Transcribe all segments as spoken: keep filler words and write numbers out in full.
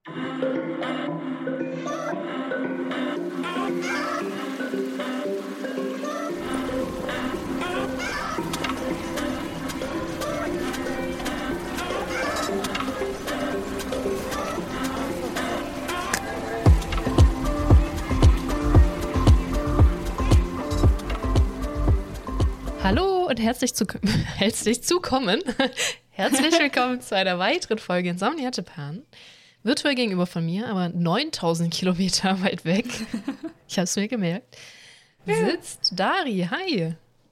Hallo und herzlich, zu, herzlich zukommen. Herzlich willkommen zu einer weiteren Folge Insomnia Japan. Virtuell gegenüber von mir, aber neuntausend Kilometer weit weg. Ich habe es mir gemerkt. Sitzt Dari. Hi.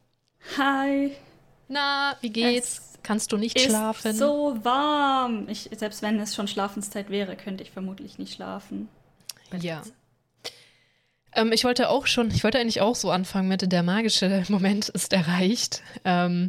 Hi. Na, wie geht's? Es Kannst du nicht ist schlafen? So warm. Ich, selbst wenn es schon Schlafenszeit wäre, könnte ich vermutlich nicht schlafen. Ja. Ähm, ich wollte auch schon, ich wollte eigentlich auch so anfangen mit, der magische Moment ist erreicht. Ähm,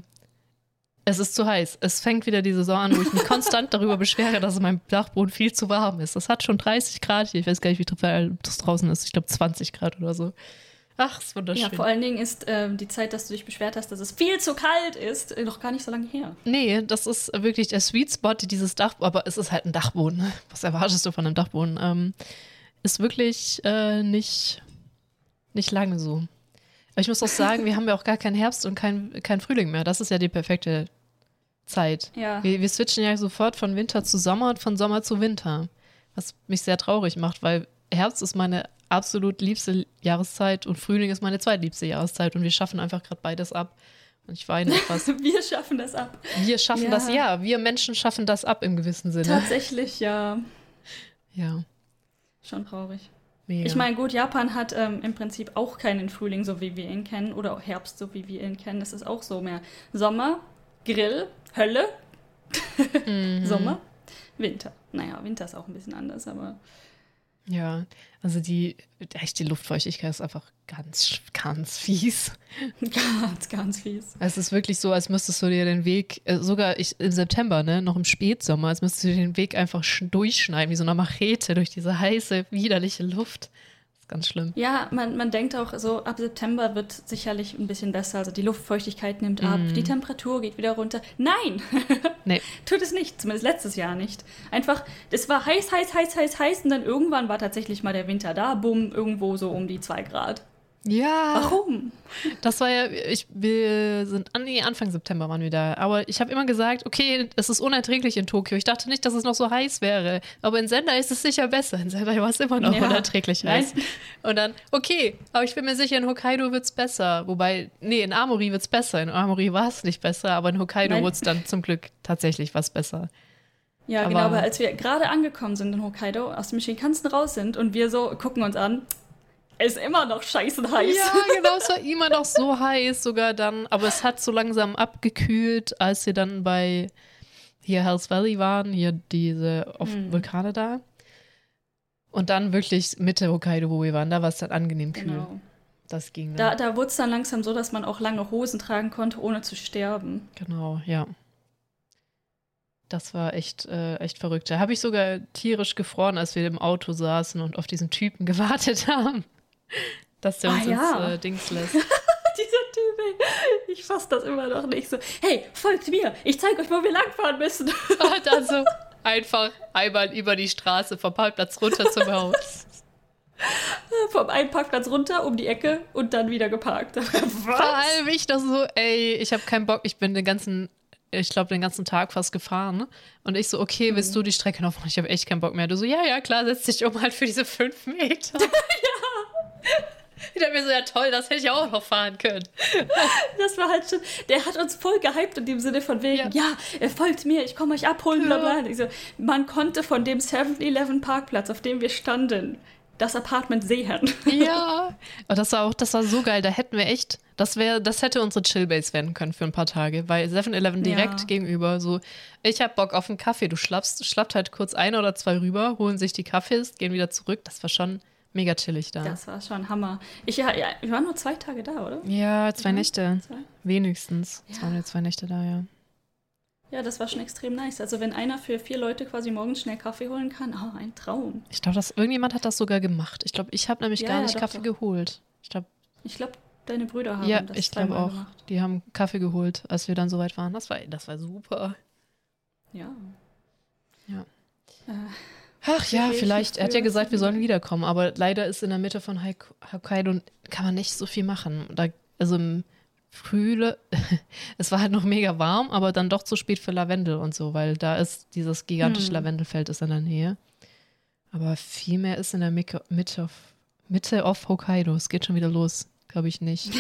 es ist zu heiß. Es fängt wieder die Saison an, wo ich mich konstant darüber beschwere, dass mein Dachboden viel zu warm ist. Es hat schon dreißig Grad hier. Ich weiß gar nicht, wie das draußen ist. Ich glaube zwanzig Grad oder so. Ach, ist wunderschön. Ja, vor allen Dingen ist äh, die Zeit, dass du dich beschwert hast, dass es viel zu kalt ist, äh, noch gar nicht so lange her. Nee, das ist wirklich der Sweet Spot, dieses Dach, aber es ist halt ein Dachboden. Ne? Was erwartest du von einem Dachboden? Ähm, ist wirklich äh, nicht... Nicht lange so. Aber ich muss auch sagen, wir haben ja auch gar keinen Herbst und keinen kein Frühling mehr. Das ist ja die perfekte Zeit. Ja. Wir, wir switchen ja sofort von Winter zu Sommer und von Sommer zu Winter. Was mich sehr traurig macht, weil Herbst ist meine absolut liebste Jahreszeit und Frühling ist meine zweitliebste Jahreszeit und wir schaffen einfach gerade beides ab. Und ich weine etwas. Wir schaffen das ab. Wir schaffen ja. das, ja. Wir Menschen schaffen das ab im gewissen Sinne. Tatsächlich, ja. Ja. Schon traurig. Mega. Ich meine, gut, Japan hat ähm, im Prinzip auch keinen Frühling, so wie wir ihn kennen, oder auch Herbst, so wie wir ihn kennen. Es ist auch so mehr Sommer, Grill, Hölle, mhm. Sommer, Winter. Naja, Winter ist auch ein bisschen anders, aber... Ja, also die, echt die Luftfeuchtigkeit ist einfach ganz, ganz fies. Ganz, ganz fies. Es ist wirklich so, als müsstest du dir den Weg, äh, sogar ich, im September, ne, noch im Spätsommer, als müsstest du dir den Weg einfach sch- durchschneiden, wie so eine Machete durch diese heiße, widerliche Luft. Das ist ganz schlimm. Ja, man, man denkt auch so, ab September wird sicherlich ein bisschen besser. Also die Luftfeuchtigkeit nimmt ab, Mm. die Temperatur geht wieder runter. Nein! Nee. Tut es nicht, zumindest letztes Jahr nicht. Einfach, es war heiß, heiß, heiß, heiß, heiß und dann irgendwann war tatsächlich mal der Winter da, bumm, irgendwo so um die zwei Grad. Ja. Warum? Das war ja, ich, wir sind, nee, Anfang September waren wir da. Aber ich habe immer gesagt, okay, es ist unerträglich in Tokio. Ich dachte nicht, dass es noch so heiß wäre. Aber in Sendai ist es sicher besser. In Sendai war es immer noch Ja. unerträglich heiß. Nein. Und dann, okay, aber ich bin mir sicher, in Hokkaido wird es besser. Wobei, nee, in Amori wird es besser. In Amori war es nicht besser, aber in Hokkaido Nein. wurde es dann zum Glück tatsächlich was besser. Ja, Aber- genau, aber als wir gerade angekommen sind in Hokkaido, aus dem Shinkansen raus sind und wir so gucken uns an, es ist immer noch scheiße heiß. Ja, genau, es war immer noch so heiß sogar dann. Aber es hat so langsam abgekühlt, als wir dann bei hier Hells Valley waren, hier diese auf Mhm. Vulkane da. Und dann wirklich Mitte Hokkaido, wo wir waren, da war es dann angenehm kühl. Genau. Das ging Da, dann. da wurde es dann langsam so, dass man auch lange Hosen tragen konnte, ohne zu sterben. Genau, ja. Das war echt, äh, echt verrückt. Da habe ich sogar tierisch gefroren, als wir im Auto saßen und auf diesen Typen gewartet haben, dass der Ah, uns ja. ins äh, Dings lässt. Dieser Typ, ey, ich fass das immer noch nicht so. Hey, folgt mir, ich zeige euch, wo wir langfahren müssen. Und dann so einfach einmal über die Straße vom Parkplatz runter zum Haus. Vom einen Parkplatz runter, um die Ecke und dann wieder geparkt. Vor allem ich doch so, ey, ich habe keinen Bock, ich bin den ganzen, ich glaube, den ganzen Tag fast gefahren. Und ich so, okay, willst du die Strecke noch fahren? Ich habe echt keinen Bock mehr. Du so, ja, ja, klar, setz dich um halt für diese fünf Meter. Ja. Ich dachte mir so, ja toll, das hätte ich auch noch fahren können. Das war halt schon, der hat uns voll gehypt in dem Sinne von wegen, ja, Ja. er folgt mir, ich komme euch abholen, bla bla. Ja. Und ich so, man konnte von dem seven eleven Parkplatz, auf dem wir standen, das Apartment sehen. Ja. Aber das war auch, das war so geil. Da hätten wir echt, das wäre, das hätte unsere Chillbase werden können für ein paar Tage, weil seven eleven direkt Ja. gegenüber, so, ich hab Bock auf einen Kaffee, du schlappst, schlappt halt kurz ein oder zwei rüber, holen sich die Kaffees, gehen wieder zurück. Das war schon mega chillig da. Das war schon Hammer. Ich, ja, ja, wir waren nur zwei Tage da, oder? Ja, zwei Ja, Nächte. zwei. Wenigstens. Ja. Es waren ja zwei Nächte da, ja. Ja, das war schon extrem nice. Also wenn einer für vier Leute quasi morgens schnell Kaffee holen kann, oh, ein Traum. Ich glaube, dass irgendjemand hat das sogar gemacht. Ich glaube, ich habe nämlich Ja, gar ja, nicht doch, Kaffee doch. geholt. Ich glaube, Ich glaube, deine Brüder haben ja, das ich glaube zweimal auch. gemacht. Die haben Kaffee geholt, als wir dann soweit waren. Das war, das war super. Ja. Ja. Äh, Ach ja, Gespräche vielleicht. Er hat ja führen. gesagt, wir sollen wiederkommen, aber leider ist in der Mitte von Hok- Hokkaido kann man nicht so viel machen. Da, also im Frühling, es war halt noch mega warm, aber dann doch zu spät für Lavendel und so, weil da ist dieses gigantische Hm. Lavendelfeld ist in der Nähe. Aber viel mehr ist in der Mik- Mitte, of, Mitte of Hokkaido. Es geht schon wieder los, glaube ich nicht.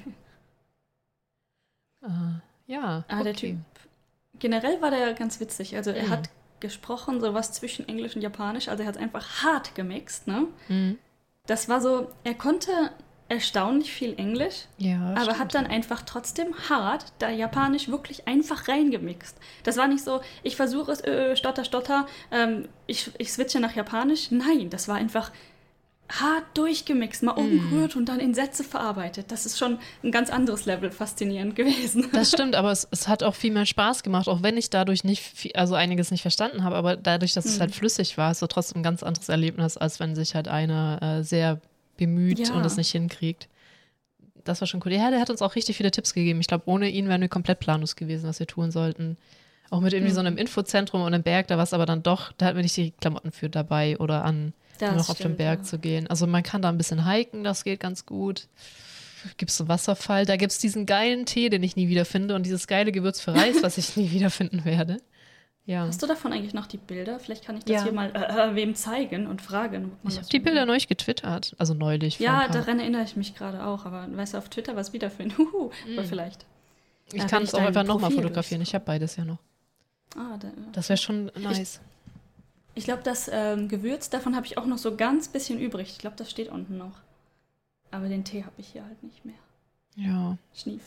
äh, ja, Ah, der okay. Typ. Generell war der ganz witzig. Also er Mhm. hat gesprochen, sowas zwischen Englisch und Japanisch. Also er hat einfach hart gemixt, ne? Mhm. Das war so, er konnte erstaunlich viel Englisch, Ja, aber stimmt. hat dann einfach trotzdem hart da Japanisch wirklich einfach reingemixt. Das war nicht so, ich versuche es, äh, stotter, stotter, ähm, ich, ich switche nach Japanisch. Nein, das war einfach hart durchgemixt, mal umgerührt und dann in Sätze verarbeitet. Das ist schon ein ganz anderes Level faszinierend gewesen. Das stimmt, aber es, es hat auch viel mehr Spaß gemacht, auch wenn ich dadurch nicht, viel, also einiges nicht verstanden habe, aber dadurch, dass es Hm. halt flüssig war, ist es trotzdem ein ganz anderes Erlebnis, als wenn sich halt einer äh, sehr bemüht Ja. und es nicht hinkriegt. Das war schon cool. Ja, der hat uns auch richtig viele Tipps gegeben. Ich glaube, ohne ihn wären wir komplett planlos gewesen, was wir tun sollten. Auch mit irgendwie Hm. so einem Infozentrum und einem Berg, da war es aber dann doch, da hatten wir nicht die Klamotten für dabei oder an, Das um noch auf den stimmt, Berg ja. zu gehen. Also man kann da ein bisschen hiken, das geht ganz gut. Gibt es einen Wasserfall, da gibt es diesen geilen Tee, den ich nie wiederfinde und dieses geile Gewürz für Reis, was ich nie wiederfinden werde. Ja. Hast du davon eigentlich noch die Bilder? Vielleicht kann ich das Ja. hier mal äh, äh, wem zeigen und fragen. ob man Ich das habe die Bilder findet. neulich getwittert, also neulich. vor Ja, ein paar- daran erinnere ich mich gerade auch. Aber weißt du, auf Twitter was wiederfinden? Huhu, aber vielleicht. ich äh, kann wenn es ich auch dein einfach nochmal Profil fotografieren. Ich habe beides ja noch. Ah, da, Das wäre schon nice. ich glaube, das ähm, Gewürz, davon habe ich auch noch so ganz bisschen übrig. Ich glaube, das steht unten noch. Aber den Tee habe ich hier halt nicht mehr. Ja. Schnief.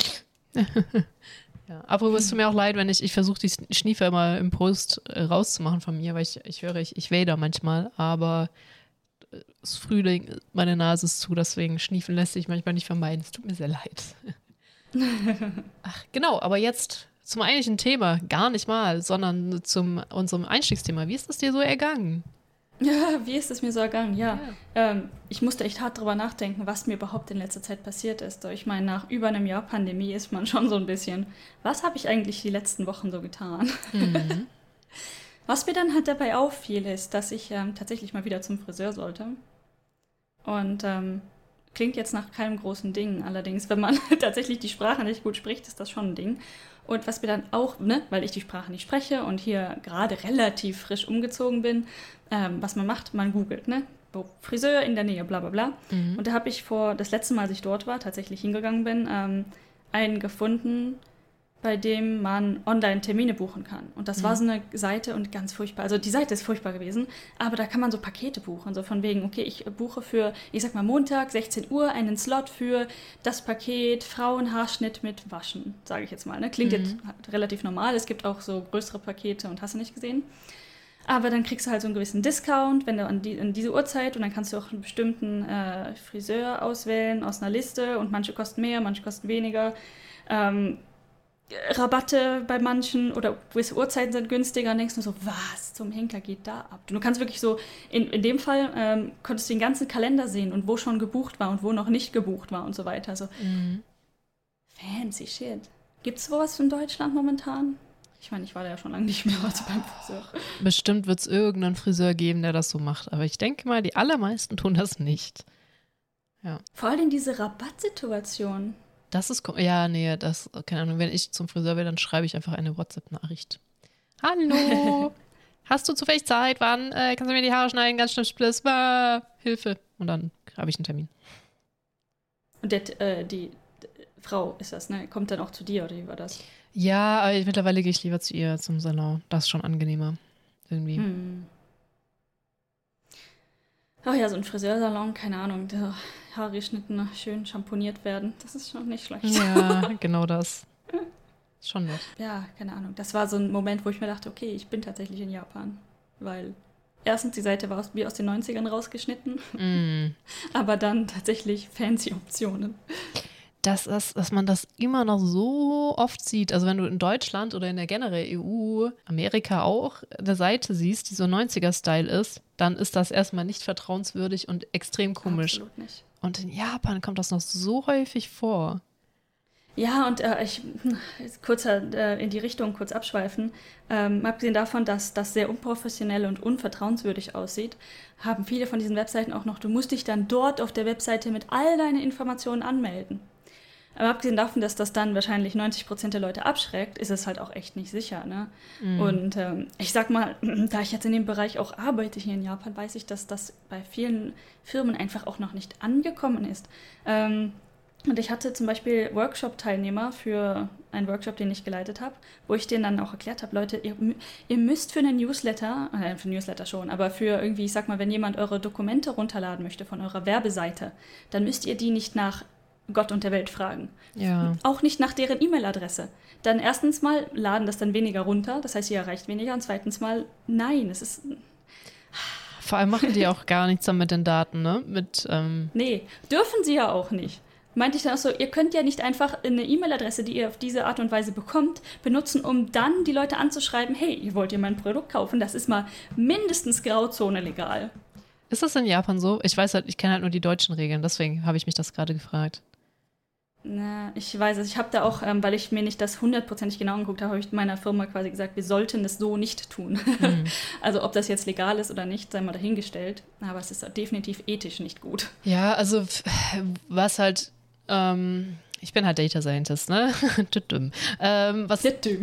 Ja, aber es tut mir auch leid, wenn ich, ich versuche die Schniefer immer im Post äh, rauszumachen von mir, weil ich, ich höre, ich, ich da manchmal, aber äh, es ist Frühling, meine Nase ist zu, deswegen schniefen lässt sich manchmal nicht vermeiden. Es tut mir sehr leid. Ach, genau, aber jetzt zum eigentlichen Thema, gar nicht mal, sondern zum unserem Einstiegsthema. Wie ist es dir so ergangen? Ja, wie ist es mir so ergangen? Ja, Ja. Ähm, ich musste echt hart drüber nachdenken, was mir überhaupt in letzter Zeit passiert ist. Ich meine, nach über einem Jahr Pandemie ist man schon so ein bisschen, was habe ich eigentlich die letzten Wochen so getan? Mhm. Was mir dann halt dabei auffiel, ist, dass ich ähm, tatsächlich mal wieder zum Friseur sollte. Und ähm, klingt jetzt nach keinem großen Ding. Allerdings, wenn man tatsächlich die Sprache nicht gut spricht, ist das schon ein Ding. Und was mir dann auch, ne, weil ich die Sprache nicht spreche und hier gerade relativ frisch umgezogen bin, ähm, was man macht, man googelt, ne? Wo Friseur in der Nähe, bla bla bla. Mhm. Und da habe ich vor, das letzte Mal, als ich dort war, tatsächlich hingegangen bin, ähm, einen gefunden, bei dem man online Termine buchen kann. Und das Mhm. war so eine Seite und ganz furchtbar. Also die Seite ist furchtbar gewesen, aber da kann man so Pakete buchen. So von wegen, okay, ich buche für, ich sag mal Montag, sechzehn Uhr, einen Slot für das Paket Frauenhaarschnitt mit Waschen, sage ich jetzt mal. Ne? Klingt Mhm. jetzt relativ normal. Es gibt auch so größere Pakete und hast du nicht gesehen. Aber dann kriegst du halt so einen gewissen Discount, wenn du an, die, an diese Uhrzeit und dann kannst du auch einen bestimmten äh, Friseur auswählen aus einer Liste und manche kosten mehr, manche kosten weniger. Ähm, Rabatte bei manchen oder gewisse Uhrzeiten sind günstiger und denkst du so, was zum Henker geht da ab? Du kannst wirklich so, in, in dem Fall ähm, konntest du den ganzen Kalender sehen und wo schon gebucht war und wo noch nicht gebucht war und so weiter. Also Mhm. fancy shit. Gibt's sowas in Deutschland momentan? Ich meine, ich war da ja schon lange nicht mehr also beim Friseur. Bestimmt wird es irgendeinen Friseur geben, der das so macht. Aber ich denke mal, die allermeisten tun das nicht. Vor allem diese Rabattsituation. Das ist, ko- ja, nee, das, keine Ahnung, wenn ich zum Friseur will, dann schreibe ich einfach eine WhatsApp-Nachricht. Hallo, hast du zufällig Zeit? Wann? Äh, kannst du mir die Haare schneiden? Ganz schlimm, Spliss. Ah, Hilfe. Und dann habe ich einen Termin. Und der, äh, die, die Frau ist das, ne? Kommt dann auch zu dir oder wie war das? Ja, aber ich, mittlerweile gehe ich lieber zu ihr zum Salon. Das ist schon angenehmer. Irgendwie. Hm. Ach ja, so ein Friseursalon, keine Ahnung, der Haare geschnitten, schön schamponiert werden, das ist schon nicht schlecht. Ja, genau das. Ist schon nett. Ja, keine Ahnung. Das war so ein Moment, wo ich mir dachte, okay, ich bin tatsächlich in Japan. Weil erstens, die Seite war aus, wie aus den neunzigern rausgeschnitten, Mm. aber dann tatsächlich fancy Optionen. Dass, das, dass man das immer noch so oft sieht. Also wenn du in Deutschland oder in der generell E U, Amerika auch, eine Seite siehst, die so neunziger-Style ist, dann ist das erstmal nicht vertrauenswürdig und extrem komisch. Absolut nicht. Und in Japan kommt das noch so häufig vor. Ja, und äh, ich kurzer äh, in die Richtung kurz abschweifen. Ähm, abgesehen davon, dass das sehr unprofessionell und unvertrauenswürdig aussieht, haben viele von diesen Webseiten auch noch, du musst dich dann dort auf der Webseite mit all deinen Informationen anmelden. Aber abgesehen davon, dass das dann wahrscheinlich neunzig Prozent der Leute abschreckt, ist es halt auch echt nicht sicher. Ne? Mhm. Und ähm, ich sag mal, da ich jetzt in dem Bereich auch arbeite hier in Japan, weiß ich, dass das bei vielen Firmen einfach auch noch nicht angekommen ist. Ähm, Und ich hatte zum Beispiel Workshop-Teilnehmer für einen Workshop, den ich geleitet habe, wo ich denen dann auch erklärt habe, Leute, ihr, ihr müsst für einen Newsletter, äh, für einen Newsletter schon, aber für irgendwie, ich sag mal, wenn jemand eure Dokumente runterladen möchte von eurer Werbeseite, dann müsst ihr die nicht nach Gott und der Welt fragen. Ja. Auch nicht nach deren E-Mail-Adresse. Dann erstens mal laden das dann weniger runter, das heißt, ihr erreicht weniger. Und zweitens mal, nein, es ist... Vor allem machen die auch gar nichts mit den Daten, ne? Mit, ähm nee, dürfen sie ja auch nicht. Meinte ich dann auch so, ihr könnt ja nicht einfach eine E-Mail-Adresse, die ihr auf diese Art und Weise bekommt, benutzen, um dann die Leute anzuschreiben, hey, ihr wollt ihr mein Produkt kaufen? Das ist mal mindestens Grauzone legal. Ist das in Japan so? Ich weiß halt, ich kenne halt nur die deutschen Regeln, deswegen habe ich mich das gerade gefragt. Na, ich weiß es. Ich habe da auch, ähm, weil ich mir nicht das hundertprozentig genau angeguckt habe, habe ich meiner Firma quasi gesagt, wir sollten es so nicht tun. Mhm. Also ob das jetzt legal ist oder nicht, sei mal dahingestellt. Aber es ist definitiv ethisch nicht gut. Ja, also was halt, ähm, ich bin halt Data Scientist, ne? ähm, was,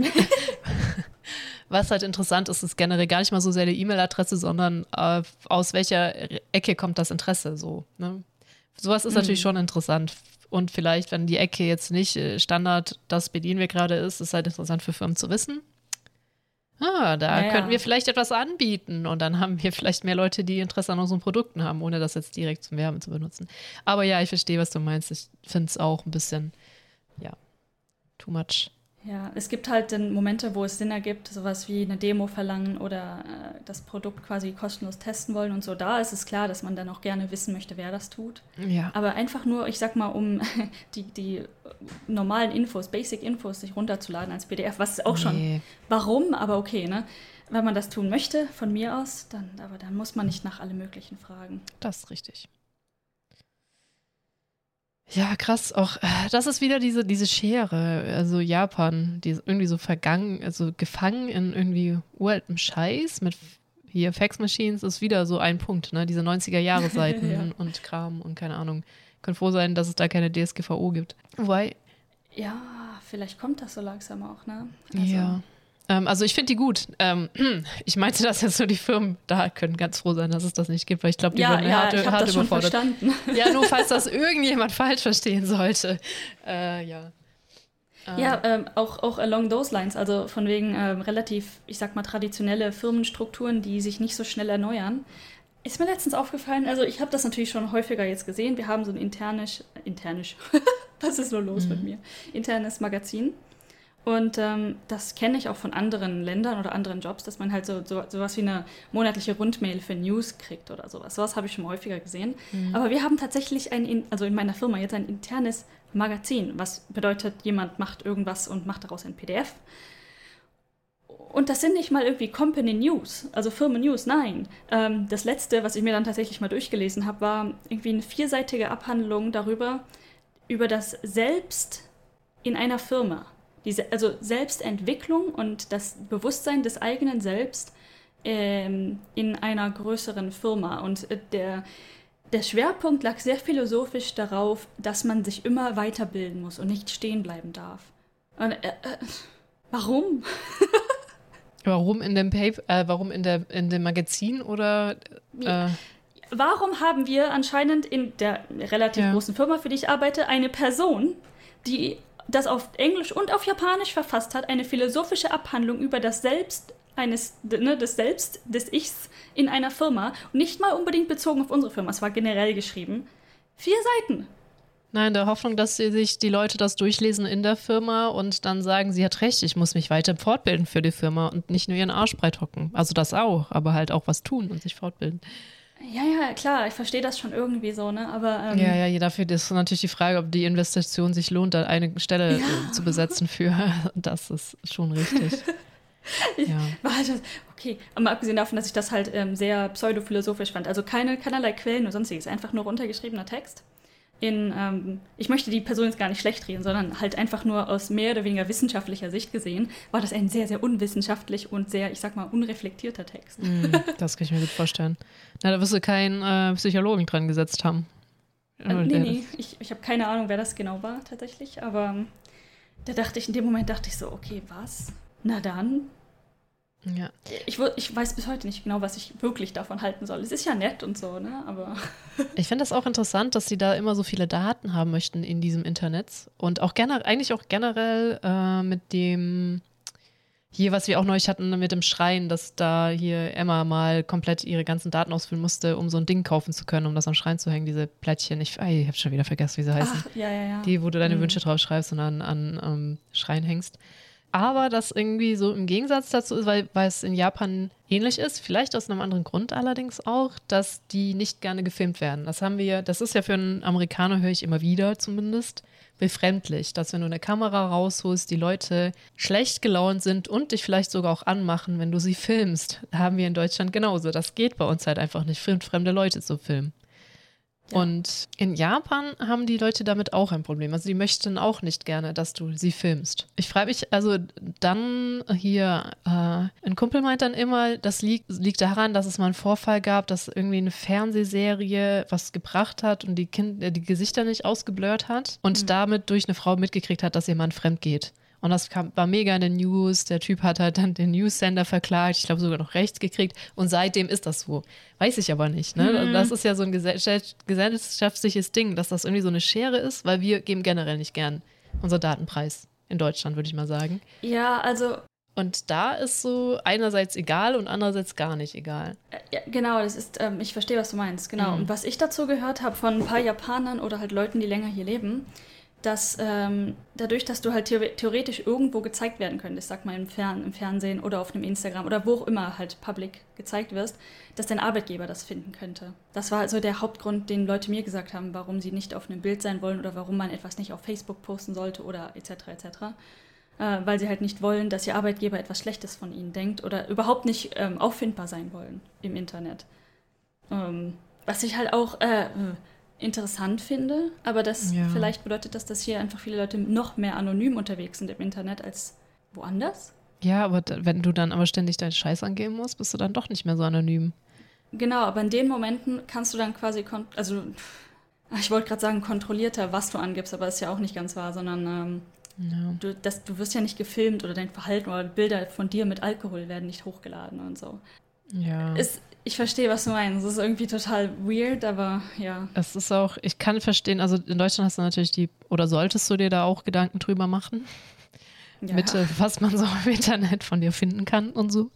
was halt interessant ist, ist generell gar nicht mal so sehr die E-Mail-Adresse, sondern äh, aus welcher Ecke kommt das Interesse so. Ne? Sowas ist mhm. natürlich schon interessant. Und vielleicht, wenn die Ecke jetzt nicht Standard, das bedienen wir gerade ist, ist halt interessant für Firmen zu wissen. Ah, da ja, könnten wir vielleicht etwas anbieten. Und dann haben wir vielleicht mehr Leute, die Interesse an unseren Produkten haben, ohne das jetzt direkt zum Werben zu benutzen. Aber ja, ich verstehe, was du meinst. Ich finde es auch ein bisschen, ja, too much. Ja, es gibt halt dann Momente, wo es Sinn ergibt, sowas wie eine Demo verlangen oder äh, das Produkt quasi kostenlos testen wollen und so. Da ist es klar, dass man dann auch gerne wissen möchte, wer das tut. Ja. Aber einfach nur, ich sag mal, um die, die normalen Infos, Basic-Infos sich runterzuladen als P D F, was auch schon, nee. Warum, aber okay, ne? Wenn man das tun möchte, von mir aus, dann, aber dann muss man nicht nach allem Möglichen fragen. Das ist richtig. Ja, krass, auch das ist wieder diese, diese Schere, also Japan, die ist irgendwie so vergangen, also gefangen in irgendwie uraltem Scheiß mit hier Fax-Machines ist wieder so ein Punkt, ne, diese neunziger-Jahre-Seiten ja. und Kram und keine Ahnung. Kann froh sein, dass es da keine D S G V O gibt. Wobei... Ja, vielleicht kommt das so langsam auch, ne? Also. Ja. Ähm, also ich finde die gut. Ähm, ich meinte das jetzt nur, die Firmen da können ganz froh sein, dass es das nicht gibt, weil ich glaube, die ja, würden ja, hart, ich hab hart das schon überfordert. Verstanden. Ja, nur falls das irgendjemand falsch verstehen sollte. Äh, ja. Ähm. Ja, ähm, auch, auch along those lines, also von wegen ähm, relativ, ich sag mal, traditionelle Firmenstrukturen, die sich nicht so schnell erneuern. Ist mir letztens aufgefallen, also ich habe das natürlich schon häufiger jetzt gesehen, wir haben so ein internes, internes, was ist nur los mhm. mit mir, internes Magazin. Und ähm, das kenne ich auch von anderen Ländern oder anderen Jobs, dass man halt so, so sowas wie eine monatliche Rundmail für News kriegt oder sowas. Sowas habe ich schon häufiger gesehen. Mhm. Aber wir haben tatsächlich ein, also in meiner Firma jetzt ein internes Magazin, was bedeutet, jemand macht irgendwas und macht daraus ein P D F. Und das sind nicht mal irgendwie Company News, also Firmen News, nein. Ähm, das letzte, was ich mir dann tatsächlich mal durchgelesen habe, war irgendwie eine vierseitige Abhandlung darüber, über das Selbst in einer Firma. Diese, also Selbstentwicklung und das Bewusstsein des eigenen Selbst ähm, in einer größeren Firma. Und äh, der, der Schwerpunkt lag sehr philosophisch darauf, dass man sich immer weiterbilden muss und nicht stehen bleiben darf. Und, äh, äh, warum? Warum in dem Paper, äh, warum in, der, in dem Magazin oder? Äh Warum haben wir anscheinend in der relativ ja. großen Firma, für die ich arbeite, eine Person, die das auf Englisch und auf Japanisch verfasst hat, eine philosophische Abhandlung über das Selbst eines, ne, des Selbst, des Ichs in einer Firma und nicht mal unbedingt bezogen auf unsere Firma, es war generell geschrieben. Vier Seiten. Nein, in der Hoffnung, dass sie sich die Leute das durchlesen in der Firma und dann sagen, sie hat recht, ich muss mich weiter fortbilden für die Firma und nicht nur ihren Arsch breit hocken. Also das auch, aber halt auch was tun und sich fortbilden. Ja, ja, klar, ich verstehe das schon irgendwie so, ne, aber... Ähm, ja, ja, dafür ist natürlich die Frage, ob die Investition sich lohnt, da eine Stelle ja. zu besetzen für. Das ist schon richtig. Ja. Okay, aber abgesehen davon, dass ich das halt ähm, sehr pseudophilosophisch fand, also keine, keinerlei Quellen oder sonstiges, einfach nur runtergeschriebener Text. in, ähm, ich möchte die Person jetzt gar nicht schlecht reden, sondern halt einfach nur aus mehr oder weniger wissenschaftlicher Sicht gesehen, war das ein sehr, sehr unwissenschaftlich und sehr, ich sag mal, unreflektierter Text. Mm, das kann ich mir gut vorstellen. Na, da wirst du keinen äh, Psychologen dran gesetzt haben. Äh, nee, nee, ich, ich habe keine Ahnung, wer das genau war tatsächlich, aber da dachte ich, in dem Moment dachte ich so, okay, was? Na dann. Ja. Ich, ich weiß bis heute nicht genau, was ich wirklich davon halten soll. Es ist ja nett und so, ne? Aber ich finde das auch interessant, dass sie da immer so viele Daten haben möchten in diesem Internet. Und auch generell, eigentlich auch generell äh, mit dem, hier, was wir auch neulich hatten, mit dem Schrein, dass da hier Emma mal komplett ihre ganzen Daten ausfüllen musste, um so ein Ding kaufen zu können, um das am Schrein zu hängen, diese Plättchen. Ich, ich habe schon wieder vergessen, wie sie heißen. Ach, ja, ja, ja. Die, wo du deine mhm. Wünsche drauf schreibst und dann an ähm, Schrein hängst. Aber das irgendwie so im Gegensatz dazu ist, weil, weil es in Japan ähnlich ist, vielleicht aus einem anderen Grund allerdings auch, dass die nicht gerne gefilmt werden. Das haben wir, das ist ja für einen Amerikaner, höre ich immer wieder zumindest, befremdlich, dass wenn du eine Kamera rausholst, die Leute schlecht gelaunt sind und dich vielleicht sogar auch anmachen, wenn du sie filmst. Haben wir in Deutschland genauso. Das geht bei uns halt einfach nicht, fremde Leute zu filmen. Ja. Und in Japan haben die Leute damit auch ein Problem. Also die möchten auch nicht gerne, dass du sie filmst. Ich frage mich, also dann hier, äh, ein Kumpel meint dann immer, das liegt, liegt daran, dass es mal einen Vorfall gab, dass irgendwie eine Fernsehserie was gebracht hat und die, kind, die Gesichter nicht ausgeblurrt hat und mhm. damit durch eine Frau mitgekriegt hat, dass ihr Mann fremd geht. Und das kam, war mega in den News. Der Typ hat halt dann den News-Sender verklagt. Ich glaube sogar noch rechts gekriegt. Und seitdem ist das so. Weiß ich aber nicht. Ne? Mhm. Das ist ja so ein gesellschaftliches Ding, dass das irgendwie so eine Schere ist, weil wir geben generell nicht gern unseren Datenpreis. In Deutschland, würde ich mal sagen. Ja, also... Und da ist so einerseits egal und andererseits gar nicht egal. Ja, genau, das ist, ähm, ich verstehe, was du meinst. Genau. Mhm. Und was ich dazu gehört habe von ein paar Japanern oder halt Leuten, die länger hier leben, dass ähm, dadurch, dass du halt theoretisch irgendwo gezeigt werden könntest, sag mal im, Fern-, im Fernsehen oder auf einem Instagram oder wo auch immer halt public gezeigt wirst, dass dein Arbeitgeber das finden könnte. Das war also der Hauptgrund, den Leute mir gesagt haben, warum sie nicht auf einem Bild sein wollen oder warum man etwas nicht auf Facebook posten sollte oder et cetera et cetera. Äh, weil sie halt nicht wollen, dass ihr Arbeitgeber etwas Schlechtes von ihnen denkt oder überhaupt nicht ähm, auffindbar sein wollen im Internet. Ähm, was ich halt auch... Äh, interessant finde, aber das ja. vielleicht bedeutet das, dass hier einfach viele Leute noch mehr anonym unterwegs sind im Internet als woanders. Ja, aber da, wenn du dann aber ständig deinen Scheiß angeben musst, bist du dann doch nicht mehr so anonym. Genau, aber in den Momenten kannst du dann quasi, kon- also ich wollte gerade sagen kontrollierter, was du angibst, aber das ist ja auch nicht ganz wahr, sondern ähm, ja. du, das, du wirst ja nicht gefilmt oder dein Verhalten oder Bilder von dir mit Alkohol werden nicht hochgeladen und so. Ja. Es, ich verstehe, was du meinst. Es ist irgendwie total weird, aber ja. Es ist auch, ich kann verstehen, also in Deutschland hast du natürlich die, oder solltest du dir da auch Gedanken drüber machen, ja. mit was man so im Internet von dir finden kann und so.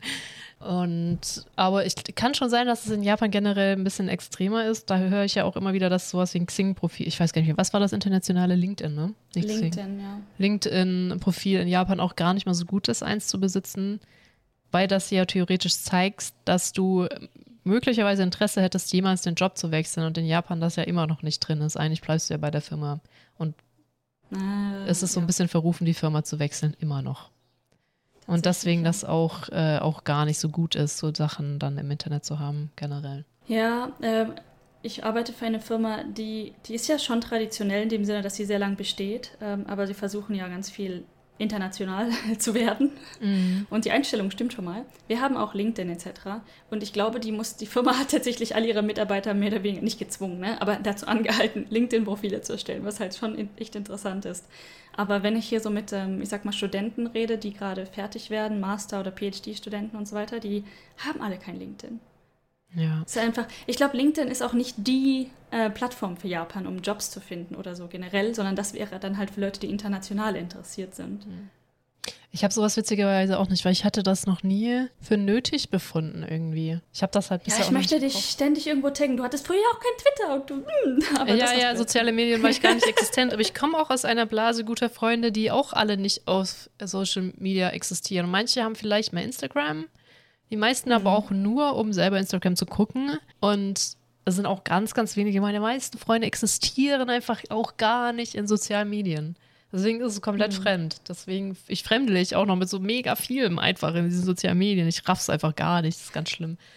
Und, aber ich kann schon sein, dass es in Japan generell ein bisschen extremer ist. Da höre ich ja auch immer wieder, dass sowas wie ein Xing-Profil, ich weiß gar nicht mehr, was war das internationale LinkedIn, ne? Nicht LinkedIn, Xing. ja. LinkedIn-Profil in Japan auch gar nicht mal so gut ist, eins zu besitzen. Weil das ja theoretisch zeigst, dass du möglicherweise Interesse hättest, jemals den Job zu wechseln und in Japan das ja immer noch nicht drin ist. Eigentlich bleibst du ja bei der Firma und äh, es ist so ein bisschen verrufen, die Firma zu wechseln, immer noch. Und deswegen das auch, äh, auch gar nicht so gut ist, so Sachen dann im Internet zu haben, generell. Ja, äh, ich arbeite für eine Firma, die, die ist ja schon traditionell in dem Sinne, dass sie sehr lang besteht, ähm, aber sie versuchen ja ganz viel international zu werden. Mhm. Und die Einstellung stimmt schon mal. Wir haben auch LinkedIn et cetera. Und ich glaube, die, muss, die Firma hat tatsächlich alle ihre Mitarbeiter mehr oder weniger, nicht gezwungen, ne, aber dazu angehalten, LinkedIn-Profile zu erstellen, was halt schon echt interessant ist. Aber wenn ich hier so mit, ähm, ich sag mal, Studenten rede, die gerade fertig werden, Master- oder PhD-Studenten und so weiter, die haben alle kein LinkedIn. Ja. Ist einfach, ich glaube, LinkedIn ist auch nicht die äh, Plattform für Japan, um Jobs zu finden oder so generell, sondern das wäre dann halt für Leute, die international interessiert sind. Ich habe sowas witzigerweise auch nicht, weil ich hatte das noch nie für nötig befunden irgendwie. Ich habe das halt bisher ja, ich auch möchte nicht dich gebraucht. Ständig irgendwo taggen. Du hattest früher auch kein Twitter. Und du, mm, aber ja, ja, soziale Medien war ich gar nicht existent. Aber ich komme auch aus einer Blase guter Freunde, die auch alle nicht auf Social Media existieren. Und manche haben vielleicht mal Instagram, die meisten mhm. aber auch nur, um selber Instagram zu gucken. Und es sind auch ganz, ganz wenige. Meine meisten Freunde existieren einfach auch gar nicht in sozialen Medien. Deswegen ist es komplett mhm. fremd. Deswegen, ich fremdle ich auch noch mit so mega vielem einfach in diesen sozialen Medien. Ich raff's einfach gar nicht. Das ist ganz schlimm.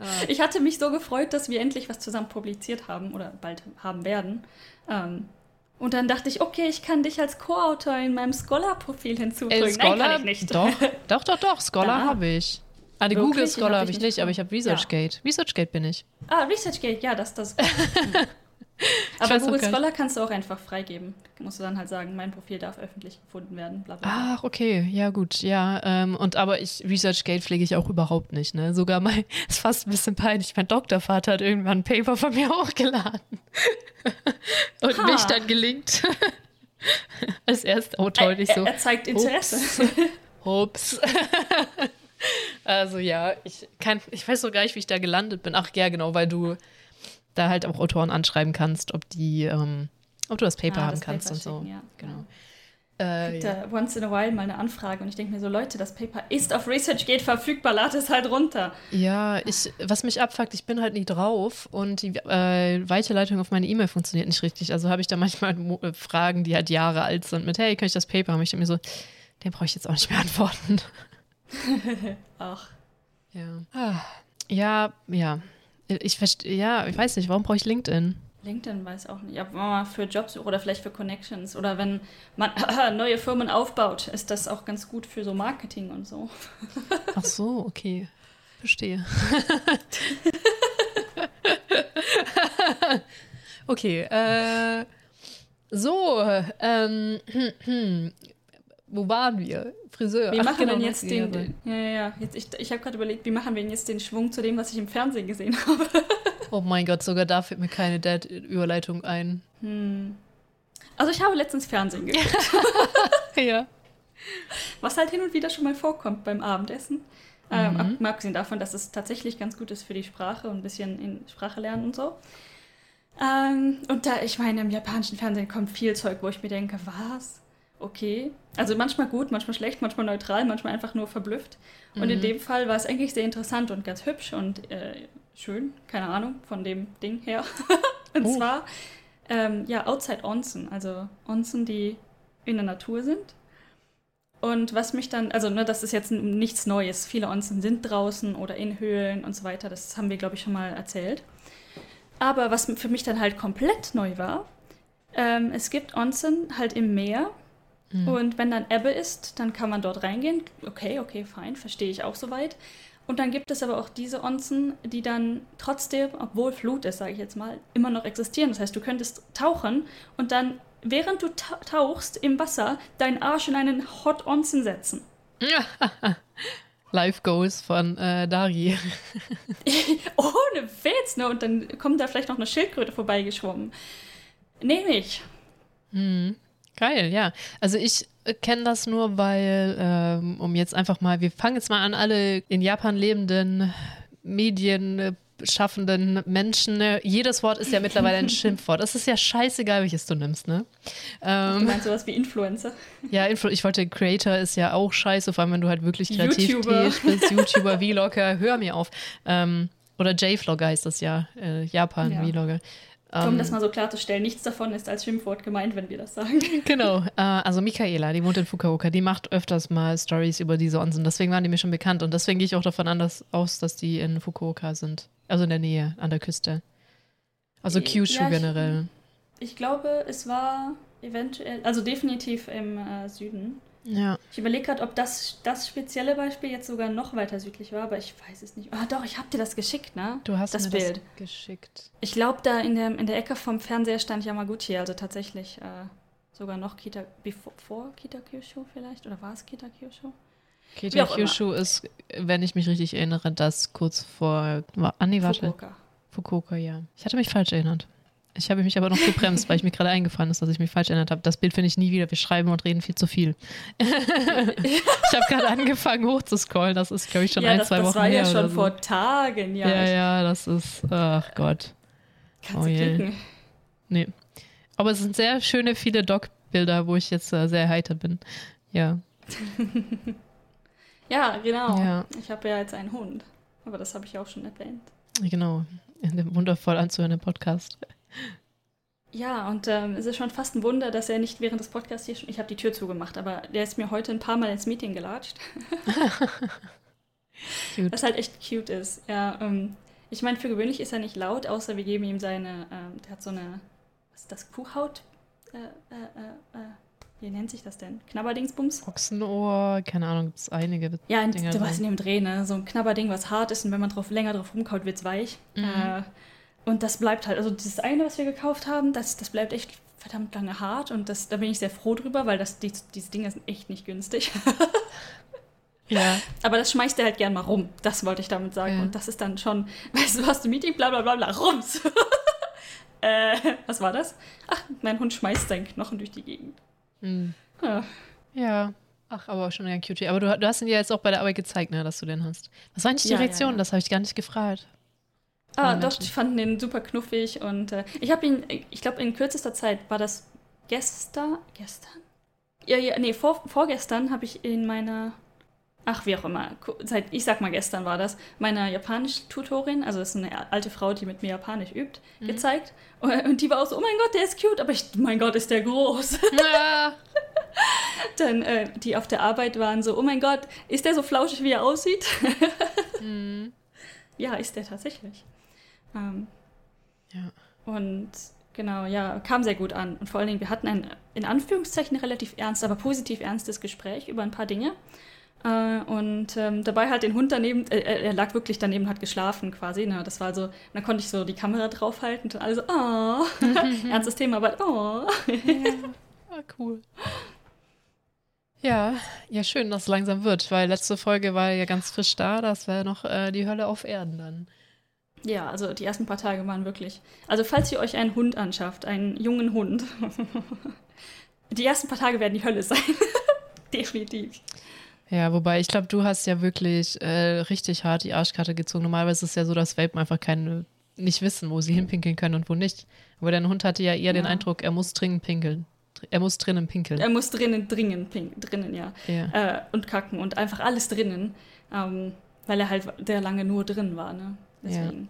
Ich hatte mich so gefreut, dass wir endlich was zusammen publiziert haben oder bald haben werden. Ähm, und dann dachte ich, okay, ich kann dich als Co-Autor in meinem Scholar-Profil hinzufügen. Ey, Scholar, Nein, kann ich nicht. Doch, doch, doch, doch, Scholar habe ich. Ah, die Wirklich? Google Scholar Hab habe ich nicht, nicht aber ich habe ResearchGate. Ja. ResearchGate bin ich. Ah, ResearchGate, ja, das, das ist gut. Aber Google Scholar kannst du auch einfach freigeben. Da musst du dann halt sagen, mein Profil darf öffentlich gefunden werden. Bla bla bla. Ach, okay, ja gut, ja. Ähm, und aber ich ResearchGate pflege ich auch überhaupt nicht. Ne? Sogar mein, ist fast ein bisschen peinlich. Mein Doktorvater hat irgendwann ein Paper von mir hochgeladen und ha. mich dann gelinkt als Erstautor. Er, nicht so. Er zeigt Interesse. Ups. Ups. Also ja, ich kann, ich weiß so gar nicht, wie ich da gelandet bin. Ach ja, genau, weil du da halt auch Autoren anschreiben kannst, ob die, ähm, ob du das Paper ah, haben das kannst Paper und so. Schicken, ja. Genau. Ja. Ich krieg ja. da once in a while mal eine Anfrage und ich denke mir so, Leute, das Paper ist auf ResearchGate verfügbar, lad es halt runter. Ja, ich, was mich abfuckt, ich bin halt nie drauf und die äh, Weiterleitung auf meine E-Mail funktioniert nicht richtig. Also habe ich da manchmal Mo- Fragen, die halt Jahre alt sind mit, hey, kann ich das Paper haben? Ich denke mir so, den brauche ich jetzt auch nicht mehr antworten. Ach. Ja. Ah. Ja, ja. Ich verstehe, ja, ich weiß nicht, warum brauche ich LinkedIn? LinkedIn weiß auch nicht. Ja, für Jobs oder vielleicht für Connections. Oder wenn man neue Firmen aufbaut, ist das auch ganz gut für so Marketing und so. Ach so, okay. Verstehe. Okay, äh, so, ähm, hm, hm. Wo waren wir? Friseur. Wie Ach, machen genau, wir denn jetzt den, den ja, ja, ja, jetzt, ich, ich habe gerade überlegt, wie machen wir denn jetzt den Schwung zu dem, was ich im Fernsehen gesehen habe? Oh mein Gott, sogar da fällt mir keine Dad-Überleitung ein. Hm. Also ich habe letztens Fernsehen geguckt. Ja. Was halt hin und wieder schon mal vorkommt beim Abendessen. Mhm. Ähm, mal abgesehen davon, dass es tatsächlich ganz gut ist für die Sprache und ein bisschen in Sprache lernen und so. Ähm, und da, ich meine, im japanischen Fernsehen kommt viel Zeug, wo ich mir denke, was? Okay. Also manchmal gut, manchmal schlecht, manchmal neutral, manchmal einfach nur verblüfft. Und mhm. in dem Fall war es eigentlich sehr interessant und ganz hübsch und äh, schön, keine Ahnung, von dem Ding her. Und oh. zwar, ähm, ja, Outside Onsen, also Onsen, die in der Natur sind. Und was mich dann, also ne, das ist jetzt nichts Neues. Viele Onsen sind draußen oder in Höhlen und so weiter. Das haben wir, glaube ich, schon mal erzählt. Aber was für mich dann halt komplett neu war, ähm, es gibt Onsen halt im Meer. Mhm. Und wenn dann Ebbe ist, dann kann man dort reingehen. Okay, okay, fein, verstehe ich auch soweit. Und dann gibt es aber auch diese Onsen, die dann trotzdem, obwohl Flut ist, sage ich jetzt mal, immer noch existieren. Das heißt, du könntest tauchen und dann, während du ta- tauchst im Wasser, deinen Arsch in einen Hot Onsen setzen. Life Goals von äh, Dari. Ohne Witz, ne? Und dann kommt da vielleicht noch eine Schildkröte vorbeigeschwommen. Nehme ich. Mhm. Geil, ja. Also ich kenne das nur, weil, ähm, um jetzt einfach mal, wir fangen jetzt mal an, alle in Japan lebenden medienschaffenden Menschen, ne? Jedes Wort ist ja mittlerweile ein Schimpfwort. Es ist ja scheißegal, welches du nimmst, ne? Ähm, du meinst sowas wie Influencer? Ja, Influ- ich wollte, Creator ist ja auch scheiße, vor allem wenn du halt wirklich kreativ YouTuber. bist, YouTuber, Vlogger, hör mir auf. Ähm, oder J-Vlogger heißt das ja, äh, Japan-Vlogger. Ja. Um das mal so klarzustellen, nichts davon ist als Schimpfwort gemeint, wenn wir das sagen. Genau, äh, also Michaela, die wohnt in Fukuoka, die macht öfters mal Stories über diese Onsen, deswegen waren die mir schon bekannt und deswegen gehe ich auch davon an, dass, aus, dass die in Fukuoka sind, also in der Nähe, an der Küste. Also Kyushu ja, ich, generell. Ich glaube, es war eventuell, also definitiv im äh, Süden. Ja. Ich überlege gerade, ob das, das spezielle Beispiel jetzt sogar noch weiter südlich war, aber ich weiß es nicht. Ah doch, ich habe dir das geschickt, ne? Du hast das mir Bild das geschickt. Ich glaube, da in der, in der Ecke vom Fernseher stand Yamaguchi, also tatsächlich äh, sogar noch Kita, bevor, vor Kita-Kyushu vielleicht? Oder war es Kita-Kyushu? Kita-Kyushu ist, wenn ich mich richtig erinnere, das kurz vor, ah nee, warte. Fukuoka. Fukuoka, ja. Ich hatte mich falsch erinnert. Ich habe mich aber noch gebremst, weil ich mir gerade eingefallen ist, dass ich mich falsch erinnert habe. Das Bild finde ich nie wieder. Wir schreiben und reden viel zu viel. Ich habe gerade angefangen hochzuscrollen. Das ist, glaube ich, schon ja, ein, das, zwei das Wochen her. her. Das war ja schon so. vor Tagen, ja. Ja, ja, das ist, ach Gott. Kannst oh, du klicken? Yeah. Nee. Aber es sind sehr schöne, viele Doc-Bilder, wo ich jetzt uh, sehr heiter bin. Ja. Ja, genau. Ja. Ich habe ja jetzt einen Hund. Aber das habe ich auch schon erwähnt. Genau. In dem wundervoll anzuhörenden Podcast. Ja, und ähm, es ist schon fast ein Wunder, dass er nicht während des Podcasts hier schon... Ich habe die Tür zugemacht, aber der ist mir heute ein paar Mal ins Meeting gelatscht. Was halt echt cute ist. Ja, ähm, Ich meine, für gewöhnlich ist er nicht laut, außer wir geben ihm seine, ähm, der hat so eine, was ist das, Kuhhaut? Äh, äh, äh, äh, wie nennt sich das denn? Knabberdingsbums? Ochsenohr, keine Ahnung, gibt es einige Ja, in, Dinger du weißt in drin. dem Dreh, ne? So ein Knabberding, was hart ist und wenn man drauf länger drauf rumkaut, wird es weich. Mhm. Äh, und das bleibt halt, also das eine, was wir gekauft haben, das, das bleibt echt verdammt lange hart und das, da bin ich sehr froh drüber, weil das, die, diese Dinger sind echt nicht günstig. Ja. Aber das schmeißt er halt gern mal rum, das wollte ich damit sagen. Ja. Und das ist dann schon, weißt du, hast du Meeting, bla bla bla bla, rums. äh, was war das? Ach, mein Hund schmeißt seinen Knochen durch die Gegend. Mhm. Ja. Ja. Ach, aber schon ein Cutie. Aber du, du hast ihn dir jetzt auch bei der Arbeit gezeigt, ne, dass du den hast. Was war eigentlich die Ja, ja, Reaktion? ja. Das habe ich gar nicht gefragt. Ah, Ja, doch, Menschen. die fanden den super knuffig und äh, ich habe ihn, ich glaube in kürzester Zeit, war das gestern, gestern? Ja, ja, nee, vor, vorgestern habe ich in meiner, ach, wie auch immer, ku- seit, ich sag mal gestern war das, meiner Japanisch-Tutorin, also das ist eine alte Frau, die mit mir Japanisch übt, Mhm. gezeigt und, und die war auch so, oh mein Gott, der ist cute, aber ich, mein Gott, ist der groß. Ja. Dann, äh, die auf der Arbeit waren so, oh mein Gott, ist der so flauschig, wie er aussieht? Mhm. Ja, ist der tatsächlich. Ähm, Ja. Und genau, ja, kam sehr gut an. Und vor allen Dingen, wir hatten ein, in Anführungszeichen, relativ ernst, aber positiv ernstes Gespräch über ein paar Dinge. Äh, und ähm, dabei halt den Hund daneben, äh, er lag wirklich daneben, hat geschlafen quasi. Ne? Das war so, dann konnte ich so die Kamera draufhalten und alle so, oh, ernstes Thema, aber oh. Ja. Ah, cool. Ja, ja, schön, dass es langsam wird, weil letzte Folge war ja ganz frisch da, das wäre noch äh, die Hölle auf Erden dann. Ja, also die ersten paar Tage waren wirklich. Also, falls ihr euch einen Hund anschafft, einen jungen Hund, die ersten paar Tage werden die Hölle sein. Definitiv. Ja, wobei ich glaube, du hast ja wirklich äh, richtig hart die Arschkarte gezogen. Normalerweise ist es ja so, dass Welpen einfach keine, nicht wissen, wo sie hinpinkeln können und wo nicht. Aber dein Hund hatte ja eher den Ja. Eindruck, er muss dringend pinkeln. Er muss drinnen pinkeln. Er muss drinnen, dringend, pink, drinnen, ja. Ja. Äh, und kacken und einfach alles drinnen, ähm, weil er halt sehr lange nur drin war, ne? Deswegen.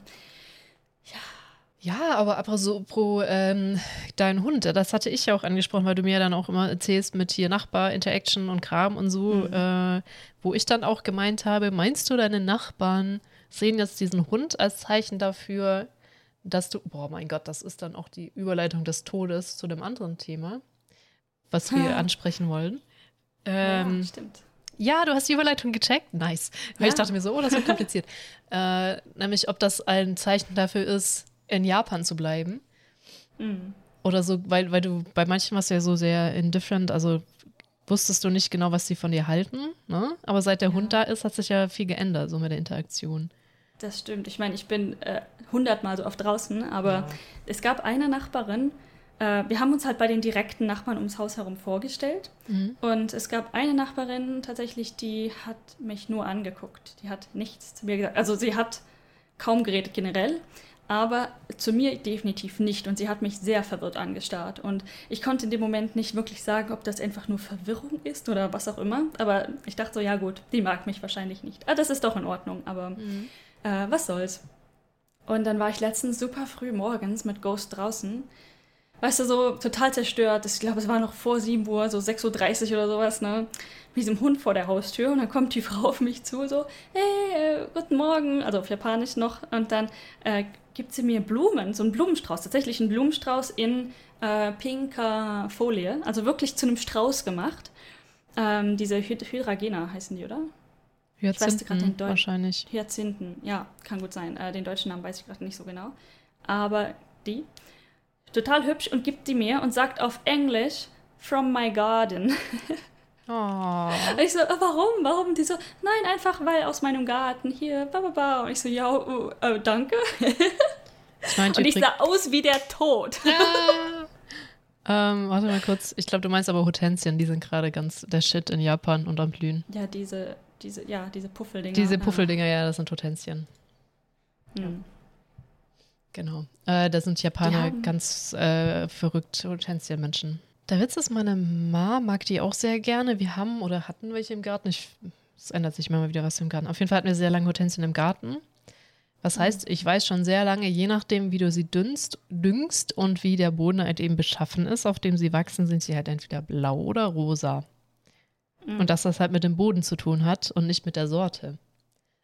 Ja, aber, aber so pro ähm, dein Hund, das hatte ich ja auch angesprochen, weil du mir ja dann auch immer erzählst mit hier Nachbar, Interaction und Kram und so, Mhm. äh, wo ich dann auch gemeint habe, meinst du, deine Nachbarn sehen jetzt diesen Hund als Zeichen dafür, dass du, boah, mein Gott, das ist dann auch die Überleitung des Todes zu dem anderen Thema, was wir Ah. ansprechen wollen. Ähm, Ja, stimmt. ja, du hast die Überleitung gecheckt. Nice. Weil ich Ja. dachte mir so, oh, das wird kompliziert. äh, nämlich, ob das ein Zeichen dafür ist, in Japan zu bleiben. Mhm. Oder so, weil, weil du bei manchen warst du ja so sehr indifferent, also wusstest du nicht genau, was sie von dir halten, ne? Aber seit der Ja. Hund da ist, hat sich ja viel geändert, so mit der Interaktion. Das stimmt. Ich meine, ich bin äh, hundertmal so oft draußen, aber es gab eine Nachbarin, äh, wir haben uns halt bei den direkten Nachbarn ums Haus herum vorgestellt. Mhm. Und es gab eine Nachbarin tatsächlich, die hat mich nur angeguckt. Die hat nichts zu mir gesagt. Also sie hat kaum geredet generell, aber zu mir definitiv nicht. Und sie hat mich sehr verwirrt angestarrt. Und ich konnte in dem Moment nicht wirklich sagen, ob das einfach nur Verwirrung ist oder was auch immer. Aber ich dachte so, ja gut, die mag mich wahrscheinlich nicht. Ah, das ist doch in Ordnung, aber Mhm. äh, was soll's. Und dann war ich letztens super früh morgens mit Ghost draußen. Weißt du, so total zerstört. Ich glaube, es war noch vor sieben Uhr, so sechs Uhr dreißig oder sowas, ne? Mit diesem Hund vor der Haustür. Und dann kommt die Frau auf mich zu, so, hey, äh, guten Morgen. Also auf Japanisch noch. Und dann äh, gibt sie mir Blumen, so einen Blumenstrauß. Tatsächlich einen Blumenstrauß in äh, pinker Folie. Also wirklich zu einem Strauß gemacht. Ähm, diese Hy- Hydrangea heißen die, oder? weiß grad den Hyazinthen Deut- wahrscheinlich. Hyazinthen, ja, kann gut sein. Äh, den deutschen Namen weiß ich gerade nicht so genau. Aber die, total hübsch und gibt die mir und sagt auf Englisch, from my garden. Oh. Und ich so, äh, warum? Warum? Die so, nein, einfach weil aus meinem Garten hier, ba, ba, ba. Und ich so, ja, oh, äh, danke. Ich meinte Und ich übrigens, sah aus wie der Tod. ähm, warte mal kurz, ich glaube, du meinst aber Hortensien, die sind gerade ganz der Shit in Japan und am Blühen. Ja, diese, diese, ja, diese Puffeldinger. Diese Puffeldinger, ja, das sind Hortensien. Ja. Hm. Genau. Äh, da sind Japaner haben- ganz äh, verrückt, Hortensien-Menschen. Der Witz ist, meine Ma mag die auch sehr gerne. Wir haben oder hatten welche im Garten. Ich, es ändert sich immer mal wieder was im Garten. Auf jeden Fall hatten wir sehr lange Hortensien im Garten. Was heißt, ich weiß schon sehr lange, je nachdem, wie du sie dünnst, düngst und wie der Boden halt eben beschaffen ist, auf dem sie wachsen, sind sie halt entweder blau oder rosa. Mhm. Und dass das halt mit dem Boden zu tun hat und nicht mit der Sorte.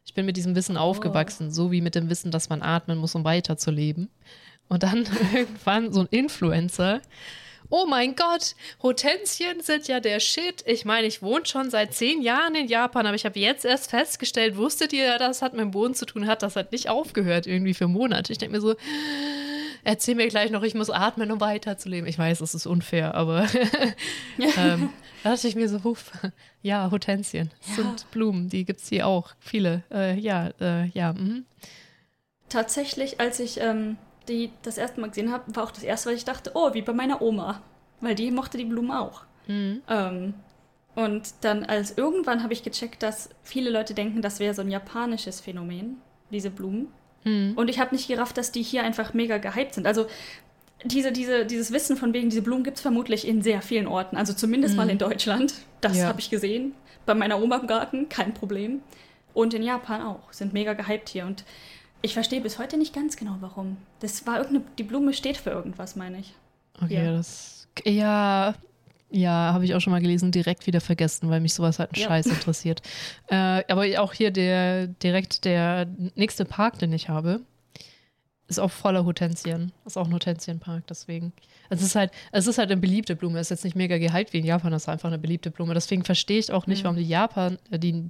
Ich bin mit diesem Wissen Oh. aufgewachsen, so wie mit dem Wissen, dass man atmen muss, um weiterzuleben. Und dann irgendwann so ein Influencer. Oh mein Gott, Hortensien sind ja der Shit. Ich meine, ich wohne schon seit zehn Jahren in Japan, aber ich habe jetzt erst festgestellt, wusstet ihr, das hat mit dem Boden zu tun, hat das hat nicht aufgehört irgendwie für Monate. Ich denke mir so, erzähl mir gleich noch, ich muss atmen, um weiterzuleben. Ich weiß, das ist unfair, aber ähm, da dachte ich mir so, huf, ja, Hortensien, das Ja. sind Blumen, die gibt es hier auch, viele. Äh, ja, äh, ja, mhm. Tatsächlich, als ich ähm, die das erste Mal gesehen habe, war auch das erste, was ich dachte, oh, wie bei meiner Oma. Weil die mochte die Blumen auch. Mhm. Ähm, und dann als irgendwann habe ich gecheckt, dass viele Leute denken, das wäre so ein japanisches Phänomen, diese Blumen. Mhm. Und ich habe nicht gerafft, dass die hier einfach mega gehypt sind. Also diese, diese, dieses Wissen von wegen, diese Blumen gibt es vermutlich in sehr vielen Orten. Also zumindest Mhm. mal in Deutschland. Das Ja. habe ich gesehen. Bei meiner Oma im Garten, kein Problem. Und in Japan auch. Sind mega gehypt hier. Und ich verstehe bis heute nicht ganz genau, warum. Das war irgendeine, die Blume steht für irgendwas, meine ich. Okay, Ja. das. Ja, ja, habe ich auch schon mal gelesen, direkt wieder vergessen, weil mich sowas halt ein Ja. Scheiß interessiert. Äh, aber auch hier der direkt der nächste Park, den ich habe, ist auch voller Hortensien. Ist auch ein Hortensienpark, deswegen. Es ist halt, es ist halt eine beliebte Blume. Es ist jetzt nicht mega gehypt wie in Japan, das ist einfach eine beliebte Blume. Deswegen verstehe ich auch nicht, Mhm. warum die Japan, äh, die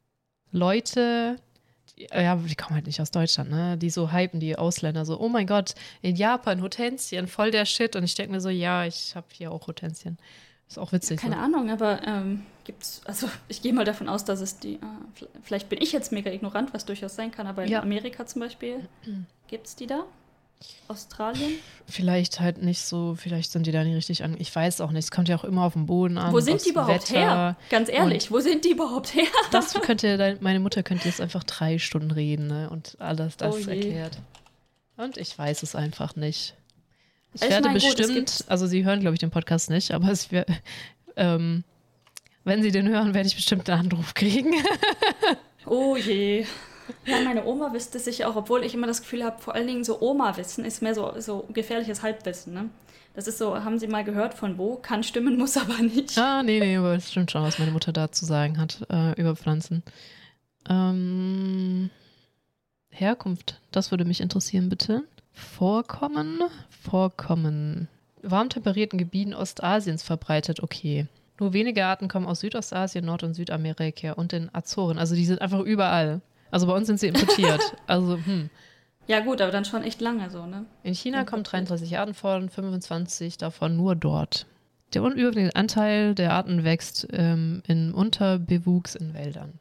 Leute, die, ja, die kommen halt nicht aus Deutschland, ne? Die so hypen, die Ausländer, so, oh mein Gott, in Japan Hortensien, voll der Shit. Und ich denke mir so, ja, ich habe hier auch Hortensien. Ist auch witzig. Keine ne? Ahnung, aber ähm, gibt's, also ich gehe mal davon aus, dass es die, äh, vielleicht bin ich jetzt mega ignorant, was durchaus sein kann, aber in Ja. Amerika zum Beispiel, gibt es die da? Australien? Vielleicht halt nicht so, vielleicht sind die da nicht richtig an. Ich weiß auch nicht. Es kommt ja auch immer auf den Boden an. Wo sind aufs die überhaupt Wetter. her? Ganz ehrlich, wo sind die überhaupt her? Das könnte, dein- meine Mutter könnte jetzt einfach drei Stunden reden, ne? Und alles das Oh je. erklärt. Und ich weiß es einfach nicht. Ich Ich werde mein, gut, es bestimmt, gibt- also Sie hören, glaube ich, den Podcast nicht, aber es wär, ähm, wenn Sie den hören, werde ich bestimmt einen Anruf kriegen. Oh je. Ja, meine Oma wüsste es sicher auch, obwohl ich immer das Gefühl habe, vor allen Dingen so Oma-Wissen ist mehr so, so gefährliches Halbwissen, ne? Das ist so, haben Sie mal gehört von wo? Kann stimmen, muss aber nicht. Ah, nee, nee, aber es stimmt schon, was meine Mutter da zu sagen hat äh, über Pflanzen. Ähm, Herkunft, das würde mich interessieren, bitte. Vorkommen, Vorkommen. Warm temperierten Gebieten Ostasiens verbreitet, okay. Nur wenige Arten kommen aus Südostasien, Nord- und Südamerika und den Azoren. Also die sind einfach überall. Also bei uns sind sie importiert. Also, hm. Ja gut, aber dann schon echt lange so, ne? In China kommen dreiunddreißig Arten vor, fünfundzwanzig davon nur dort. Der unüberwiegende Anteil der Arten wächst ähm, in Unterbewuchs in Wäldern.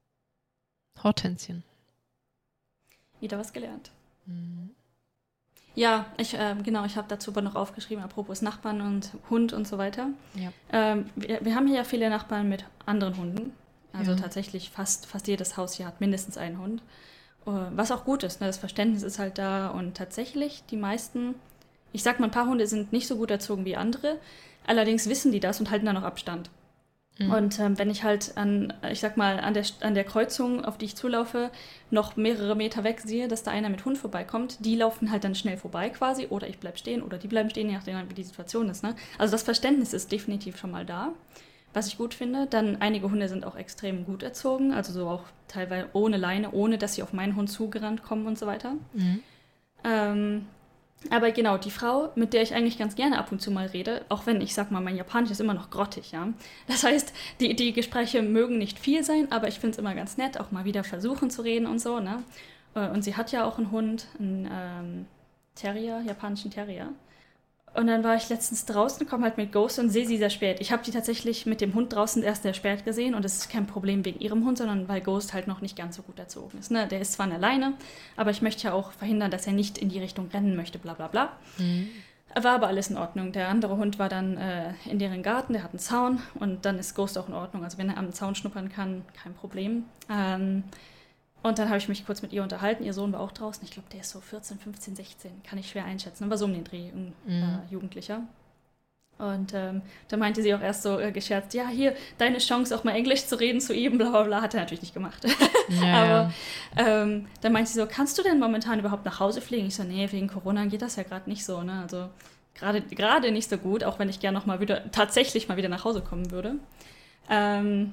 Hortensien. Wieder was gelernt. Mhm. Ja, ich, ähm, genau, ich habe dazu aber noch aufgeschrieben, apropos Nachbarn und Hund und so weiter. Ja. Ähm, wir, wir haben hier ja viele Nachbarn mit anderen Hunden. Also Ja. tatsächlich fast, fast jedes Haus hier hat mindestens einen Hund. Äh, was auch gut ist, ne? Das Verständnis ist halt da. Und tatsächlich, die meisten, ich sag mal, ein paar Hunde sind nicht so gut erzogen wie andere. Allerdings wissen die das und halten da noch Abstand. Mhm. Und ähm, wenn ich halt an, ich sag mal, an der, an der Kreuzung, auf die ich zulaufe, noch mehrere Meter weg sehe, dass da einer mit Hund vorbeikommt, die laufen halt dann schnell vorbei quasi oder ich bleib stehen oder die bleiben stehen, je nachdem, wie die Situation ist. Ne? Also das Verständnis ist definitiv schon mal da, was ich gut finde. Dann einige Hunde sind auch extrem gut erzogen, also so auch teilweise ohne Leine, ohne dass sie auf meinen Hund zugerannt kommen und so weiter. Mhm. Ähm, aber genau, die Frau, mit der ich eigentlich ganz gerne ab und zu mal rede, auch wenn, ich sag mal, mein Japanisch ist immer noch grottig, ja. Das heißt, die, die Gespräche mögen nicht viel sein, aber ich finde es immer ganz nett, auch mal wieder versuchen zu reden und so, ne. Und sie hat ja auch einen Hund, einen ähm, Terrier, japanischen Terrier. Und dann war ich letztens draußen, komme halt mit Ghost und sehe sie sehr spät. Ich habe die tatsächlich mit dem Hund draußen erst sehr spät gesehen und das ist kein Problem wegen ihrem Hund, sondern weil Ghost halt noch nicht ganz so gut erzogen ist. Ne? Der ist zwar alleine, aber ich möchte ja auch verhindern, dass er nicht in die Richtung rennen möchte, bla bla bla. Mhm. War aber alles in Ordnung. Der andere Hund war dann äh, in deren Garten, der hat einen Zaun und dann ist Ghost auch in Ordnung. Also wenn er am Zaun schnuppern kann, kein Problem. Ähm, und dann habe ich mich kurz mit ihr unterhalten. Ihr Sohn war auch draußen. Ich glaube, der ist so vierzehn, fünfzehn, sechzehn. Kann ich schwer einschätzen. Aber so um den Dreh, ein Mhm. äh, Jugendlicher. Und ähm, da meinte sie auch erst so äh, gescherzt, ja, hier, deine Chance auch mal Englisch zu reden zu ihm, bla bla bla. Hat er natürlich nicht gemacht. Ja, Aber ähm, dann meinte sie so, kannst du denn momentan überhaupt nach Hause fliegen? Ich so, nee, wegen Corona geht das ja gerade nicht so. Ne? Also gerade gerade nicht so gut, auch wenn ich gerne noch mal wieder, tatsächlich mal wieder nach Hause kommen würde. Ähm,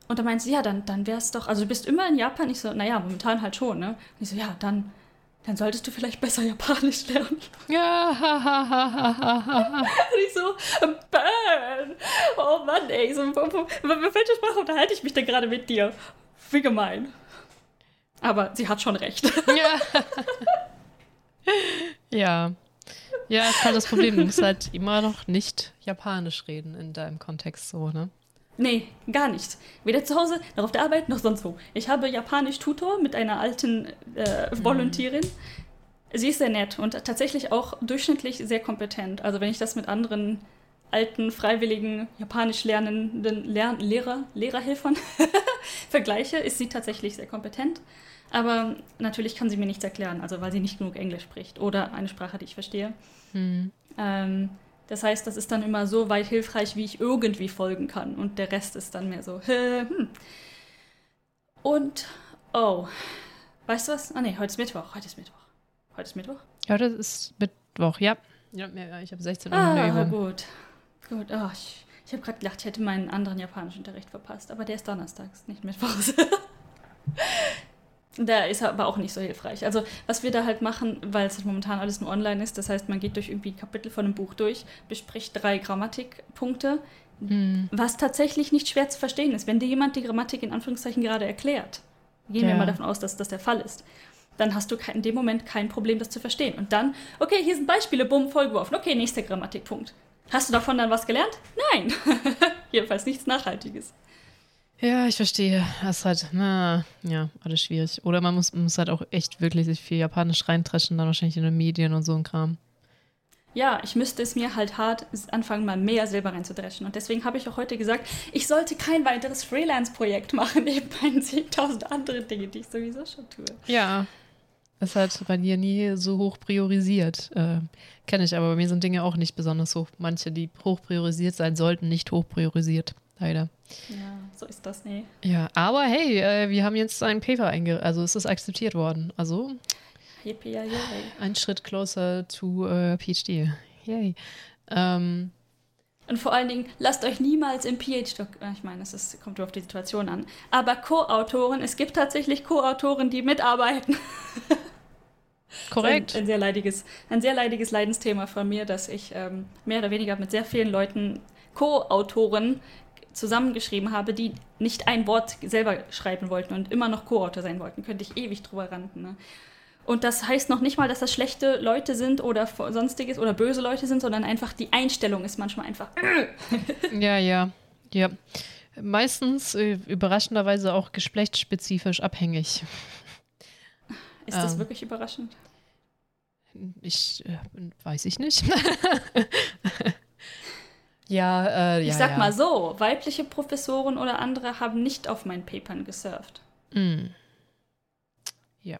und dann meinte sie, ja, dann, dann wär's doch, also du bist immer in Japan. Ich so, naja, momentan halt schon, ne? Und ich so, ja, dann, dann solltest du vielleicht besser Japanisch lernen. Ja, ha, ha, ha, ha, ha. Und ich so, Burn! Oh Mann, ey, so, über welche Sprache unterhalte ich mich denn gerade mit dir? Wie gemein. Aber sie hat schon recht. Ja. Ja. Ja, ist halt das Problem. Du musst halt immer noch nicht Japanisch reden in deinem Kontext so, ne? Nee, gar nicht. Weder zu Hause, noch auf der Arbeit, noch sonst wo. Ich habe Japanisch-Tutor mit einer alten äh, Volontärin. Mhm. Sie ist sehr nett und tatsächlich auch durchschnittlich sehr kompetent. Also wenn ich das mit anderen alten, freiwilligen, japanisch lernenden Lehr- Lehrer, Lehrerhelfern vergleiche, ist sie tatsächlich sehr kompetent. Aber natürlich kann sie mir nichts erklären, also weil sie nicht genug Englisch spricht oder eine Sprache, die ich verstehe. Mhm. Ähm, Das heißt, das ist dann immer so weit hilfreich, wie ich irgendwie folgen kann. Und der Rest ist dann mehr so, hm. Und, oh, weißt du was? Ah nee, heute ist Mittwoch, heute ist Mittwoch. Heute ist Mittwoch? Ja, das ist Mittwoch, ja. Ja, ich habe sechzehn Uhr ah, eine Übung. gut. Gut, oh, ich, ich habe gerade gedacht, ich hätte meinen anderen Japanischunterricht verpasst. Aber der ist donnerstags, nicht Mittwochs. Der ist aber auch nicht so hilfreich. Also was wir da halt machen, weil es momentan alles nur online ist, das heißt, man geht durch irgendwie Kapitel von einem Buch durch, bespricht drei Grammatikpunkte, hm. was tatsächlich nicht schwer zu verstehen ist. Wenn dir jemand die Grammatik in Anführungszeichen gerade erklärt, gehen ja. wir mal davon aus, dass das der Fall ist, dann hast du in dem Moment kein Problem, das zu verstehen. Und dann, okay, hier sind Beispiele, bumm, vollgeworfen. Okay, nächster Grammatikpunkt. Hast du davon dann was gelernt? Nein. Jedenfalls nichts Nachhaltiges. Ja, ich verstehe. Das ist halt, na, ja, alles schwierig. Oder man muss, muss halt auch echt wirklich sich viel Japanisch reintreschen, dann wahrscheinlich in den Medien und so ein Kram. Ja, ich müsste es mir halt hart anfangen, mal mehr selber reinzudreschen. Und deswegen habe ich auch heute gesagt, ich sollte kein weiteres Freelance-Projekt machen, neben meinen zehntausend anderen Dinge, die ich sowieso schon tue. Ja, das ist halt bei dir nie so hoch priorisiert. Äh, Kenne ich, aber bei mir sind Dinge auch nicht besonders hoch. Manche, die hoch priorisiert sein sollten, nicht hoch priorisiert. Leider. Ja, so ist das, nee. Ja, aber hey, äh, wir haben jetzt ein Paper einge... Also es ist akzeptiert worden. Also Yippie, yay. Ein Schritt closer to uh, PhD. Yay. Ähm, Und vor allen Dingen, lasst euch niemals im PhD... Ich meine, es ist, kommt auf die Situation an. Aber Co-Autoren, es gibt tatsächlich Co-Autoren, die mitarbeiten. Korrekt. Ein, ein, sehr leidiges, ein sehr leidiges Leidensthema von mir, dass ich ähm, mehr oder weniger mit sehr vielen Leuten Co-Autoren zusammengeschrieben habe, die nicht ein Wort selber schreiben wollten und immer noch Co-Autor sein wollten. Könnte ich ewig drüber ranten. Ne? Und das heißt noch nicht mal, dass das schlechte Leute sind oder sonstiges oder böse Leute sind, sondern einfach die Einstellung ist manchmal einfach... ja, ja, ja. Meistens äh, überraschenderweise auch geschlechtsspezifisch abhängig. Ist das ähm, wirklich überraschend? Ich, äh, weiß ich nicht. Ja, äh, ja, ich sag ja. mal so, weibliche Professoren oder andere haben nicht auf meinen Papern gesurft. Mm. Ja.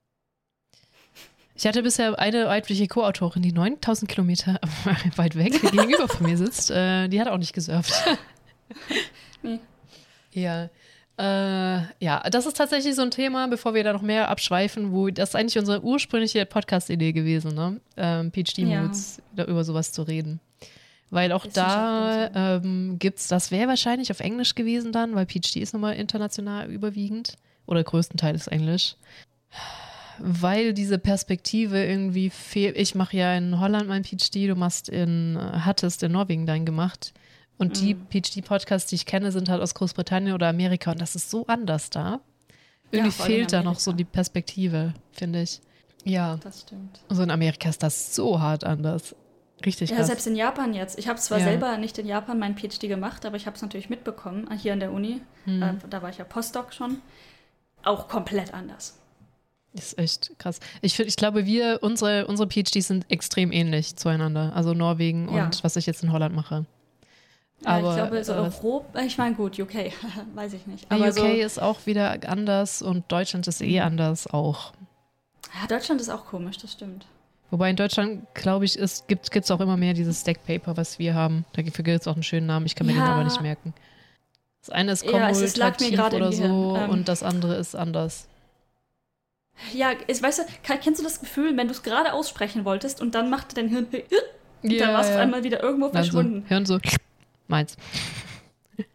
Ich hatte bisher eine weibliche Co-Autorin, die neuntausend Kilometer weit weg gegenüber von mir sitzt. Äh, die hat auch nicht gesurft. Nee. Ja. Äh, ja, das ist tatsächlich so ein Thema, bevor wir da noch mehr abschweifen, wo das ist eigentlich unsere ursprüngliche Podcast-Idee gewesen, ne? Ähm, PhD-Moods, ja. über sowas zu reden. Weil auch da ähm, gibt es, das wäre wahrscheinlich auf Englisch gewesen dann, weil PhD ist nochmal international überwiegend oder größtenteils Englisch. Weil diese Perspektive irgendwie fehlt. Ich mache ja in Holland mein PhD, du machst in, hattest in Norwegen deinen gemacht. Und die mhm. PhD-Podcasts, die ich kenne, sind halt aus Großbritannien oder Amerika und das ist so anders da. Irgendwie ja, fehlt da noch so die Perspektive, finde ich. Ja. Das stimmt. Also in Amerika ist das so hart anders. Richtig krass. Ja, selbst in Japan jetzt. Ich habe zwar ja. selber nicht in Japan meinen PhD gemacht, aber ich habe es natürlich mitbekommen, hier an der Uni. Hm. Äh, da war ich ja Postdoc schon. Auch komplett anders. Ist echt krass. Ich, find, ich glaube, wir, unsere, unsere PhDs sind extrem ähnlich zueinander. Also Norwegen ja. und was ich jetzt in Holland mache. Ja, aber, ich glaube, so äh, Europa, ich meine, gut, U K, weiß ich nicht. Aber U K so, ist auch wieder anders und Deutschland ist eh anders auch. Ja, Deutschland ist auch komisch, das stimmt. Wobei in Deutschland, glaube ich, es gibt es auch immer mehr dieses Stack-Paper, was wir haben. Dafür gibt es auch einen schönen Namen, ich kann mir ja. den aber nicht merken. Das eine ist kommutativ ja, oder so ähm, und das andere ist anders. Ja, ist, weißt du, kennst du das Gefühl, wenn du es gerade aussprechen wolltest und dann macht dein Hirn und ja, dann warst du ja. auf einmal wieder irgendwo verschwunden. Also, Hirn so, meins.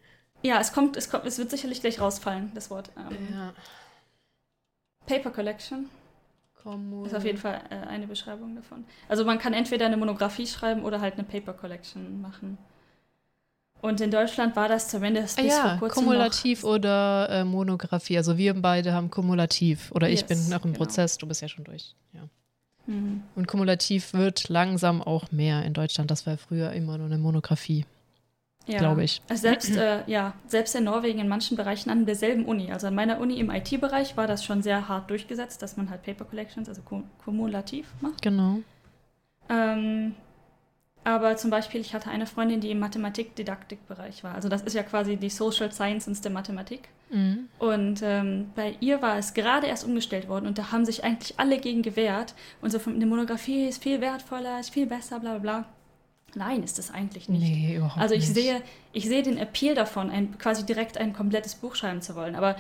Ja, es kommt, es kommt, es wird sicherlich gleich rausfallen, das Wort. Ähm, Ja. Paper Collection Kommu- ist auf jeden Fall äh, eine Beschreibung davon. Also man kann entweder eine Monographie schreiben oder halt eine Paper Collection machen. Und in Deutschland war das zumindest Ah bis ja, vor kurzem kumulativ noch, oder äh, Monographie. Also wir beide haben kumulativ. Oder ich Yes, bin noch im genau. Prozess, du bist ja schon durch. Ja. Mhm. Und kumulativ wird langsam auch mehr in Deutschland. Das war früher immer nur eine Monographie, Ja. glaube ich. Also selbst, äh, ja, selbst in Norwegen in manchen Bereichen an derselben Uni. Also an meiner Uni im I T-Bereich war das schon sehr hart durchgesetzt, dass man halt Paper Collections, also kum- kumulativ macht. Genau. Ähm, aber zum Beispiel, ich hatte eine Freundin, die im Mathematik-Didaktik-Bereich war. Also das ist ja quasi die Social Sciences der Mathematik. Mhm. Und ähm, bei ihr war es gerade erst umgestellt worden und da haben sich eigentlich alle gegen gewehrt. Und so von der Monographie ist viel wertvoller, ist viel besser, bla bla bla. Nein, ist es eigentlich nicht. Nee, überhaupt Also ich nicht. sehe, ich sehe den Appeal davon, ein, quasi direkt ein komplettes Buch schreiben zu wollen. Aber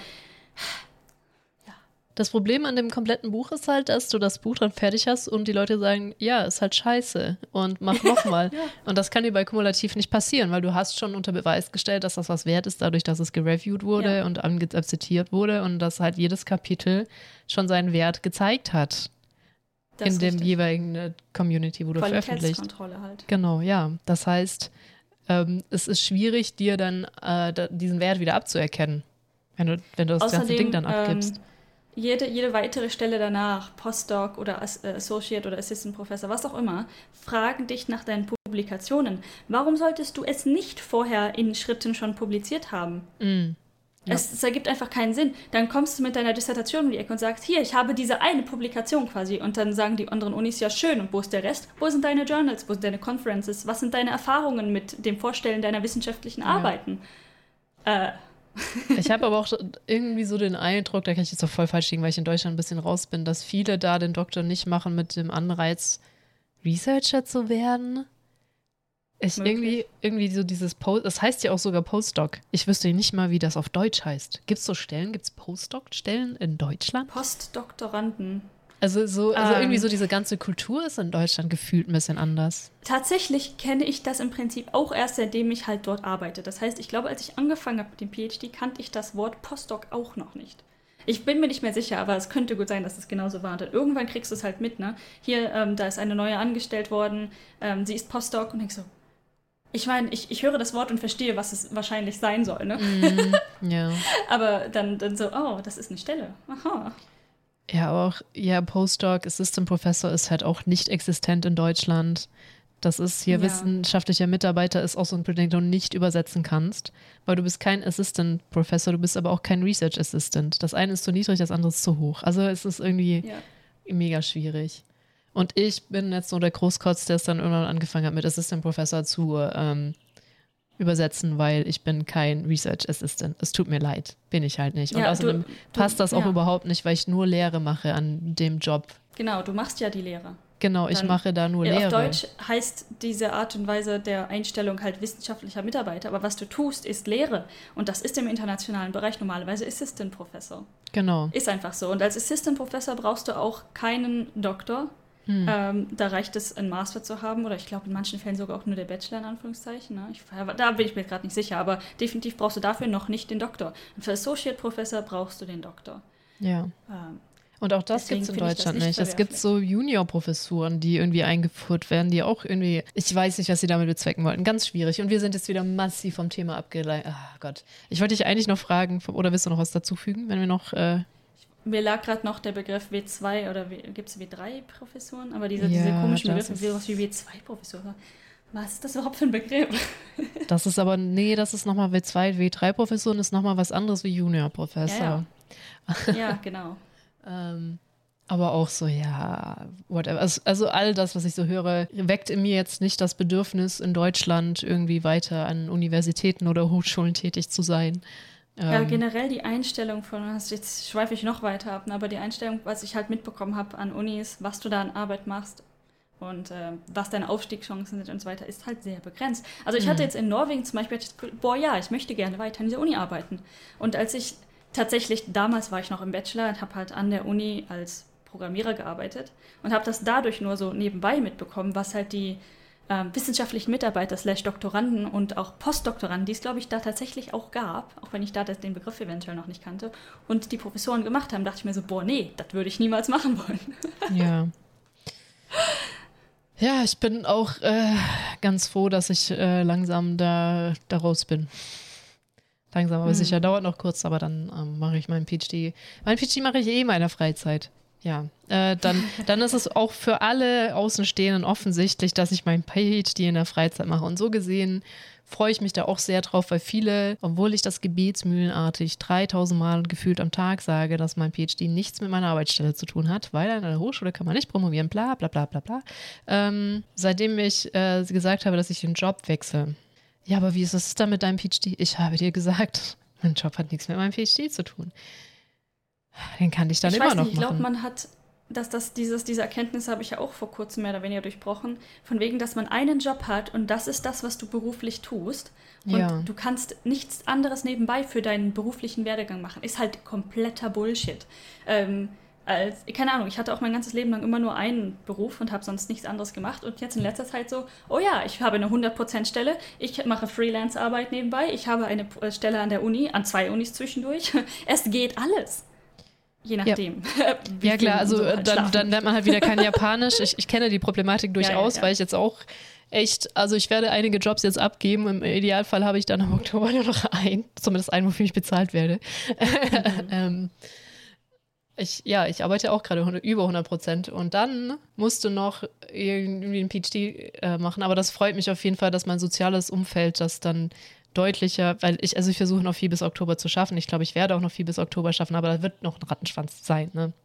Das Problem an dem kompletten Buch ist halt, dass du das Buch dann fertig hast und die Leute sagen, ja, ist halt scheiße und mach nochmal. Ja. Und das kann dir bei kumulativ nicht passieren, weil du hast schon unter Beweis gestellt, dass das was wert ist, dadurch, dass es gereviewt wurde Ja. und akzeptiert wurde und dass halt jedes Kapitel schon seinen Wert gezeigt hat das in ist dem richtig. jeweiligen äh, Community, wo du veröffentlicht. Qualitätskontrolle halt. Genau, ja. Das heißt, ähm, es ist schwierig, dir dann äh, da, diesen Wert wieder abzuerkennen, wenn du, wenn du das ganze Außerdem, Ding dann abgibst. Ähm, jede, jede weitere Stelle danach, Postdoc oder As äh, Associate oder Assistant Professor, was auch immer, fragen dich nach deinen Publikationen. Warum solltest du es nicht vorher in Schritten schon publiziert haben? Mm. Ja. Es, es ergibt einfach keinen Sinn. Dann kommst du mit deiner Dissertation um die Ecke und sagst, hier, ich habe diese eine Publikation quasi. Und dann sagen die anderen Unis, ja schön, und wo ist der Rest? Wo sind deine Journals? Wo sind deine Conferences? Was sind deine Erfahrungen mit dem Vorstellen deiner wissenschaftlichen Ja. Arbeiten? Äh, Ich habe aber auch irgendwie so den Eindruck, da kann ich jetzt auch voll falsch liegen, weil ich in Deutschland ein bisschen raus bin, dass viele da den Doktor nicht machen mit dem Anreiz, Researcher zu werden. Ich Möglich. irgendwie, irgendwie so dieses Post, das heißt ja auch sogar Postdoc. Ich wüsste nicht mal, wie das auf Deutsch heißt. Gibt es so Stellen, gibt es Postdoc-Stellen in Deutschland? Postdoktoranden. Also so, also Ähm. irgendwie so diese ganze Kultur ist in Deutschland gefühlt ein bisschen anders. Tatsächlich kenne ich das im Prinzip auch erst, seitdem ich halt dort arbeite. Das heißt, ich glaube, als ich angefangen habe mit dem PhD, kannte ich das Wort Postdoc auch noch nicht. Ich bin mir nicht mehr sicher, aber es könnte gut sein, dass es genauso war. Und dann irgendwann kriegst du es halt mit, ne? Hier, ähm, da ist eine neue angestellt worden, ähm, sie ist Postdoc und ich so, ich meine, ich, ich höre das Wort und verstehe, was es wahrscheinlich sein soll, ne? Mm, ja. Aber dann, dann so, oh, das ist eine Stelle. Aha. Ja, auch, ja, Postdoc, Assistant Professor ist halt auch nicht existent in Deutschland. Das ist hier Ja. wissenschaftlicher Mitarbeiter, ist auch so ein Punkt, den du nicht übersetzen kannst, weil du bist kein Assistant Professor, du bist aber auch kein Research Assistant. Das eine ist zu niedrig, das andere ist zu hoch. Also es ist irgendwie Ja. mega schwierig. Und ich bin jetzt so der Großkotz, der es dann irgendwann angefangen hat, mit Assistant Professor zu ähm, übersetzen, weil ich bin kein Research Assistant. Es tut mir leid, bin ich halt nicht. Und Ja, außerdem du- du- passt das auch ja. überhaupt nicht, weil ich nur Lehre mache an dem Job. Genau, du machst ja die Lehre. Genau, ich Dann- mache da nur Ja, Lehre. auf Deutsch heißt diese Art und Weise der Einstellung halt wissenschaftlicher Mitarbeiter, aber was du tust, ist Lehre. Und das ist im internationalen Bereich normalerweise Assistant Professor. Genau. Ist einfach so. Und als Assistant Professor brauchst du auch keinen Doktor. Hm. Ähm, da reicht es, einen Master zu haben oder ich glaube in manchen Fällen sogar auch nur der Bachelor in Anführungszeichen. Ne? Ich, da bin ich mir gerade nicht sicher, aber definitiv brauchst du dafür noch nicht den Doktor. Und für Associate Professor brauchst du den Doktor. Ja. Ähm, Und auch das Deswegen gibt es in finde ich das Deutschland nicht nicht. Es gibt verwerflich. so Junior-Professuren, die irgendwie eingeführt werden, die auch irgendwie, ich weiß nicht, was sie damit bezwecken wollten. Ganz schwierig. Und wir sind jetzt wieder massiv vom Thema abgeleitet. Ah Gott. Ich wollte dich eigentlich noch fragen, oder willst du noch was dazufügen, wenn wir noch, äh, Mir lag gerade noch der Begriff W zwei oder gibt es W drei Professuren, aber diese, Ja, diese komischen das Begriffe, ist- wie sowas wie W zwei Professor. Was ist das überhaupt für ein Begriff? das ist aber, nee, das ist nochmal W zwei, W drei Professuren ist nochmal was anderes wie Junior-Professor. Ja, ja, genau. Ähm, aber auch so, ja, whatever. Also, also all das, was ich so höre, weckt in mir jetzt nicht das Bedürfnis, in Deutschland irgendwie weiter an Universitäten oder Hochschulen tätig zu sein. Ja, Ähm, generell die Einstellung von, also jetzt schweife ich noch weiter ab, ne, aber die Einstellung, was ich halt mitbekommen habe an Unis, was du da an Arbeit machst und äh, was deine Aufstiegschancen sind und so weiter, ist halt sehr begrenzt. Also ich hatte jetzt in Norwegen zum Beispiel, das Gefühl, boah ja, ich möchte gerne weiter an dieser Uni arbeiten. Und als ich tatsächlich, damals war ich noch im Bachelor und habe halt an der Uni als Programmierer gearbeitet und habe das dadurch nur so nebenbei mitbekommen, was halt die äh, wissenschaftlichen Mitarbeiter slash Doktoranden und auch Postdoktoranden, die es, glaube ich, da tatsächlich auch gab, auch wenn ich da den Begriff eventuell noch nicht kannte, und die Professoren gemacht haben, dachte ich mir so, boah, nee, das würde ich niemals machen wollen. Ja. Ja, ich bin auch äh, ganz froh, dass ich äh, langsam da, da raus bin. Langsam, aber hm. sicher, dauert noch kurz, aber dann ähm, mache ich meinen P H D. Mein P H D mache ich eh in meiner Freizeit. Ja, äh, dann, dann ist es auch für alle Außenstehenden offensichtlich, dass ich meinen P H D in der Freizeit mache. Und so gesehen freue ich mich da auch sehr drauf, weil viele, obwohl ich das gebetsmühlenartig dreitausend Mal gefühlt am Tag sage, dass mein P H D nichts mit meiner Arbeitsstelle zu tun hat, weil an der Hochschule kann man nicht promovieren, bla bla bla bla bla. Ähm, seitdem ich äh, gesagt habe, dass ich den Job wechsle. Ja, aber wie ist es dann mit deinem P H D? Ich habe dir gesagt, mein Job hat nichts mit meinem P H D zu tun. Den kann ich dann ich immer weiß noch nicht, ich glaube, machen. man hat, dass das dieses, diese Erkenntnis habe ich ja auch vor kurzem mehr oder weniger durchbrochen, von wegen, dass man einen Job hat und das ist das, was du beruflich tust und Ja. du kannst nichts anderes nebenbei für deinen beruflichen Werdegang machen. Ist halt kompletter Bullshit. Ähm, als, keine Ahnung, ich hatte auch mein ganzes Leben lang immer nur einen Beruf und habe sonst nichts anderes gemacht und jetzt in letzter Zeit so, oh ja, ich habe eine hundert Prozent Stelle, ich mache Freelance-Arbeit nebenbei, ich habe eine Stelle an der Uni, an zwei Unis zwischendurch, es geht alles. Je nachdem. Ja, ja klar, also so halt dann, dann lernt man halt wieder kein Japanisch. Ich, ich kenne die Problematik durchaus, ja, ja, ja. weil ich jetzt auch echt, also ich werde einige Jobs jetzt abgeben. Im Idealfall habe ich dann im Oktober nur noch einen, zumindest einen, wofür ich bezahlt werde. Mhm. ähm, ich, ja, ich arbeite auch gerade über hundert Prozent und dann musst du noch irgendwie einen P H D äh, machen. Aber das freut mich auf jeden Fall, dass mein soziales Umfeld das dann deutlicher, weil ich, also ich versuche noch viel bis Oktober zu schaffen. Ich glaube, ich werde auch noch viel bis Oktober schaffen, aber da wird noch ein Rattenschwanz sein, ne?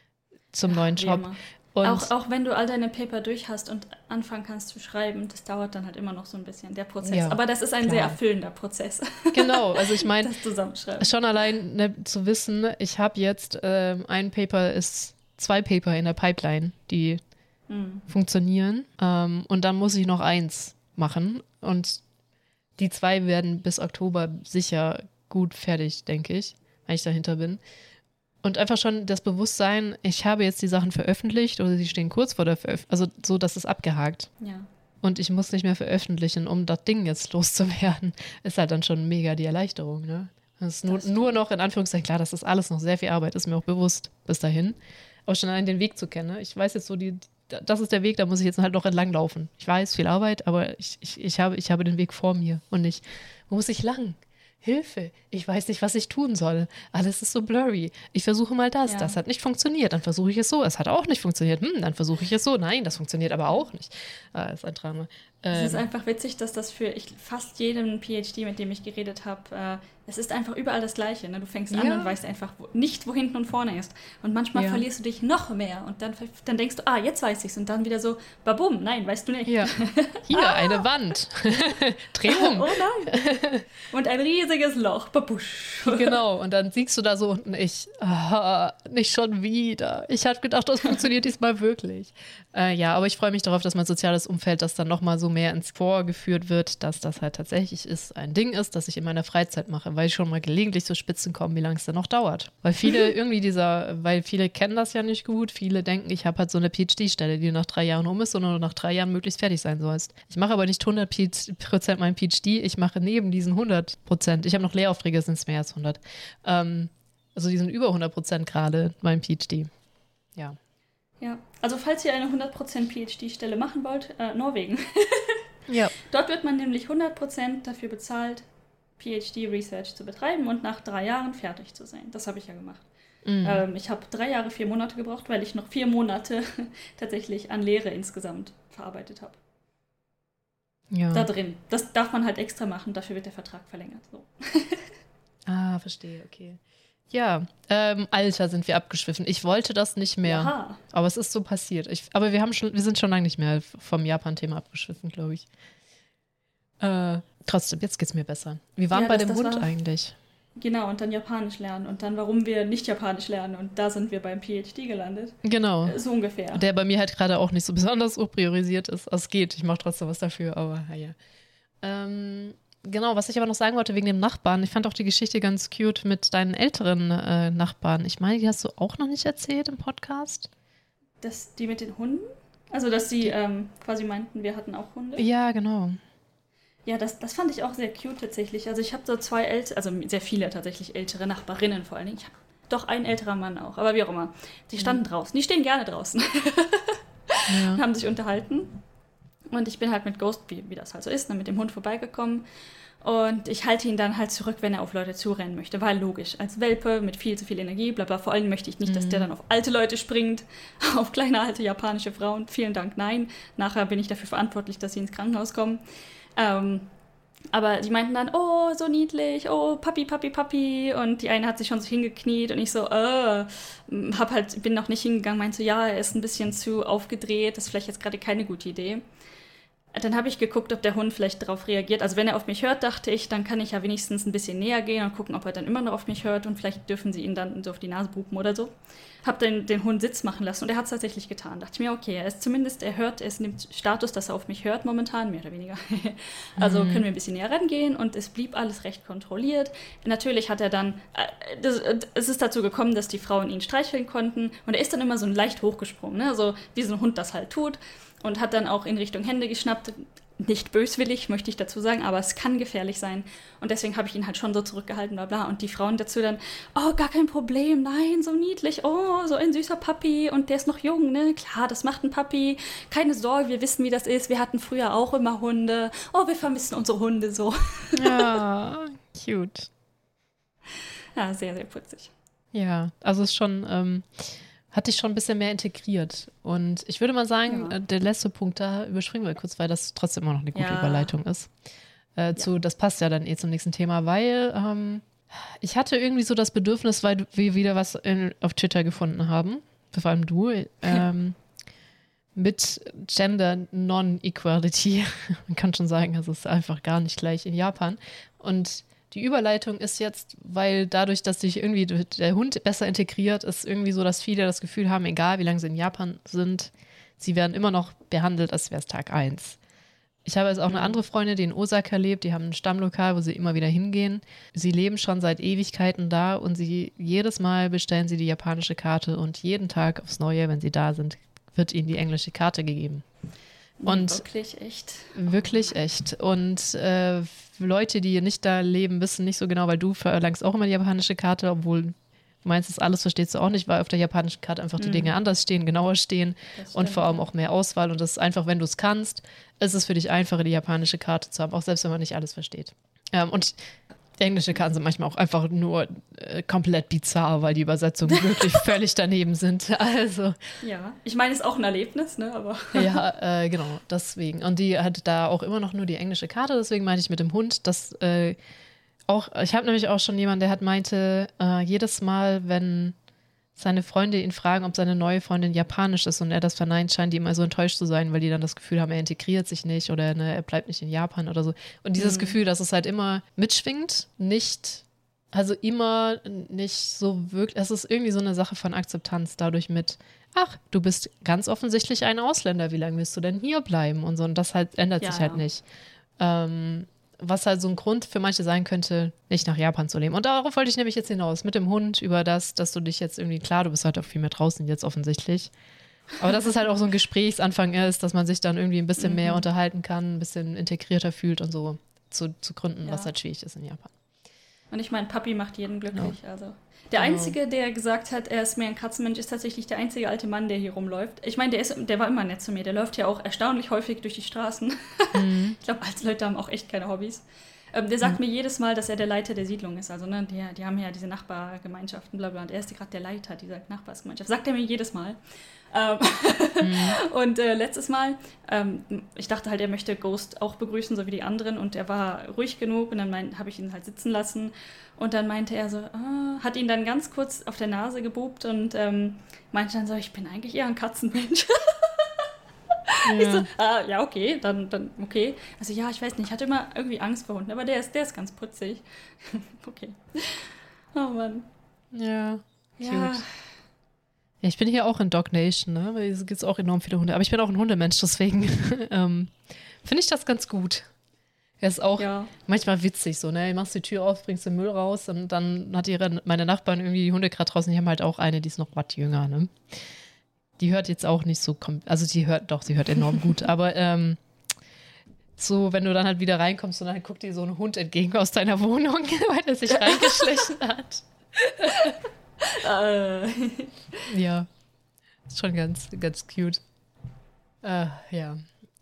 Zum Ach, neuen Job. Und auch, auch wenn du all deine Paper durch hast und anfangen kannst zu schreiben, das dauert dann halt immer noch so ein bisschen, der Prozess. Ja, aber das ist ein klar. sehr erfüllender Prozess. Genau, also ich meine, schon allein ne, zu wissen, ich habe jetzt ähm, ein Paper, ist zwei Paper in der Pipeline, die mhm. funktionieren ähm, und dann muss ich noch eins machen und die zwei werden bis Oktober sicher gut fertig, denke ich, wenn ich dahinter bin. Und einfach schon das Bewusstsein, ich habe jetzt die Sachen veröffentlicht oder sie stehen kurz vor der Veröffentlichung, also so, dass es abgehakt. Ja. Und ich muss nicht mehr veröffentlichen, um das Ding jetzt loszuwerden. Ist halt dann schon mega die Erleichterung, ne? Das ist nur, das nur noch in Anführungszeichen, klar, das ist alles noch sehr viel Arbeit, ist mir auch bewusst bis dahin. Aber schon allein den Weg zu kennen, ne? Ich weiß jetzt so, die, das ist der Weg, da muss ich jetzt halt noch entlang laufen. Ich weiß, viel Arbeit, aber ich, ich, ich, habe, ich habe den Weg vor mir und nicht, wo muss ich lang? Hilfe, ich weiß nicht, was ich tun soll. Alles ist so blurry. Ich versuche mal das, ja. das hat nicht funktioniert, dann versuche ich es so. Es hat auch nicht funktioniert, hm, dann versuche ich es so. Nein, das funktioniert aber auch nicht. Ah, das ist ein Drama. Ähm, es ist einfach witzig, dass das für ich, fast jeden P H D, mit dem ich geredet habe, äh, es ist einfach überall das Gleiche. Ne? Du fängst ja. an und weißt einfach wo, nicht, wo hinten und vorne ist. Und manchmal ja. verlierst du dich noch mehr und dann, dann denkst du, ah, jetzt weiß ich's. Und dann wieder so, babum, nein, weißt du nicht. Ja. Hier, ah. eine Wand. Dreh um. Oh nein. Und ein riesiges Loch. Babusch. Genau, und dann siehst du da so unten, ich, ah, nicht schon wieder. Ich hatte gedacht, das funktioniert diesmal wirklich. Äh, ja, aber ich freue mich darauf, dass mein soziales Umfeld das dann nochmal so mehr ins Vorgeführt wird, dass das halt tatsächlich ist, ein Ding ist, das ich in meiner Freizeit mache, weil ich schon mal gelegentlich so Spitzen komme, wie lange es dann noch dauert. Weil viele irgendwie dieser, weil viele kennen das ja nicht gut, viele denken, ich habe halt so eine P H D-Stelle, die nach drei Jahren um ist, sondern du nach drei Jahren möglichst fertig sein sollst. Ich mache aber nicht hundert Prozent mein P H D, ich mache neben diesen hundert Prozent, ich habe noch Lehraufträge, sind es mehr als hundert. Ähm, also die sind über hundert Prozent gerade mein P H D. Ja. Ja, also falls ihr eine hundert Prozent P H D-Stelle machen wollt, äh, Norwegen. Ja. Dort wird man nämlich hundert Prozent dafür bezahlt, P H D-Research zu betreiben und nach drei Jahren fertig zu sein. Das habe ich ja gemacht. Mhm. Ähm, ich habe drei Jahre, vier Monate gebraucht, weil ich noch vier Monate tatsächlich an Lehre insgesamt verarbeitet habe. Ja. Da drin. Das darf man halt extra machen, dafür wird der Vertrag verlängert. So. Ah, verstehe, okay. Ja, ähm, Alter, sind wir abgeschwiffen. Ich wollte das nicht mehr. Aha. Aber es ist so passiert. Ich, aber wir haben schon, wir sind schon lange nicht mehr vom Japan-Thema abgeschwiffen, glaube ich. Äh, trotzdem, jetzt geht's mir besser. Wir waren ja, bei das, dem das Hund war, eigentlich. Genau, und dann Japanisch lernen. Und dann, warum wir nicht Japanisch lernen. Und da sind wir beim P H D gelandet. Genau. So ungefähr. Der bei mir halt gerade auch nicht so besonders hoch priorisiert ist. Es geht, ich mache trotzdem was dafür, aber ja. Ähm, genau, was ich aber noch sagen wollte wegen dem Nachbarn. Ich fand auch die Geschichte ganz cute mit deinen älteren äh, Nachbarn. Ich meine, die hast du auch noch nicht erzählt im Podcast? Das, die mit den Hunden? Also, dass sie ähm, quasi meinten, wir hatten auch Hunde. Ja, genau. Ja, das, das fand ich auch sehr cute tatsächlich. Also ich habe so zwei ältere, also sehr viele tatsächlich ältere Nachbarinnen vor allen Dingen. Ich habe doch ein älterer Mann auch, aber wie auch immer. Die standen mhm. draußen, die stehen gerne draußen. Ja. Und haben sich unterhalten. Und ich bin halt mit Ghost, wie, wie das halt so ist, dann mit dem Hund vorbeigekommen. Und ich halte ihn dann halt zurück, wenn er auf Leute zurennen möchte. War logisch. Als Welpe mit viel zu viel Energie, bla bla. Vor allem möchte ich nicht, mhm. dass der dann auf alte Leute springt, auf kleine alte japanische Frauen. Vielen Dank, nein. Nachher bin ich dafür verantwortlich, dass sie ins Krankenhaus kommen. Ähm, aber die meinten dann, oh, so niedlich, oh, Papi, Papi, Papi. Und die eine hat sich schon so hingekniet und ich so, äh, hab halt, bin noch nicht hingegangen, meinte so, ja, er ist ein bisschen zu aufgedreht, das ist vielleicht jetzt gerade keine gute Idee. Dann habe ich geguckt, ob der Hund vielleicht darauf reagiert. Also wenn er auf mich hört, dachte ich, dann kann ich ja wenigstens ein bisschen näher gehen und gucken, ob er dann immer noch auf mich hört und vielleicht dürfen sie ihn dann so auf die Nase bupen oder so. Hab dann den Hund Sitz machen lassen und er hat es tatsächlich getan. Dachte ich mir, okay, er ist zumindest, er hört, er ist in dem Status, dass er auf mich hört momentan, mehr oder weniger. Also mhm. können wir ein bisschen näher rangehen und es blieb alles recht kontrolliert. Natürlich hat er dann, äh, das, äh, es ist dazu gekommen, dass die Frauen ihn streicheln konnten und er ist dann immer so leicht hochgesprungen, ne? Also wie so ein Hund das halt tut. Und hat dann auch in Richtung Hände geschnappt. Nicht böswillig, möchte ich dazu sagen, aber es kann gefährlich sein. Und deswegen habe ich ihn halt schon so zurückgehalten, bla bla. Und die Frauen dazu dann, oh, gar kein Problem, nein, so niedlich, oh, so ein süßer Papi und der ist noch jung, ne? Klar, das macht ein Papi. Keine Sorge, wir wissen, wie das ist. Wir hatten früher auch immer Hunde. Oh, wir vermissen unsere Hunde so. Ja, cute. Ja, sehr, sehr putzig. Ja, also es ist schon... Ähm hat dich schon ein bisschen mehr integriert. Und ich würde mal sagen, ja. der letzte Punkt, da überspringen wir kurz, weil das trotzdem immer noch eine gute ja. Überleitung ist. Äh, zu, ja. Das passt ja dann eh zum nächsten Thema, weil ähm, ich hatte irgendwie so das Bedürfnis, weil wir wieder was in, auf Twitter gefunden haben, vor allem du, ähm, mit Gender Non-Equality. Man kann schon sagen, das ist einfach gar nicht gleich in Japan. Und die Überleitung ist jetzt, weil dadurch, dass sich irgendwie der Hund besser integriert, ist irgendwie so, dass viele das Gefühl haben, egal wie lange sie in Japan sind, sie werden immer noch behandelt, als wäre es Tag eins. Ich habe jetzt auch eine andere Freundin, die in Osaka lebt, die haben ein Stammlokal, wo sie immer wieder hingehen. Sie leben schon seit Ewigkeiten da und sie jedes Mal bestellen sie die japanische Karte und jeden Tag aufs Neue, wenn sie da sind, wird ihnen die englische Karte gegeben. Und wirklich echt? Wirklich echt. Und äh, Leute, die nicht da leben, wissen nicht so genau, weil du verlangst auch immer die japanische Karte, obwohl du meinst, das alles verstehst du auch nicht, weil auf der japanischen Karte einfach die mhm. Dinge anders stehen, genauer stehen und vor allem auch mehr Auswahl. Und das ist einfach, wenn du es kannst, ist es für dich einfacher, die japanische Karte zu haben, auch selbst wenn man nicht alles versteht. Ähm, und die englische Karten sind manchmal auch einfach nur äh, komplett bizarr, weil die Übersetzungen wirklich völlig daneben sind. Also ja, ich meine, es ist auch ein Erlebnis, ne? Aber ja, äh, genau, deswegen. Und die hat da auch immer noch nur die englische Karte, deswegen meinte ich mit dem Hund, dass äh, auch, ich habe nämlich auch schon jemanden, der hat meinte, äh, jedes Mal, wenn seine Freunde ihn fragen, ob seine neue Freundin japanisch ist und er das verneint, scheinen die immer so enttäuscht zu sein, weil die dann das Gefühl haben, er integriert sich nicht oder ne, er bleibt nicht in Japan oder so. Und dieses mhm. Gefühl, dass es halt immer mitschwingt, nicht, also immer nicht so wirklich, es ist irgendwie so eine Sache von Akzeptanz dadurch mit, ach, du bist ganz offensichtlich ein Ausländer, wie lange willst du denn hier bleiben und so. Und das halt ändert ja, sich halt ja. nicht. Ähm, was halt so ein Grund für manche sein könnte, nicht nach Japan zu leben. Und darauf wollte ich nämlich jetzt hinaus, mit dem Hund, über das, dass du dich jetzt irgendwie, klar, du bist halt auch viel mehr draußen jetzt offensichtlich, aber dass es halt auch so ein Gesprächsanfang ist, dass man sich dann irgendwie ein bisschen mhm. mehr unterhalten kann, ein bisschen integrierter fühlt und so zu, zu gründen, ja. was halt schwierig ist in Japan. Und ich meine, Papi macht jeden glücklich, ja. also... Der genau. Einzige, der gesagt hat, er ist mehr ein Katzenmensch, ist tatsächlich der einzige alte Mann, der hier rumläuft. Ich meine, der, ist, der war immer nett zu mir. Der läuft ja auch erstaunlich häufig durch die Straßen. Mhm. Ich glaube, alte Leute haben auch echt keine Hobbys. Ähm, der sagt mhm. mir jedes Mal, dass er der Leiter der Siedlung ist. Also, ne, die, die haben ja diese Nachbargemeinschaften, bla bla. Und er ist gerade der Leiter dieser Nachbarsgemeinschaft. Sagt er mir jedes Mal. Ähm mhm. Und äh, letztes Mal, ähm, ich dachte halt, er möchte Ghost auch begrüßen, so wie die anderen. Und er war ruhig genug und dann habe ich ihn halt sitzen lassen. Und dann meinte er so, ah, hat ihn dann ganz kurz auf der Nase gebobt und ähm, meinte dann so, ich bin eigentlich eher ein Katzenmensch. Ja. Ich so, ah, ja, okay, dann, dann, okay. Also ja, ich weiß nicht, ich hatte immer irgendwie Angst vor Hunden, aber der ist, der ist ganz putzig. Okay. Oh Mann. Ja, cute. Ja. Ja, ich bin hier auch in Dog Nation, ne? Weil es gibt auch enorm viele Hunde. Aber ich bin auch ein Hundemensch, deswegen ähm, finde ich das ganz gut. Er ist auch ja. manchmal witzig so, ne? Du machst die Tür auf, bringst den Müll raus und dann hat ihre, meine Nachbarn irgendwie die Hunde gerade draußen, die haben halt auch eine, die ist noch was jünger, ne? die hört jetzt auch nicht so, kom- also die hört, doch, sie hört enorm gut, aber ähm, so, wenn du dann halt wieder reinkommst und dann guckt dir so ein Hund entgegen aus deiner Wohnung, weil er sich reingeschlichen hat. Äh. Ja, ist schon ganz, ganz cute. Äh, ja.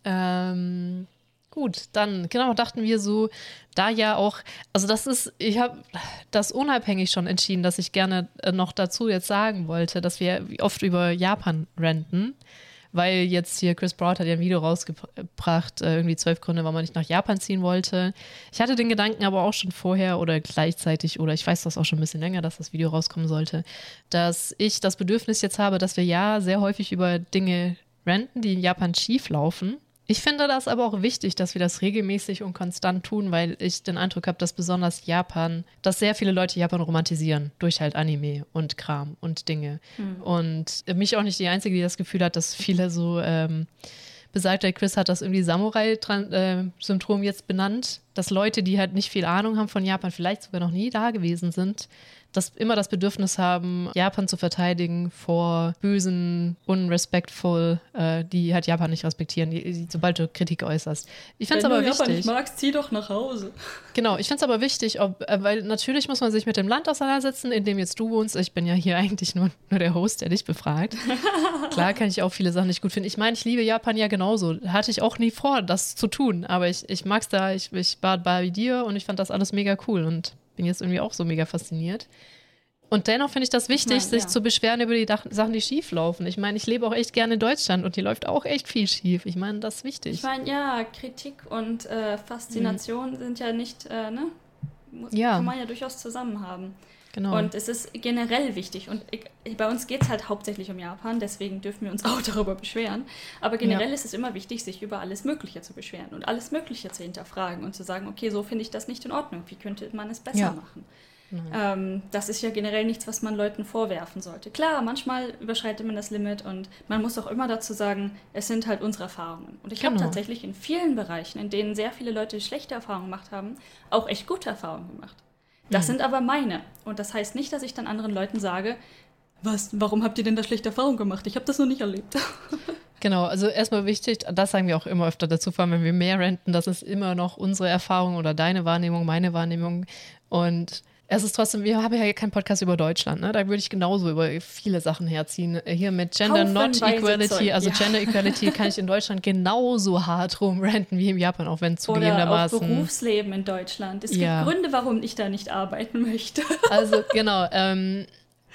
Ähm, gut, dann, genau, dachten wir so, da ja auch, also das ist, ich habe das unabhängig schon entschieden, dass ich gerne äh, noch dazu jetzt sagen wollte, dass wir oft über Japan ranten, weil jetzt hier Chris Broad hat ja ein Video rausgebracht, äh, irgendwie zwölf Gründe, warum man nicht nach Japan ziehen wollte. Ich hatte den Gedanken aber auch schon vorher oder gleichzeitig, oder ich weiß das auch schon ein bisschen länger, dass das Video rauskommen sollte, dass ich das Bedürfnis jetzt habe, dass wir ja sehr häufig über Dinge ranten, die in Japan schief laufen. Ich finde das aber auch wichtig, dass wir das regelmäßig und konstant tun, weil ich den Eindruck habe, dass besonders Japan, dass sehr viele Leute Japan romantisieren durch halt Anime und Kram und Dinge. Mhm. Und mich auch nicht die Einzige, die das Gefühl hat, dass viele so ähm, besagt, der Chris hat das irgendwie Samurai-Syndrom jetzt benannt, dass Leute, die halt nicht viel Ahnung haben von Japan, vielleicht sogar noch nie da gewesen sind, dass immer das Bedürfnis haben, Japan zu verteidigen vor bösen, unrespektful, äh, die halt Japan nicht respektieren, die, die, sobald du Kritik äußerst. Ich finde es aber wichtig. Wenn du Japan nicht magst, zieh doch nach Hause. Genau, ich finde es aber wichtig, ob, äh, weil natürlich muss man sich mit dem Land auseinandersetzen, in dem jetzt du wohnst. Ich bin ja hier eigentlich nur, nur der Host, der dich befragt. Klar kann ich auch viele Sachen nicht gut finden. Ich meine, ich liebe Japan ja genauso. Hatte ich auch nie vor, das zu tun. Aber ich, ich mag es da, ich, ich war bei dir und ich fand das alles mega cool und bin jetzt irgendwie auch so mega fasziniert. Und dennoch finde ich das wichtig, ich mein, sich ja. zu beschweren über die Dach- Sachen, die schief laufen. Ich meine, ich lebe auch echt gerne in Deutschland und hier läuft auch echt viel schief. Ich meine, das ist wichtig. Ich meine, ja, Kritik und äh, Faszination mhm. sind ja nicht, äh, ne? Muss, ja. Kann man ja durchaus zusammen haben. Genau. Und es ist generell wichtig. Und ich, bei uns geht es halt hauptsächlich um Japan, deswegen dürfen wir uns auch darüber beschweren. Aber generell ja. ist es immer wichtig, sich über alles Mögliche zu beschweren und alles Mögliche zu hinterfragen und zu sagen, okay, so finde ich das nicht in Ordnung. Wie könnte man es besser ja. machen? Ähm, das ist ja generell nichts, was man Leuten vorwerfen sollte. Klar, manchmal überschreitet man das Limit und man muss auch immer dazu sagen, es sind halt unsere Erfahrungen. Und ich genau. habe tatsächlich in vielen Bereichen, in denen sehr viele Leute schlechte Erfahrungen gemacht haben, auch echt gute Erfahrungen gemacht. Das mhm. sind aber meine. Und das heißt nicht, dass ich dann anderen Leuten sage, was, warum habt ihr denn da schlechte Erfahrungen gemacht? Ich habe das noch nicht erlebt. Genau, also erstmal wichtig, das sagen wir auch immer öfter dazu, vor allem wenn wir mehr renten, das ist immer noch unsere Erfahrung oder deine Wahrnehmung, meine Wahrnehmung. Und es ist trotzdem, wir haben ja keinen Podcast über Deutschland, ne? Da würde ich genauso über viele Sachen herziehen. Hier mit Gender Not Equality, also ja. Gender Equality kann ich in Deutschland genauso hart rumranten wie in Japan, auch wenn zugegebenermaßen. Oder auch Berufsleben in Deutschland. Es ja. gibt Gründe, warum ich da nicht arbeiten möchte. Also genau, ähm,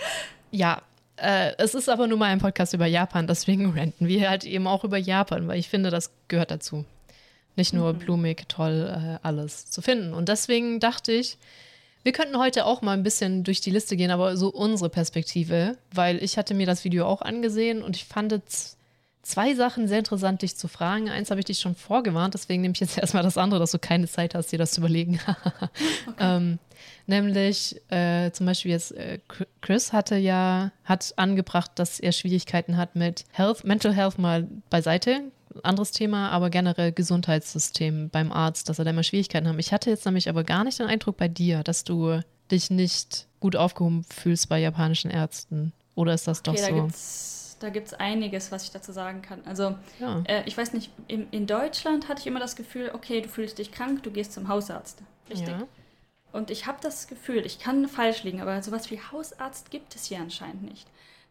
ja, äh, es ist aber nur mal ein Podcast über Japan, deswegen ranten wir halt eben auch über Japan, weil ich finde, das gehört dazu. Nicht nur mhm. blumig, toll, äh, alles zu finden. Und deswegen dachte ich, wir könnten heute auch mal ein bisschen durch die Liste gehen, aber so unsere Perspektive, weil ich hatte mir das Video auch angesehen und ich fand z- zwei Sachen sehr interessant, dich zu fragen. Eins habe ich dich schon vorgewarnt, deswegen nehme ich jetzt erstmal das andere, dass du keine Zeit hast, dir das zu überlegen. okay. ähm, nämlich äh, zum Beispiel jetzt äh, Chris hatte ja, hat angebracht, dass er Schwierigkeiten hat mit Health, Mental Health mal beiseite. Anderes Thema, aber generell Gesundheitssystem beim Arzt, dass er da immer Schwierigkeiten haben. Ich hatte jetzt nämlich aber gar nicht den Eindruck bei dir, dass du dich nicht gut aufgehoben fühlst bei japanischen Ärzten. Oder ist das okay, doch so? Da gibt's, da gibt's einiges, was ich dazu sagen kann. Also, ja. äh, ich weiß nicht, in, in Deutschland hatte ich immer das Gefühl, okay, du fühlst dich krank, du gehst zum Hausarzt. Richtig? Ja. Und ich habe das Gefühl, ich kann falsch liegen, aber sowas wie Hausarzt gibt es hier anscheinend nicht.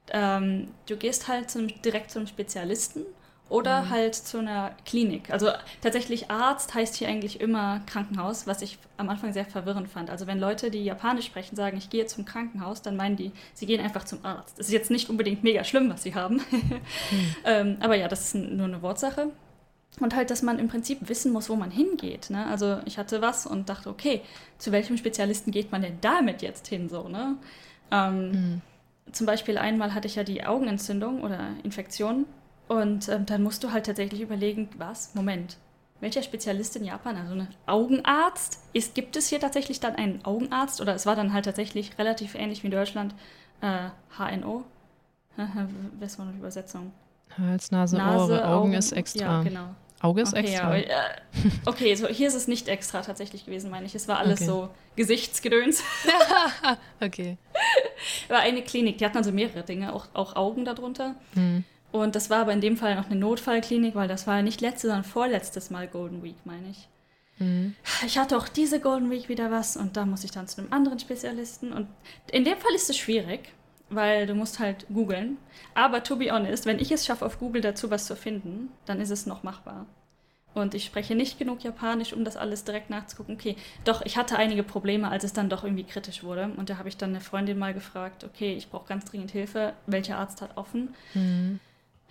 Ähm, du gehst halt zum, direkt zum Spezialisten oder mhm. halt zu einer Klinik. Also tatsächlich Arzt heißt hier eigentlich immer Krankenhaus, was ich am Anfang sehr verwirrend fand. Also wenn Leute, die Japanisch sprechen, sagen, ich gehe zum Krankenhaus, dann meinen die, sie gehen einfach zum Arzt. Das ist jetzt nicht unbedingt mega schlimm, was sie haben. mhm. ähm, aber ja, das ist nur eine Wortsache. Und halt, dass man im Prinzip wissen muss, wo man hingeht. Ne? Also ich hatte was und dachte, okay, zu welchem Spezialisten geht man denn damit jetzt hin? So, ne? Ähm, mhm. Zum Beispiel einmal hatte ich ja die Augenentzündung oder Infektion. Und ähm, dann musst du halt tatsächlich überlegen, was? Moment, welcher Spezialist in Japan, also ein Augenarzt? Ist, gibt es hier tatsächlich dann einen Augenarzt? Oder es war dann halt tatsächlich relativ ähnlich wie in Deutschland, äh, H N O? Was war noch die Übersetzung? Hals, Nase, Nase Ohren, Augen, Augen ist extra. Ja, genau. Auge ist okay, extra. Ja, äh, okay, so hier ist es nicht extra tatsächlich gewesen, meine ich. Es war alles okay. so Gesichtsgedöns. okay. War eine Klinik, die hatten also mehrere Dinge, auch, auch Augen darunter. Hm. Und das war aber in dem Fall noch eine Notfallklinik, weil das war ja nicht letztes, sondern vorletztes Mal Golden Week, meine ich. Mhm. Ich hatte auch diese Golden Week wieder was und da muss ich dann zu einem anderen Spezialisten. Und in dem Fall ist es schwierig, weil du musst halt googeln. Aber to be honest, wenn ich es schaffe, auf Google dazu was zu finden, dann ist es noch machbar. Und ich spreche nicht genug Japanisch, um das alles direkt nachzugucken. Okay, doch, ich hatte einige Probleme, als es dann doch irgendwie kritisch wurde. Und da habe ich dann eine Freundin mal gefragt, okay, ich brauche ganz dringend Hilfe. Welcher Arzt hat offen? Mhm.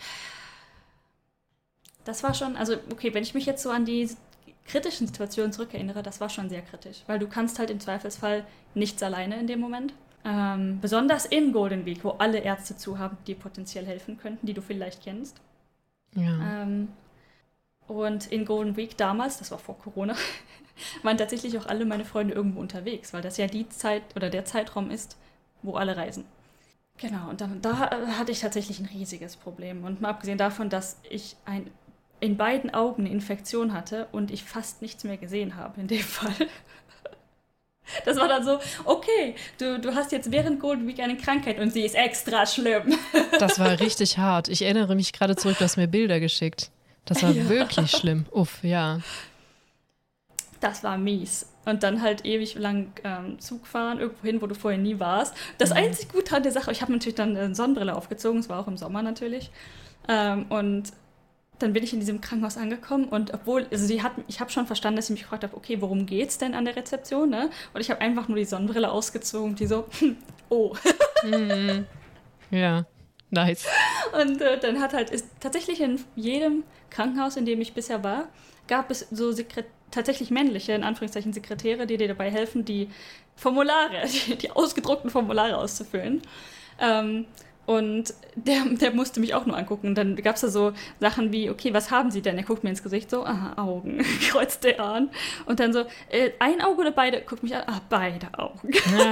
Das war schon, also okay, wenn ich mich jetzt so an die kritischen Situationen zurückerinnere, das war schon sehr kritisch. Weil du kannst halt im Zweifelsfall nichts alleine in dem Moment. Ähm, besonders in Golden Week, wo alle Ärzte zu haben, die potenziell helfen könnten, die du vielleicht kennst. Ja. Ähm, und in Golden Week damals, das war vor Corona, waren tatsächlich auch alle meine Freunde irgendwo unterwegs, weil das ja die Zeit oder der Zeitraum ist, wo alle reisen. Genau, und dann da hatte ich tatsächlich ein riesiges Problem. Und mal abgesehen davon, dass ich ein, in beiden Augen eine Infektion hatte und ich fast nichts mehr gesehen habe in dem Fall. Das war dann so, okay, du, du hast jetzt während Golden Week eine Krankheit und sie ist extra schlimm. Das war richtig hart. Ich erinnere mich gerade zurück, du hast mir Bilder geschickt. Das war ja. wirklich schlimm. Uff, ja. Das war mies. Und dann halt ewig lang ähm, Zug fahren, irgendwo hin, wo du vorher nie warst. Das mhm. einzig Gute an der Sache, ich habe natürlich dann eine Sonnenbrille aufgezogen, es war auch im Sommer natürlich. Ähm, und dann bin ich in diesem Krankenhaus angekommen und obwohl, also die hat, ich habe schon verstanden, dass sie mich gefragt hat, okay, worum geht's denn an der Rezeption, ne? Und ich habe einfach nur die Sonnenbrille ausgezogen, die so, oh. Mhm. Ja, nice. Und äh, dann hat halt, ist tatsächlich in jedem Krankenhaus, in dem ich bisher war, gab es so Sekret- tatsächlich männliche, in Anführungszeichen Sekretäre, die dir dabei helfen, die Formulare, die, die ausgedruckten Formulare auszufüllen. Ähm, und der, der musste mich auch nur angucken. Und dann gab es da so Sachen wie, okay, was haben Sie denn? Er guckt mir ins Gesicht so, aha, Augen, kreuzt er an. Und dann so, äh, ein Auge oder beide? Guckt mich an, ah, beide Augen.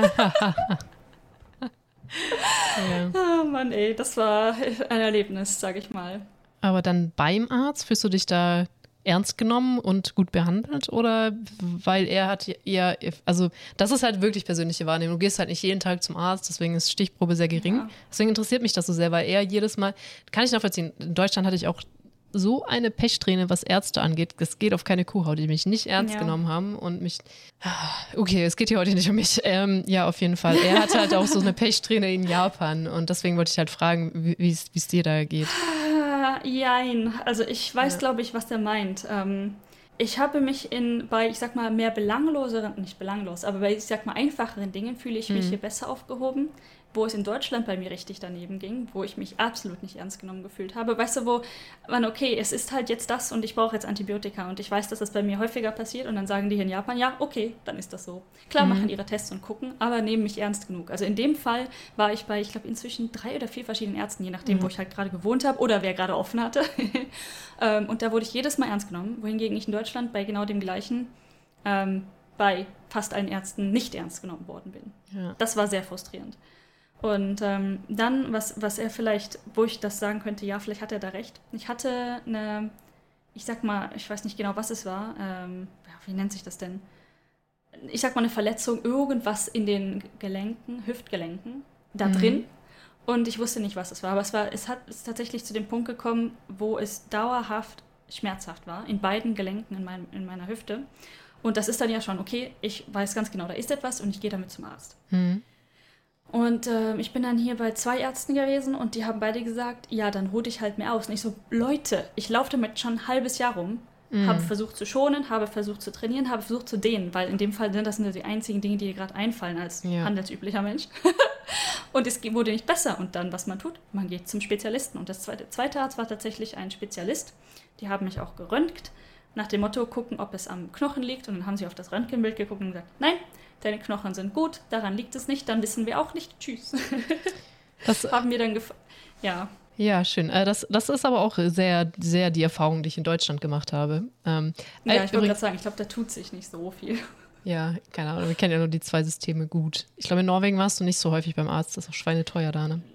Ja. Oh Mann, ey, das war ein Erlebnis, sag ich mal. Aber dann beim Arzt, fühlst du dich da ernst genommen und gut behandelt? Oder weil er hat eher, also das ist halt wirklich persönliche Wahrnehmung. Du gehst halt nicht jeden Tag zum Arzt, deswegen ist Stichprobe sehr gering. Ja. Deswegen interessiert mich das so sehr, weil er jedes Mal, kann ich nachvollziehen, in Deutschland hatte ich auch so eine Pechsträhne, was Ärzte angeht. Das geht auf keine Kuhhaut, die mich nicht ernst ja. genommen haben und mich, okay, es geht hier heute nicht um mich. Ähm, ja, auf jeden Fall. Er hatte halt auch so eine Pechsträne in Japan und deswegen wollte ich halt fragen, wie es dir da geht. Jein, also ich weiß, ja. glaube ich, was der meint. Ähm, ich habe mich in, bei, ich sag mal, mehr belangloseren, nicht belanglos, aber bei, ich sag mal, einfacheren Dingen fühle ich mich mhm. hier besser aufgehoben, wo es in Deutschland bei mir richtig daneben ging, wo ich mich absolut nicht ernst genommen gefühlt habe. Weißt du, wo man, okay, es ist halt jetzt das und ich brauche jetzt Antibiotika und ich weiß, dass das bei mir häufiger passiert und dann sagen die hier in Japan, ja, okay, dann ist das so. Klar, mhm. machen ihre Tests und gucken, aber nehmen mich ernst genug. Also in dem Fall war ich bei, ich glaube, inzwischen drei oder vier verschiedenen Ärzten, je nachdem, mhm. wo ich halt gerade gewohnt habe oder wer gerade offen hatte. Und da wurde ich jedes Mal ernst genommen, wohingegen ich in Deutschland bei genau dem gleichen ähm, bei fast allen Ärzten nicht ernst genommen worden bin. Ja. Das war sehr frustrierend. Und ähm, dann, was, was er vielleicht, wo ich das sagen könnte, ja, vielleicht hat er da recht. Ich hatte eine, ich sag mal, ich weiß nicht genau, was es war, ähm, wie nennt sich das denn? Ich sag mal eine Verletzung, irgendwas in den Gelenken, Hüftgelenken, da mhm. drin. Und ich wusste nicht, was es war. Aber es war, es hat es ist tatsächlich zu dem Punkt gekommen, wo es dauerhaft schmerzhaft war, in beiden Gelenken in, mein, in meiner Hüfte. Und das ist dann ja schon, okay, ich weiß ganz genau, da ist etwas und ich gehe damit zum Arzt. Mhm. Und äh, ich bin dann hier bei zwei Ärzten gewesen und die haben beide gesagt, ja, dann ruh dich halt mehr aus. Und ich so, Leute, ich laufe damit schon ein halbes Jahr rum, mm. habe versucht zu schonen, habe versucht zu trainieren, habe versucht zu dehnen, weil in dem Fall sind das die einzigen Dinge, die dir gerade einfallen als ja. handelsüblicher Mensch. Und es wurde nicht besser. Und dann, was man tut, man geht zum Spezialisten. Und das zweite, zweite Arzt war tatsächlich ein Spezialist. Die haben mich auch geröntgt, nach dem Motto, gucken, ob es am Knochen liegt. Und dann haben sie auf das Röntgenbild geguckt und gesagt, nein, deine Knochen sind gut, daran liegt es nicht, dann wissen wir auch nicht. Tschüss. Das haben wir dann gefallen. Ja. Ja, schön. Das, das ist aber auch sehr, sehr die Erfahrung, die ich in Deutschland gemacht habe. Ähm, ja, ich wollte gerade sagen, ich glaube, da tut sich nicht so viel. Ja, keine Ahnung, wir kennen ja nur die zwei Systeme gut. Ich glaube, in Norwegen warst du nicht so häufig beim Arzt, das ist auch schweineteuer da, ne?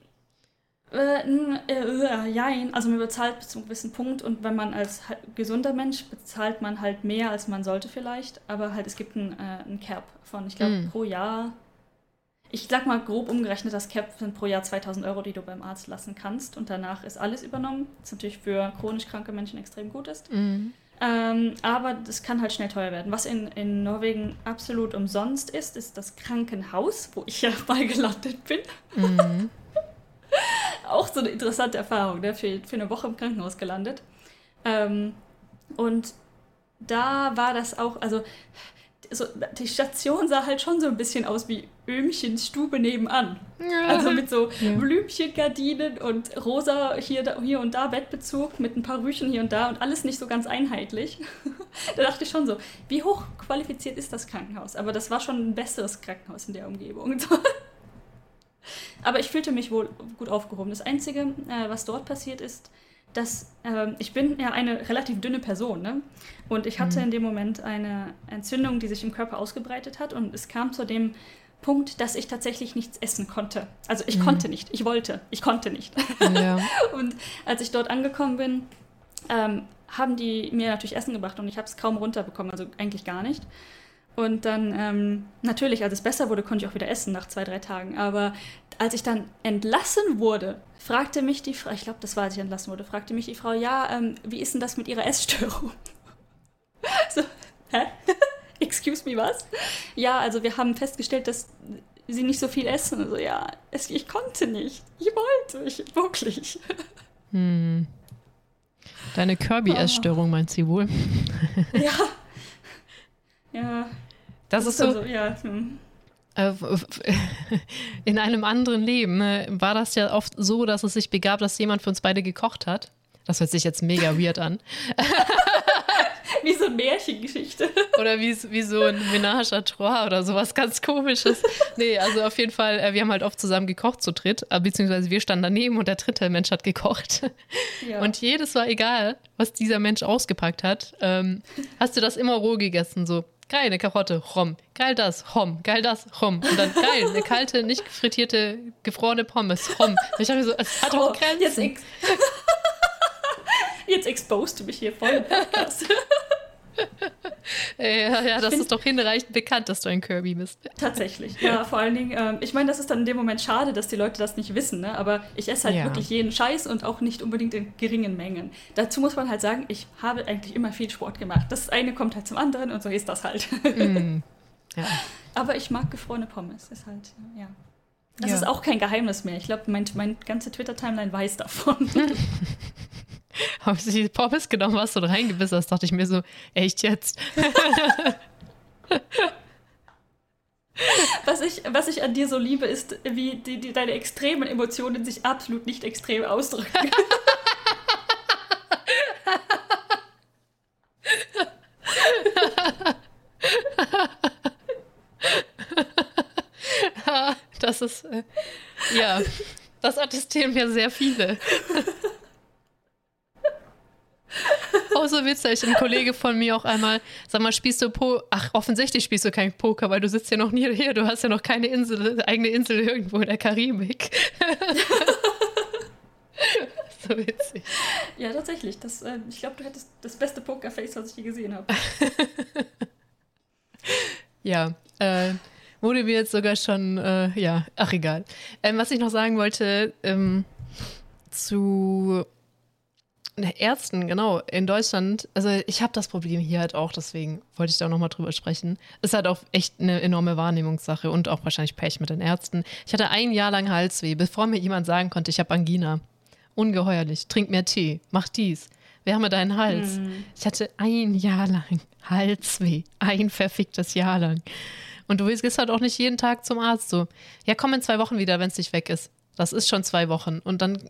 Äh, äh, jein, also man bezahlt bis zu einem gewissen Punkt und wenn man als gesunder Mensch bezahlt man halt mehr, als man sollte vielleicht, aber halt es gibt ein, äh, ein Cap von, ich glaube, mm. pro Jahr. ich sag mal grob umgerechnet, das Cap sind pro Jahr zweitausend Euro, die du beim Arzt lassen kannst. Und danach ist alles übernommen, was natürlich für chronisch kranke Menschen extrem gut ist. Mhm. Ähm, aber das kann halt schnell teuer werden. Was in, in Norwegen absolut umsonst ist, ist das Krankenhaus, wo ich ja mal gelandet bin. Mhm. Auch so eine interessante Erfahrung, ne? für, für eine Woche im Krankenhaus gelandet. Ähm, und da war das auch, also so, die Station sah halt schon so ein bisschen aus wie Öhmchens Stube nebenan. Ja. Also mit so ja. Blümchengardinen und rosa hier, da, hier und da Bettbezug mit ein paar Rüchen hier und da und alles nicht so ganz einheitlich. Da dachte ich schon so, wie hochqualifiziert ist das Krankenhaus? Aber das war schon ein besseres Krankenhaus in der Umgebung. Aber ich fühlte mich wohl gut aufgehoben. Das Einzige, äh, was dort passiert ist, dass äh, ich bin ja eine relativ dünne Person, ne? Und ich hatte mhm. in dem Moment eine Entzündung, die sich im Körper ausgebreitet hat und es kam zu dem Punkt, dass ich tatsächlich nichts essen konnte. Also ich mhm. konnte nicht, ich wollte, ich konnte nicht. Ja. Und als ich dort angekommen bin, ähm, haben die mir natürlich Essen gebracht und ich habe es kaum runterbekommen, also eigentlich gar nicht. Und dann, ähm, natürlich, als es besser wurde, konnte ich auch wieder essen nach zwei, drei Tagen. Aber als ich dann entlassen wurde, fragte mich die Frau, ich glaube, das war, als ich entlassen wurde, fragte mich die Frau, ja, ähm, wie ist denn das mit Ihrer Essstörung? So, hä? Excuse me, was? Ja, also wir haben festgestellt, dass Sie nicht so viel essen. Also ja, es, ich konnte nicht. Ich wollte, ich, wirklich. Hm. Deine Kirby-Essstörung oh. meint sie wohl? Ja. Ja. Das, das ist so, so ja. Hm. In einem anderen Leben war das ja oft so, dass es sich begab, dass jemand für uns beide gekocht hat. Das hört sich jetzt mega weird an. Wie so eine Märchengeschichte. Oder wie, wie so ein Ménage à trois oder sowas ganz Komisches. Nee, also auf jeden Fall, wir haben halt oft zusammen gekocht zu dritt, beziehungsweise wir standen daneben und der dritte Mensch hat gekocht. Ja. Und jedes war egal, was dieser Mensch ausgepackt hat. Ähm, hast du das immer roh gegessen, so geil, eine Karotte, Rom, geil das, Rom, geil das, Rom. Und dann geil, eine kalte, nicht frittierte, gefrorene Pommes, Rom. Ich dachte mir so, es hat auch Grenzen. Jetzt, ex- jetzt exposed du mich hier voll im Podcast. Ja, ja, das ist doch hinreichend bekannt, dass du ein Kirby bist. Tatsächlich, ja, vor allen Dingen, ähm, ich meine, das ist dann in dem Moment schade, dass die Leute das nicht wissen, ne? Aber ich esse halt ja. wirklich jeden Scheiß und auch nicht unbedingt in geringen Mengen. Dazu muss man halt sagen, ich habe eigentlich immer viel Sport gemacht. Das eine kommt halt zum anderen und so ist das halt. Mm. Ja. Aber ich mag gefrorene Pommes, ist halt, ja. Das ja. ist auch kein Geheimnis mehr. Ich glaube, mein, mein ganze Twitter-Timeline weiß davon. Habe ich die Pommes genommen, was du da reingebissen hast, dachte ich mir so, echt jetzt? was, ich, was ich an dir so liebe, ist, wie die, die, deine extremen Emotionen sich absolut nicht extrem ausdrücken. Das ist, äh, ja, das attestieren mir sehr viele. Auch so witzig, ein Kollege von mir auch einmal, sag mal, spielst du Po? Ach, offensichtlich spielst du kein Poker, weil du sitzt ja noch nie hier, du hast ja noch keine Insel, eigene Insel irgendwo in der Karibik. So witzig. Ja, tatsächlich. Das, äh, ich glaube, du hättest das beste Pokerface, was ich je gesehen habe. Ja, äh, wurde mir jetzt sogar schon, äh, ja, ach egal. Ähm, was ich noch sagen wollte, ähm, zu Ärzten, genau, in Deutschland, also ich habe das Problem hier halt auch, deswegen wollte ich da auch nochmal drüber sprechen. Ist halt auch echt eine enorme Wahrnehmungssache und auch wahrscheinlich Pech mit den Ärzten. Ich hatte ein Jahr lang Halsweh, bevor mir jemand sagen konnte, ich habe Angina. Ungeheuerlich, trink mehr Tee, mach dies, wärme deinen Hals. Mm. Ich hatte ein Jahr lang Halsweh, ein verficktes Jahr lang. Und du gehst halt auch nicht jeden Tag zum Arzt so. Ja, komm in zwei Wochen wieder, wenn es nicht weg ist. Das ist schon zwei Wochen. Und dann,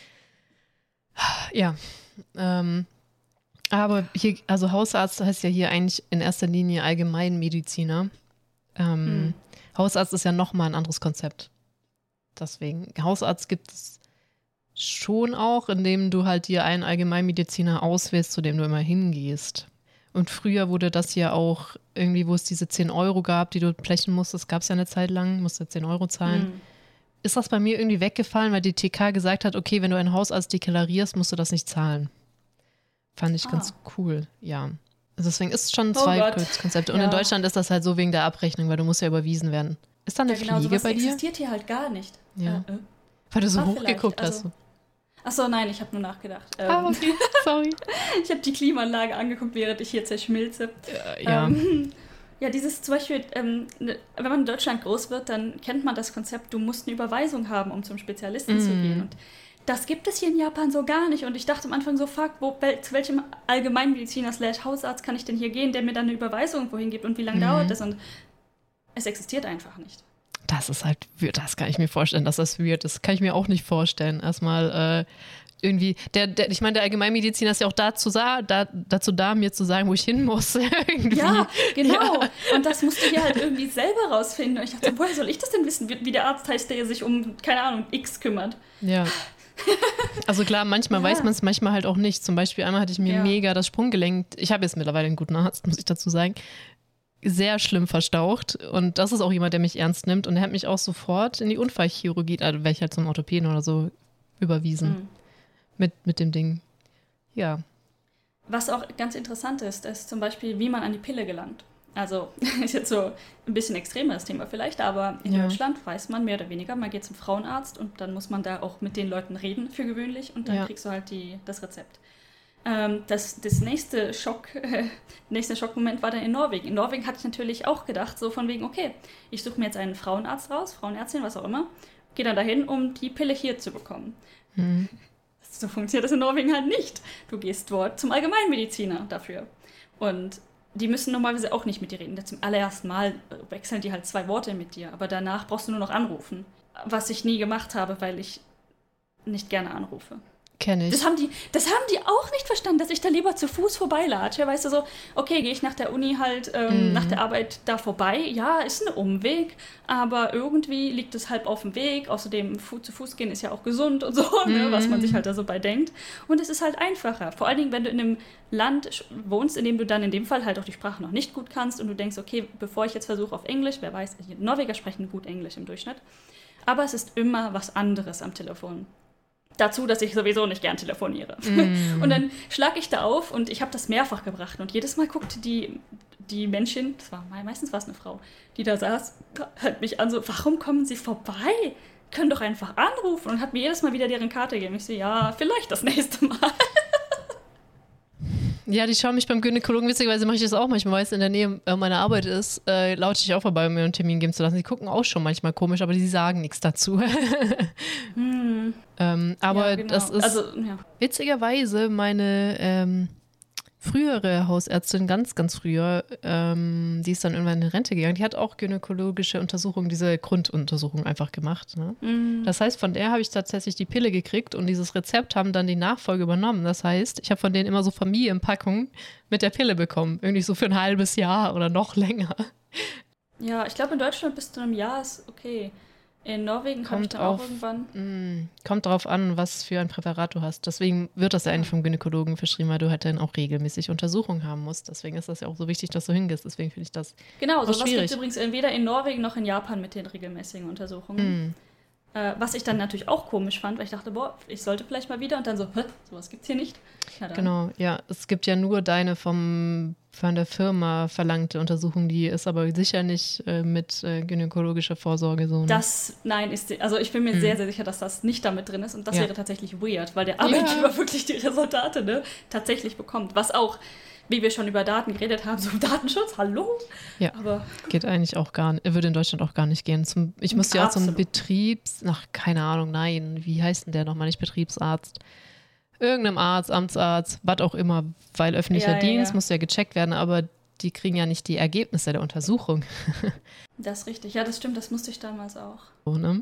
ja, ähm, aber hier, also Hausarzt heißt ja hier eigentlich in erster Linie Allgemeinmediziner. Ähm, hm. Hausarzt ist ja nochmal ein anderes Konzept. Deswegen, Hausarzt gibt es schon auch, indem du halt dir einen Allgemeinmediziner auswählst, zu dem du immer hingehst. Und früher wurde das ja auch irgendwie, wo es diese zehn Euro gab, die du blechen musstest, gab es ja eine Zeit lang, musst du zehn Euro zahlen. Hm. Ist das bei mir irgendwie weggefallen, weil die T K gesagt hat, okay, wenn du einen Hausarzt deklarierst, musst du das nicht zahlen. Fand ich ah. ganz cool, ja. Also deswegen ist es schon ein oh Zweikreuzkonzept. Und ja. in Deutschland ist das halt so wegen der Abrechnung, weil du musst ja überwiesen werden. Ist da eine ja, genau, Fliege sowas bei dir? existiert hier halt gar nicht. Ja. Äh, äh. Weil du so Ah, hochgeguckt vielleicht, hast. also- Achso, nein, ich habe nur nachgedacht. Ähm, Ah, okay, sorry. Ich habe die Klimaanlage angeguckt, während ich hier zerschmilze. Äh, ja. Ähm, ja, dieses zum Beispiel, ähm, ne, wenn man in Deutschland groß wird, dann kennt man das Konzept, du musst eine Überweisung haben, um zum Spezialisten Mm. zu gehen. Und das gibt es hier in Japan so gar nicht. Und ich dachte am Anfang so, fuck, wo, wel, zu welchem Allgemeinmediziner slash Hausarzt kann ich denn hier gehen, der mir dann eine Überweisung wohin gibt und wie lange Mm. dauert das? Und es existiert einfach nicht. Das ist halt weird, das kann ich mir vorstellen, dass das weird ist. Kann ich mir auch nicht vorstellen. Erstmal äh, irgendwie, der, der, ich meine, der Allgemeinmediziner ist ja auch dazu, da, dazu da, mir zu sagen, wo ich hin muss. Irgendwie. Ja, genau. Ja. Und das musst du hier halt irgendwie selber rausfinden. Und ich dachte, woher soll ich das denn wissen, wie, wie der Arzt heißt, der sich um, keine Ahnung, X kümmert? Ja. Also klar, manchmal Ja. weiß man es, manchmal halt auch nicht. Zum Beispiel einmal hatte ich mir Ja. mega das Sprunggelenk, ich habe jetzt mittlerweile einen guten Arzt, muss ich dazu sagen, sehr schlimm verstaucht. Und das ist auch jemand, der mich ernst nimmt. Und er hat mich auch sofort in die Unfallchirurgie, also wäre ich halt zum Orthopäden oder so, überwiesen. Mhm. Mit, mit dem Ding. Ja. Was auch ganz interessant ist, ist zum Beispiel, wie man an die Pille gelangt. Also, ist jetzt so ein bisschen extremeres Thema vielleicht, aber in Ja. Deutschland weiß man mehr oder weniger, man geht zum Frauenarzt und dann muss man da auch mit den Leuten reden, für gewöhnlich, und dann Ja. kriegst du halt die, das Rezept. Ähm, das, das nächste Schock, äh, nächste Schockmoment war dann in Norwegen. In Norwegen hatte ich natürlich auch gedacht, so von wegen, okay, ich suche mir jetzt einen Frauenarzt raus, Frauenärztin, was auch immer, gehe dann dahin, um die Pille hier zu bekommen. Hm. So funktioniert das in Norwegen halt nicht. Du gehst dort zum Allgemeinmediziner dafür. Und die müssen normalerweise auch nicht mit dir reden. Zum allerersten Mal wechseln die halt zwei Worte mit dir, aber danach brauchst du nur noch anrufen. Was ich nie gemacht habe, weil ich nicht gerne anrufe. Kenne ich. Das haben die, das haben die auch nicht verstanden, dass ich da lieber zu Fuß vorbeilatsche. Weißt du, so, okay, gehe ich nach der Uni halt, ähm, Mhm. nach der Arbeit da vorbei. Ja, ist ein Umweg, aber irgendwie liegt es halb auf dem Weg. Außerdem, fu- zu Fuß gehen ist ja auch gesund und so, ne, Mhm. was man sich halt da so bei denkt. Und es ist halt einfacher. Vor allen Dingen, wenn du in einem Land sch- wohnst, in dem du dann in dem Fall halt auch die Sprache noch nicht gut kannst und du denkst, okay, bevor ich jetzt versuche auf Englisch, wer weiß, Norweger sprechen gut Englisch im Durchschnitt. Aber es ist immer was anderes am Telefon. Dazu, dass ich sowieso nicht gern telefoniere. Mm. Und dann schlage ich da auf und ich habe das mehrfach gebracht. Und jedes Mal guckte die, die Menschin, das war meistens war es eine Frau, die da saß, hat mich an so, warum kommen Sie vorbei? Können doch einfach anrufen. Und hat mir jedes Mal wieder deren Karte gegeben. Ich so, ja, vielleicht das nächste Mal. Ja, die schauen mich beim Gynäkologen, witzigerweise mache ich das auch manchmal, weil es in der Nähe äh, meiner Arbeit ist, äh, laute ich auch vorbei, um mir einen Termin geben zu lassen. Die gucken auch schon manchmal komisch, aber die sagen nichts dazu. Hm, ähm, aber ja, genau. das ist Also, ja. witzigerweise meine ähm, frühere Hausärztin, ganz, ganz früher, ähm, die ist dann irgendwann in Rente gegangen, die hat auch gynäkologische Untersuchungen, diese Grunduntersuchung einfach gemacht. Ne? Hm. Das heißt, von der habe ich tatsächlich die Pille gekriegt und dieses Rezept haben dann die Nachfolge übernommen. Das heißt, ich habe von denen immer so Familienpackungen mit der Pille bekommen. Irgendwie so für ein halbes Jahr oder noch länger. Ja, ich glaube, in Deutschland bis zu einem Jahr ist okay. In Norwegen habe ich Kommt dann auf- auch irgendwann. Mm, kommt drauf an, was für ein Präparat du hast. Deswegen wird das ja eigentlich vom Gynäkologen verschrieben, weil du halt dann auch regelmäßig Untersuchungen haben musst. Deswegen ist das ja auch so wichtig, dass du hingehst. Deswegen finde ich das Genau, auch sowas gibt schwierig. es übrigens weder in Norwegen noch in Japan mit den regelmäßigen Untersuchungen. Mm. Äh, was ich dann natürlich auch komisch fand, weil ich dachte, boah, ich sollte vielleicht mal wieder und dann so, hä, sowas gibt's hier nicht. Ja, dann. Genau, ja. Es gibt ja nur deine vom, von der Firma verlangte Untersuchung, die ist aber sicher nicht äh, mit äh, gynäkologischer Vorsorge so. Ne? Das, nein, ist, also ich bin mir Mhm. sehr, sehr sicher, dass das nicht damit drin ist und das Ja. wäre tatsächlich weird, weil der Arbeitgeber wirklich die Resultate ne, tatsächlich bekommt. Was auch, wie wir schon über Daten geredet haben, so Datenschutz, hallo? Ja. Aber Geht eigentlich auch gar nicht, würde in Deutschland auch gar nicht gehen. Zum, ich musste ja auch zum Absolut. Betriebs, ach, keine Ahnung, nein, wie heißt denn der nochmal, nicht Betriebsarzt? Irgendeinem Arzt, Amtsarzt, was auch immer, weil öffentlicher Ja, ja, Dienst ja. muss ja gecheckt werden, aber die kriegen ja nicht die Ergebnisse der Untersuchung. das ist richtig. Ja, das stimmt, das musste ich damals auch. So, ne?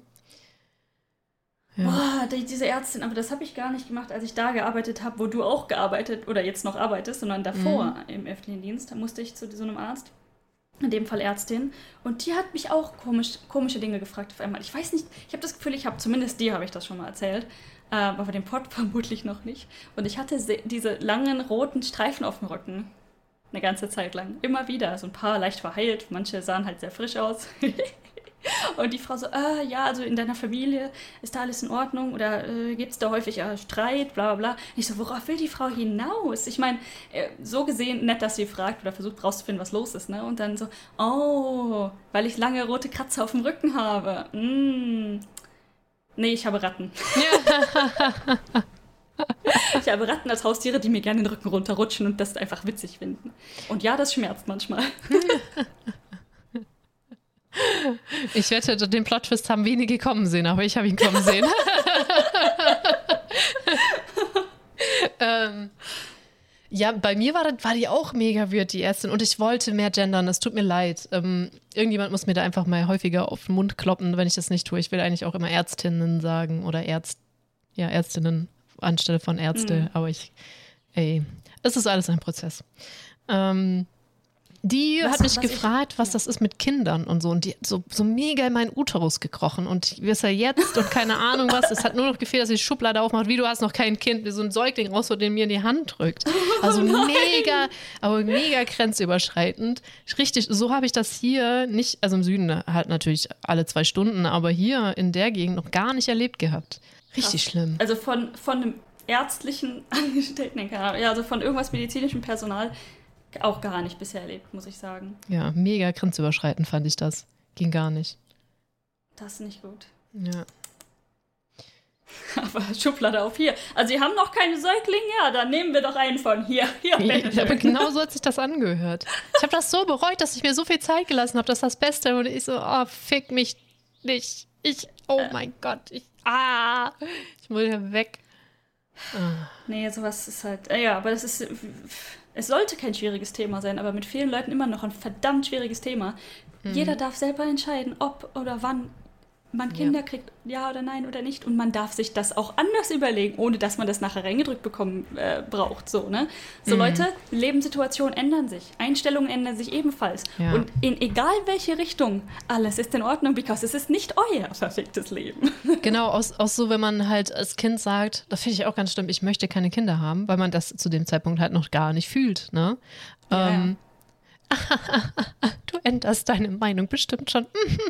Ja. Boah, die, diese Ärztin, aber das habe ich gar nicht gemacht, als ich da gearbeitet habe, wo du auch gearbeitet oder jetzt noch arbeitest, sondern davor Mhm. im öffentlichen Dienst. Da musste ich zu so einem Arzt, in dem Fall Ärztin, und die hat mich auch komisch, komische Dinge gefragt auf einmal. Ich weiß nicht, ich habe das Gefühl, ich habe, zumindest dir habe ich das schon mal erzählt, äh, aber dem Pod vermutlich noch nicht. Und ich hatte se- diese langen roten Streifen auf dem Rücken. Eine ganze Zeit lang. Immer wieder. So ein paar leicht verheilt. Manche sahen halt sehr frisch aus. Und die Frau so, ah, ja, also in deiner Familie ist da alles in Ordnung oder äh, gibt es da häufig äh, Streit, bla bla bla. Und ich so, worauf will die Frau hinaus? Ich meine, äh, so gesehen nett, dass sie fragt oder versucht rauszufinden, was los ist, ne? Und dann so, oh, weil ich lange rote Kratzer auf dem Rücken habe. Mm. Nee, ich habe Ratten. Ja. Ich habe Ratten als Haustiere, die mir gerne den Rücken runterrutschen und das einfach witzig finden. Und ja, das schmerzt manchmal. Ich wette, den Plot-Twist haben wenige kommen sehen, aber ich habe ihn kommen sehen. ähm, ja, bei mir war, das, war die auch mega weird, die Ärztin. Und ich wollte mehr gendern, es tut mir leid. Ähm, irgendjemand muss mir da einfach mal häufiger auf den Mund kloppen, wenn ich das nicht tue. Ich will eigentlich auch immer Ärztinnen sagen oder Ärzt, ja, Ärztinnen anstelle von Ärzte. Mhm. Aber ich, ey, es ist alles ein Prozess. Ähm, Die was, hat mich was gefragt, ich, was ja. das ist mit Kindern und so. Und die so, so mega in meinen Uterus gekrochen. Und wie ist er jetzt? Und keine Ahnung was. Es hat nur noch gefehlt, dass sie die Schublade aufmacht. Wie, du hast noch kein Kind. Wie so ein Säugling raus, so den mir in die Hand drückt. Also oh mega, aber mega grenzüberschreitend. Richtig, so habe ich das hier nicht, also im Süden halt natürlich alle zwei Stunden, aber hier in der Gegend noch gar nicht erlebt gehabt. Richtig Krass. Schlimm. Also von, von einem ärztlichen Angestellten, ja, also von irgendwas medizinischem Personal auch gar nicht bisher erlebt, muss ich sagen. Ja, mega grenzüberschreitend fand ich das. Ging gar nicht. Das ist nicht gut. Ja. Aber Schublade auf hier. Also, Sie haben noch keine Säuglinge? Ja, dann nehmen wir doch einen von hier. hier ja, aber genau so hat sich das angehört. Ich habe das so bereut, dass ich mir so viel Zeit gelassen habe. Das ist das Beste. Und ich so, oh, fick mich nicht. Ich, oh äh. mein Gott. Ich, ah, ich muss hier weg. Ah. Nee, sowas ist halt, ja, aber das ist... Es sollte kein schwieriges Thema sein, aber mit vielen Leuten immer noch ein verdammt schwieriges Thema. Mhm. Jeder darf selber entscheiden, ob oder wann man Kinder ja. kriegt, ja oder nein oder nicht. Und man darf sich das auch anders überlegen, ohne dass man das nachher reingedrückt bekommen äh, braucht. So, ne? So mhm. Leute, Lebenssituationen ändern sich, Einstellungen ändern sich ebenfalls. Ja. Und in egal welche Richtung, alles ist in Ordnung, because es ist nicht euer perfektes Leben. Genau, aus, aus so, wenn man halt als Kind sagt, das finde ich auch ganz schlimm, ich möchte keine Kinder haben, weil man das zu dem Zeitpunkt halt noch gar nicht fühlt. Ne? Ja, ähm, ja. Du änderst deine Meinung bestimmt schon.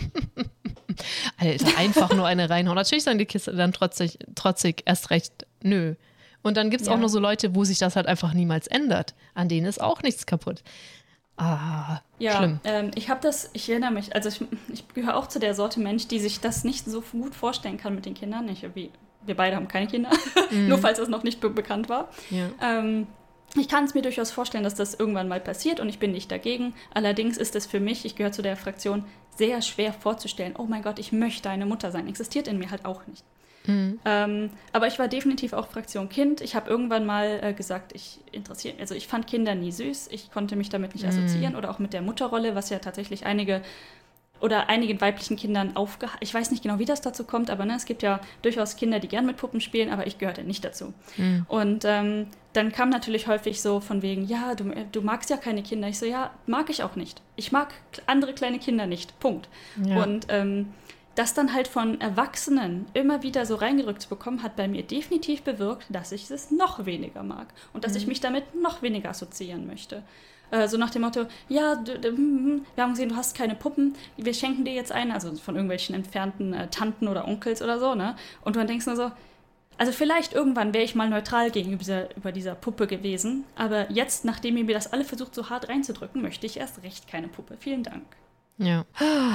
Alter, einfach nur eine reinhauen. Natürlich sagen die Kiste dann trotzig, trotzig erst recht nö. Und dann gibt es ja. auch nur so Leute, wo sich das halt einfach niemals ändert. An denen ist auch nichts kaputt. Ah, ja, schlimm. Ähm, ich habe das, ich erinnere mich, also ich, ich gehöre auch zu der Sorte Mensch, die sich das nicht so gut vorstellen kann mit den Kindern. Ich, wie, wir beide haben keine Kinder, mhm. nur falls das noch nicht be- bekannt war. Ja. Ähm, Ich kann es mir durchaus vorstellen, dass das irgendwann mal passiert und ich bin nicht dagegen. Allerdings ist es für mich, ich gehöre zu der Fraktion, sehr schwer vorzustellen, oh mein Gott, ich möchte eine Mutter sein. Existiert in mir halt auch nicht. Mhm. Ähm, aber ich war definitiv auch Fraktion Kind. Ich habe irgendwann mal äh, gesagt, ich interessiere, also ich fand Kinder nie süß. Ich konnte mich damit nicht assoziieren mhm. oder auch mit der Mutterrolle, was ja tatsächlich einige oder einigen weiblichen Kindern aufgehalten. Ich weiß nicht genau, wie das dazu kommt, aber ne, es gibt ja durchaus Kinder, die gern mit Puppen spielen, aber ich gehörte nicht dazu. Mhm. Und ähm, dann kam natürlich häufig so von wegen, ja, du, du magst ja keine Kinder. Ich so, ja, mag ich auch nicht. Ich mag andere kleine Kinder nicht. Punkt. Ja. Und ähm, das dann halt von Erwachsenen immer wieder so reingerückt zu bekommen, hat bei mir definitiv bewirkt, dass ich es noch weniger mag und dass mhm. ich mich damit noch weniger assoziieren möchte. So nach dem Motto, ja, du, du, wir haben gesehen, du hast keine Puppen, wir schenken dir jetzt eine, also von irgendwelchen entfernten äh, Tanten oder Onkels oder so, ne? Und du dann denkst nur so, also vielleicht irgendwann wäre ich mal neutral gegenüber dieser, über dieser Puppe gewesen, aber jetzt, nachdem ihr mir das alle versucht, so hart reinzudrücken, möchte ich erst recht keine Puppe. Vielen Dank. Ja.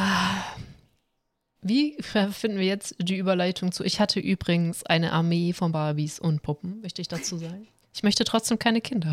Wie finden wir jetzt die Überleitung zu, ich hatte übrigens eine Armee von Barbies und Puppen, möchte ich dazu sagen. Ich möchte trotzdem keine Kinder.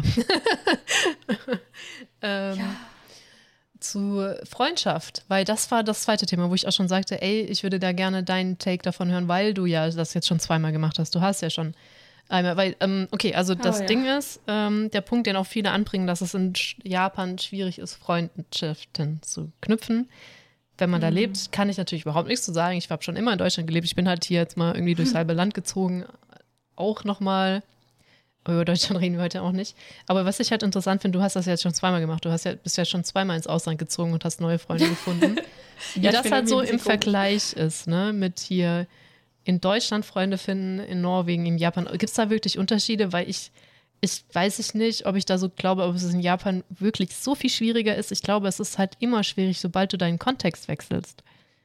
ähm, ja. Zu Freundschaft, weil das war das zweite Thema, wo ich auch schon sagte, ey, ich würde da gerne deinen Take davon hören, weil du ja das jetzt schon zweimal gemacht hast. Du hast ja schon einmal, weil, ähm, okay, also das oh, ja. Ding ist, ähm, der Punkt, den auch viele anbringen, dass es in Japan schwierig ist, Freundschaften zu knüpfen. Wenn man mhm. da lebt, kann ich natürlich überhaupt nichts zu sagen. Ich habe schon immer in Deutschland gelebt. Ich bin halt hier jetzt mal irgendwie durchs halbe Land gezogen. Auch nochmal. Über Deutschland reden wir heute auch nicht. Aber was ich halt interessant finde, du hast das jetzt schon zweimal gemacht. Du hast ja, bist ja schon zweimal ins Ausland gezogen und hast neue Freunde gefunden. Wie ja, das halt so im Vergleich ist, ne? Mit hier in Deutschland Freunde finden, in Norwegen, in Japan. Gibt es da wirklich Unterschiede? Weil ich, ich weiß ich nicht, ob ich da so glaube, ob es in Japan wirklich so viel schwieriger ist. Ich glaube, es ist halt immer schwierig, sobald du deinen Kontext wechselst.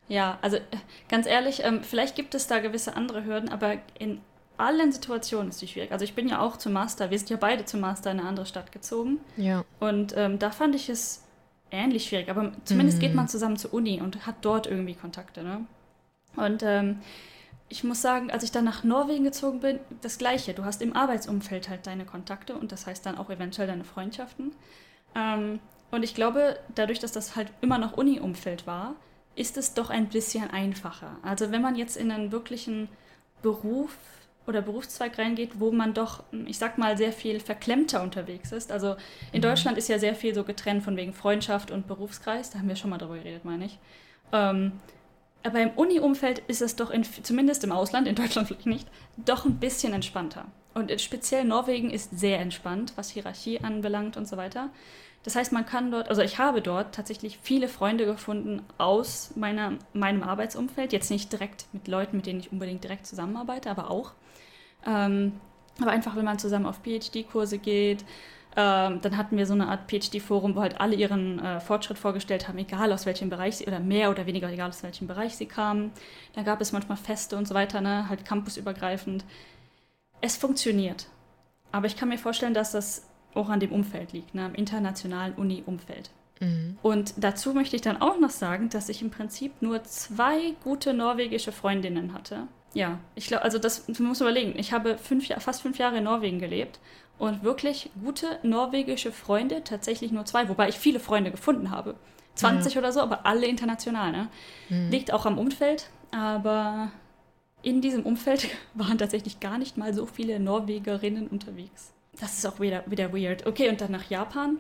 Ja, also äh, ganz ehrlich, ähm, vielleicht gibt es da gewisse andere Hürden, aber in allen Situationen ist die schwierig. Also ich bin ja auch zum Master, wir sind ja beide zum Master in eine andere Stadt gezogen. Ja. Und ähm, da fand ich es ähnlich schwierig. Aber zumindest Mhm. geht man zusammen zur Uni und hat dort irgendwie Kontakte, ne? Und ähm, ich muss sagen, als ich dann nach Norwegen gezogen bin, das Gleiche. Du hast im Arbeitsumfeld halt deine Kontakte und das heißt dann auch eventuell deine Freundschaften. Ähm, und ich glaube, dadurch, dass das halt immer noch Uni-Umfeld war, ist es doch ein bisschen einfacher. Also wenn man jetzt in einen wirklichen Beruf oder Berufszweig reingeht, wo man doch, ich sag mal, sehr viel verklemmter unterwegs ist. Also in Deutschland ist ja sehr viel so getrennt von wegen Freundschaft und Berufskreis. Da haben wir schon mal drüber geredet, meine ich. Ähm, aber im Uni-Umfeld ist es doch, in, zumindest im Ausland, in Deutschland vielleicht nicht, doch ein bisschen entspannter. Und speziell Norwegen ist sehr entspannt, was Hierarchie anbelangt und so weiter. Das heißt, man kann dort, also ich habe dort tatsächlich viele Freunde gefunden aus meiner, meinem Arbeitsumfeld. Jetzt nicht direkt mit Leuten, mit denen ich unbedingt direkt zusammenarbeite, aber auch. Ähm, aber einfach, wenn man zusammen auf P H D-Kurse geht, ähm, dann hatten wir so eine Art P H D-Forum, wo halt alle ihren äh, Fortschritt vorgestellt haben, egal aus welchem Bereich sie, oder mehr oder weniger egal aus welchem Bereich sie kamen. Dann gab es manchmal Feste und so weiter, ne, halt campusübergreifend. Es funktioniert. Aber ich kann mir vorstellen, dass das auch an dem Umfeld liegt, ne, am internationalen Uni-Umfeld. Mhm. Und dazu möchte ich dann auch noch sagen, dass ich im Prinzip nur zwei gute norwegische Freundinnen hatte. Ja, ich glaube, also das man muss überlegen. Ich habe fünf, fast fünf Jahre in Norwegen gelebt und wirklich gute norwegische Freunde, tatsächlich nur zwei, wobei ich viele Freunde gefunden habe. zwanzig ja. oder so, aber alle international. Ne? Mhm. Liegt auch am Umfeld, aber in diesem Umfeld waren tatsächlich gar nicht mal so viele Norwegerinnen unterwegs. Das ist auch wieder, wieder weird. Okay, und dann nach Japan.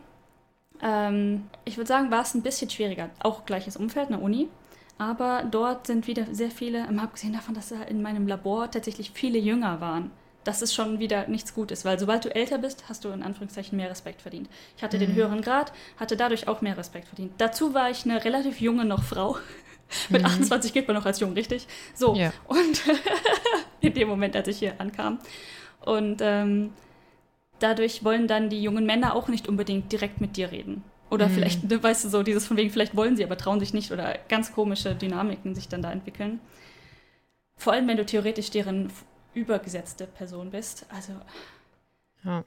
Ähm, ich würde sagen, war es ein bisschen schwieriger. Auch gleiches Umfeld, eine Uni. Aber dort sind wieder sehr viele, abgesehen davon, dass in meinem Labor tatsächlich viele jünger waren. Das ist schon wieder nichts Gutes, weil sobald du älter bist, hast du in Anführungszeichen mehr Respekt verdient. Ich hatte mhm. den höheren Grad, hatte dadurch auch mehr Respekt verdient. Dazu war ich eine relativ junge noch Frau. Mit mhm. achtundzwanzig geht man noch als jung, richtig? So, ja. Und in dem Moment, als ich hier ankam. Und ähm, dadurch wollen dann die jungen Männer auch nicht unbedingt direkt mit dir reden. Oder mhm. vielleicht, ne, weißt du, so dieses von wegen, vielleicht wollen sie, aber trauen sich nicht oder ganz komische Dynamiken sich dann da entwickeln. Vor allem, wenn du theoretisch deren übergesetzte Person bist. Also ja.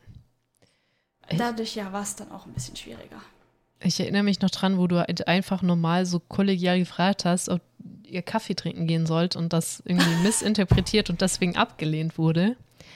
Dadurch ja war es dann auch ein bisschen schwieriger. Ich erinnere mich noch dran, wo du einfach normal so kollegial gefragt hast, ob ihr Kaffee trinken gehen sollt und das irgendwie missinterpretiert und deswegen abgelehnt wurde.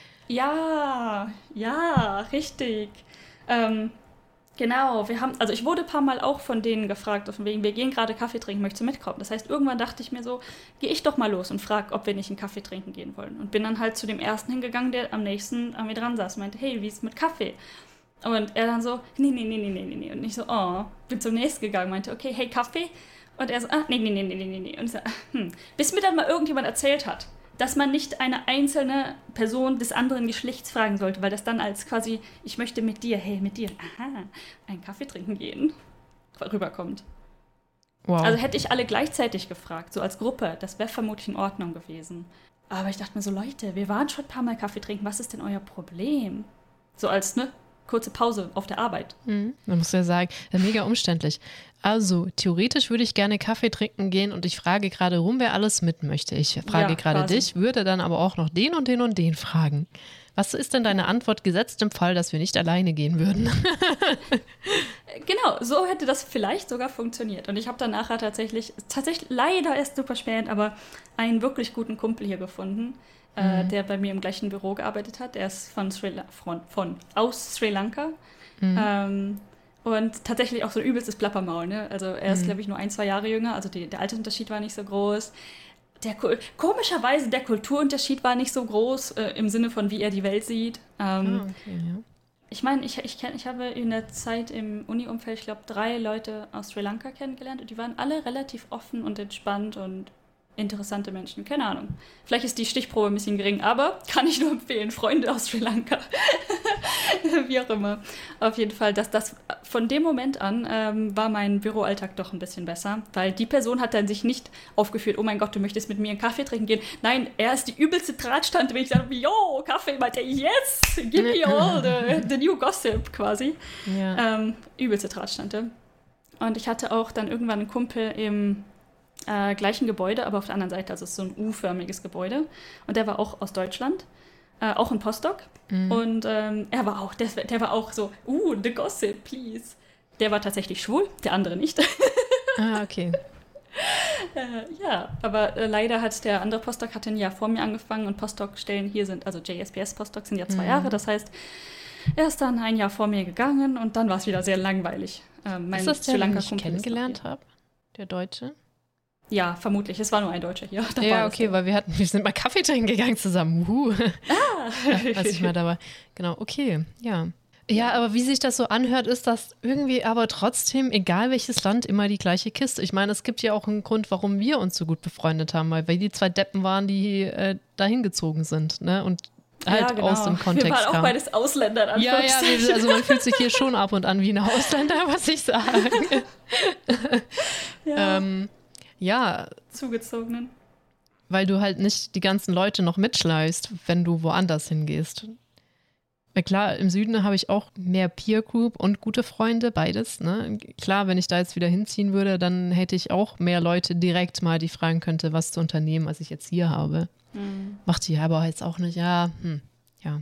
Ja, ja, richtig. Ähm, Genau, wir haben, also ich wurde ein paar Mal auch von denen gefragt, von wegen, wir gehen gerade Kaffee trinken, möchtest du mitkommen? Das heißt, irgendwann dachte ich mir so, gehe ich doch mal los und frage, ob wir nicht einen Kaffee trinken gehen wollen. Und bin dann halt zu dem ersten hingegangen, der am nächsten an mir dran saß und meinte, hey, wie ist es mit Kaffee? Und er dann so, nee, nee, nee, nee, nee, nee. Und ich so, oh, bin zum nächsten gegangen, meinte, okay, hey, Kaffee? Und er so, ah, nee, nee, nee, nee, nee, nee. Und ich so, hm. Bis mir dann mal irgendjemand erzählt hat, dass man nicht eine einzelne Person des anderen Geschlechts fragen sollte, weil das dann als quasi, ich möchte mit dir, hey, mit dir, aha, einen Kaffee trinken gehen, rüberkommt. Wow. Also hätte ich alle gleichzeitig gefragt, so als Gruppe, das wäre vermutlich in Ordnung gewesen. Aber ich dachte mir so, Leute, wir waren schon ein paar Mal Kaffee trinken, was ist denn euer Problem? So als, ne, kurze Pause auf der Arbeit. Mhm. Man muss ja sagen, mega umständlich. Also, theoretisch würde ich gerne Kaffee trinken gehen und ich frage gerade rum, wer alles mit möchte. Ich frage ja, gerade quasi. dich, würde dann aber auch noch den und den und den fragen. Was ist denn deine Antwort gesetzt im Fall, dass wir nicht alleine gehen würden? Genau, so hätte das vielleicht sogar funktioniert. Und ich habe dann nachher tatsächlich, tatsächlich leider erst super spät, aber einen wirklich guten Kumpel hier gefunden, mhm. äh, der bei mir im gleichen Büro gearbeitet hat. Er ist von, Sri La- von, von aus Sri Lanka. Mhm. Ähm, Und tatsächlich auch so ein übelstes Plappermaul, ne? Also er ist, mhm. glaube ich, nur ein, zwei Jahre jünger, also die, der Altersunterschied war nicht so groß. Der, komischerweise, der Kulturunterschied war nicht so groß, äh, im Sinne von, wie er die Welt sieht. Ähm, ah, okay, ja. Ich meine, ich, ich, ich habe in der Zeit im Uni-Umfeld, ich glaube, drei Leute aus Sri Lanka kennengelernt und die waren alle relativ offen und entspannt und interessante Menschen, keine Ahnung. Vielleicht ist die Stichprobe ein bisschen gering, aber kann ich nur empfehlen, Freunde aus Sri Lanka. Wie auch immer. Auf jeden Fall, dass das von dem Moment an ähm, war mein Büroalltag doch ein bisschen besser, weil die Person hat dann sich nicht aufgeführt, oh mein Gott, du möchtest mit mir einen Kaffee trinken gehen. Nein, er ist die übelste Drahtstante, wenn ich sage, yo, Kaffee, meinte er, yes, give me all the, the new gossip quasi. Ja. Ähm, übelste Drahtstante. Und ich hatte auch dann irgendwann einen Kumpel im äh, gleichen Gebäude, aber auf der anderen Seite, also es ist so ein U-förmiges Gebäude. Und der war auch aus Deutschland, äh, auch ein Postdoc. Mhm. Und ähm, er war auch, der, der war auch so, uh, the gossip, please. Der war tatsächlich schwul, der andere nicht. Ah, okay. äh, ja, aber äh, leider hat der andere Postdoc hat ein Jahr vor mir angefangen und Postdoc-Stellen hier sind, also J S P S-Postdocs sind ja zwei mhm. Jahre, das heißt, er ist dann ein Jahr vor mir gegangen und dann war es wieder sehr langweilig. Ähm, mein ist das der, den ich kennengelernt habe? Der Deutsche? Ja, vermutlich. Es war nur ein Deutscher hier. Da ja, okay, weil wir hatten, wir sind mal Kaffee trinken gegangen zusammen. Uh. Ah! ja, als ich mal da war. Genau, okay, ja. Ja, aber wie sich das so anhört, ist das irgendwie aber trotzdem, egal welches Land, immer die gleiche Kiste. Ich meine, es gibt ja auch einen Grund, warum wir uns so gut befreundet haben, weil wir die zwei Deppen waren, die äh, dahin gezogen sind, ne? Und halt ja, genau. aus dem Kontext Wir waren auch kam. beides Ausländer. An ja, ja, wir, also man fühlt sich hier schon ab und an wie ein Ausländer, was ich sage. ja. ähm, ja. Zugezogenen. Weil du halt nicht die ganzen Leute noch mitschleifst, wenn du woanders hingehst. Ja, klar, im Süden habe ich auch mehr Peer Group und gute Freunde, beides. Ne? Klar, wenn ich da jetzt wieder hinziehen würde, dann hätte ich auch mehr Leute direkt mal, die fragen könnte, was zu unternehmen, als ich jetzt hier habe. Hm. Macht die aber jetzt auch nicht. Ja, hm, ja.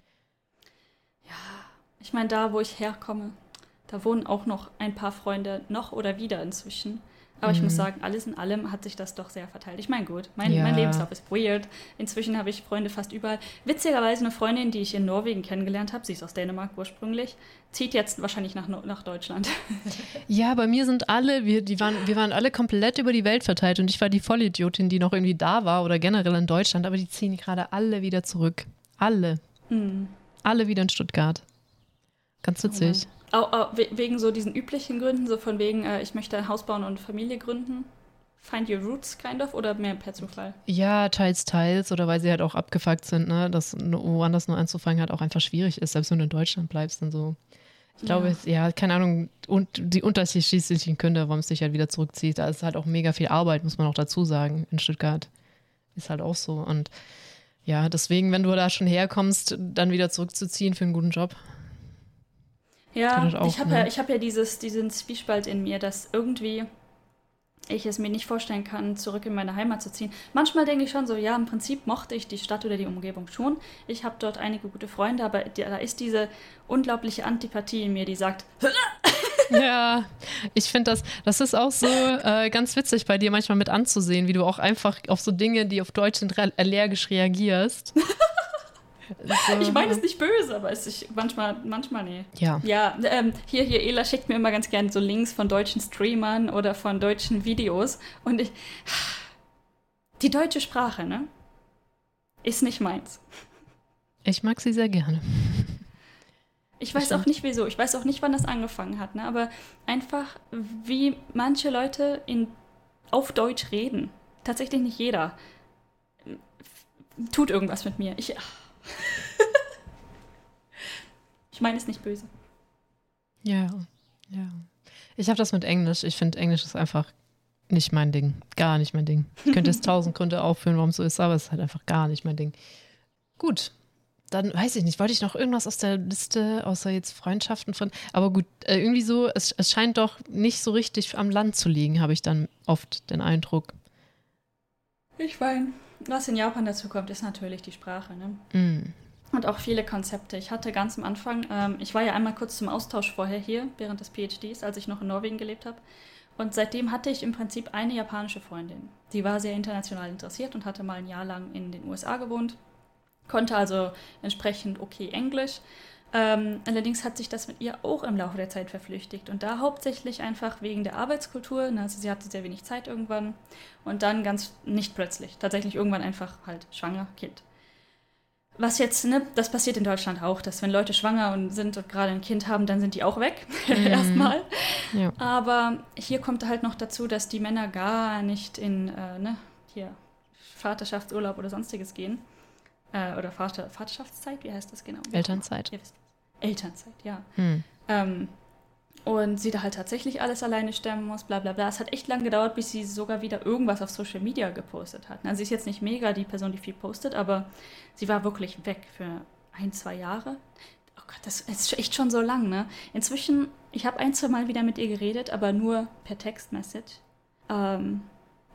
Ja, ich meine, da, wo ich herkomme, da wohnen auch noch ein paar Freunde noch oder wieder inzwischen. Aber ich mhm. muss sagen, alles in allem hat sich das doch sehr verteilt. Ich meine, gut, mein, ja. mein Lebenslauf ist weird. Inzwischen habe ich Freunde fast überall. Witzigerweise eine Freundin, die ich in Norwegen kennengelernt habe, sie ist aus Dänemark ursprünglich, zieht jetzt wahrscheinlich nach, nach Deutschland. Ja, bei mir sind alle, wir, die waren, wir waren alle komplett über die Welt verteilt und ich war die Vollidiotin, die noch irgendwie da war oder generell in Deutschland, aber die ziehen gerade alle wieder zurück. Alle. Mhm. Alle wieder in Stuttgart. Ganz witzig. Oh Auch, auch wegen so diesen üblichen Gründen, so von wegen, äh, ich möchte ein Haus bauen und Familie gründen. Find your roots, kind of, oder mehr per Zufall? Ja, teils, teils, oder weil sie halt auch abgefuckt sind, ne, dass woanders nur anzufangen halt auch einfach schwierig ist, selbst wenn du in Deutschland bleibst und so. Ich glaube, ja, ja keine Ahnung, und die unterschiedlichen Gründe, warum es sich halt wieder zurückzieht, da ist halt auch mega viel Arbeit, muss man auch dazu sagen, in Stuttgart. Ist halt auch so. Und ja, deswegen, wenn du da schon herkommst, dann wieder zurückzuziehen für einen guten Job. Ja, auch, ich habe ne? ja, ich hab ja dieses, diesen Zwiespalt in mir, dass irgendwie ich es mir nicht vorstellen kann, zurück in meine Heimat zu ziehen. Manchmal denke ich schon so, ja, im Prinzip mochte ich die Stadt oder die Umgebung schon. Ich habe dort einige gute Freunde, aber da ist diese unglaubliche Antipathie in mir, die sagt... Ja, ich finde das, das ist auch so äh, ganz witzig bei dir manchmal mit anzusehen, wie du auch einfach auf so Dinge, die auf Deutsch sind, re- allergisch reagierst. So. Ich meine es nicht böse, aber es ist manchmal, manchmal nee. Ja. Ja, ähm, hier, hier, Ela schickt mir immer ganz gerne so Links von deutschen Streamern oder von deutschen Videos. Und ich. Die deutsche Sprache, ne? Ist nicht meins. Ich mag sie sehr gerne. Ich weiß auch nicht wieso. Ich weiß auch nicht, wann das angefangen hat, ne? Aber einfach, wie manche Leute in, auf Deutsch reden. Tatsächlich nicht jeder. Tut irgendwas mit mir. Ich. Ich meine es nicht böse. Ja, ja. Ich habe das mit Englisch. Ich finde, Englisch ist einfach nicht mein Ding. Gar nicht mein Ding. Ich könnte jetzt tausend Gründe aufführen, warum es so ist, aber es ist halt einfach gar nicht mein Ding. Gut, dann weiß ich nicht. Wollte ich noch irgendwas aus der Liste, außer jetzt Freundschaften von... Aber gut, äh, irgendwie so, es, es scheint doch nicht so richtig am Land zu liegen, habe ich dann oft den Eindruck. Ich meine, was in Japan dazu kommt, ist natürlich die Sprache, ne? Mm. Und auch viele Konzepte. Ich hatte ganz am Anfang, ähm, ich war ja einmal kurz zum Austausch vorher hier, während des PhDs, als ich noch in Norwegen gelebt habe. Und seitdem hatte ich im Prinzip eine japanische Freundin. Die war sehr international interessiert und hatte mal ein Jahr lang in den U S A gewohnt. Konnte also entsprechend okay Englisch. Ähm, allerdings hat sich das mit ihr auch im Laufe der Zeit verflüchtigt. Und da hauptsächlich einfach wegen der Arbeitskultur. Also sie hatte sehr wenig Zeit irgendwann. Und dann ganz nicht plötzlich. Tatsächlich irgendwann einfach halt schwanger, Kind. Was jetzt, ne, das passiert in Deutschland auch, dass wenn Leute schwanger und sind und gerade ein Kind haben, dann sind die auch weg, mhm. erstmal. Ja. Aber hier kommt halt noch dazu, dass die Männer gar nicht in, äh, ne, hier, Vaterschaftsurlaub oder sonstiges gehen. Äh, oder Vater, Vaterschaftszeit, wie heißt das genau? Elternzeit. Ihr wisst. Elternzeit, ja. Hm. Ähm, und sie da halt tatsächlich alles alleine stemmen muss, bla bla bla. Es hat echt lange gedauert, bis sie sogar wieder irgendwas auf Social Media gepostet hat. Also sie ist jetzt nicht mega die Person, die viel postet, aber sie war wirklich weg für ein, zwei Jahre. Oh Gott, das ist echt schon so lang, ne? Inzwischen, ich habe ein, zwei Mal wieder mit ihr geredet, aber nur per Textmessage. Ähm,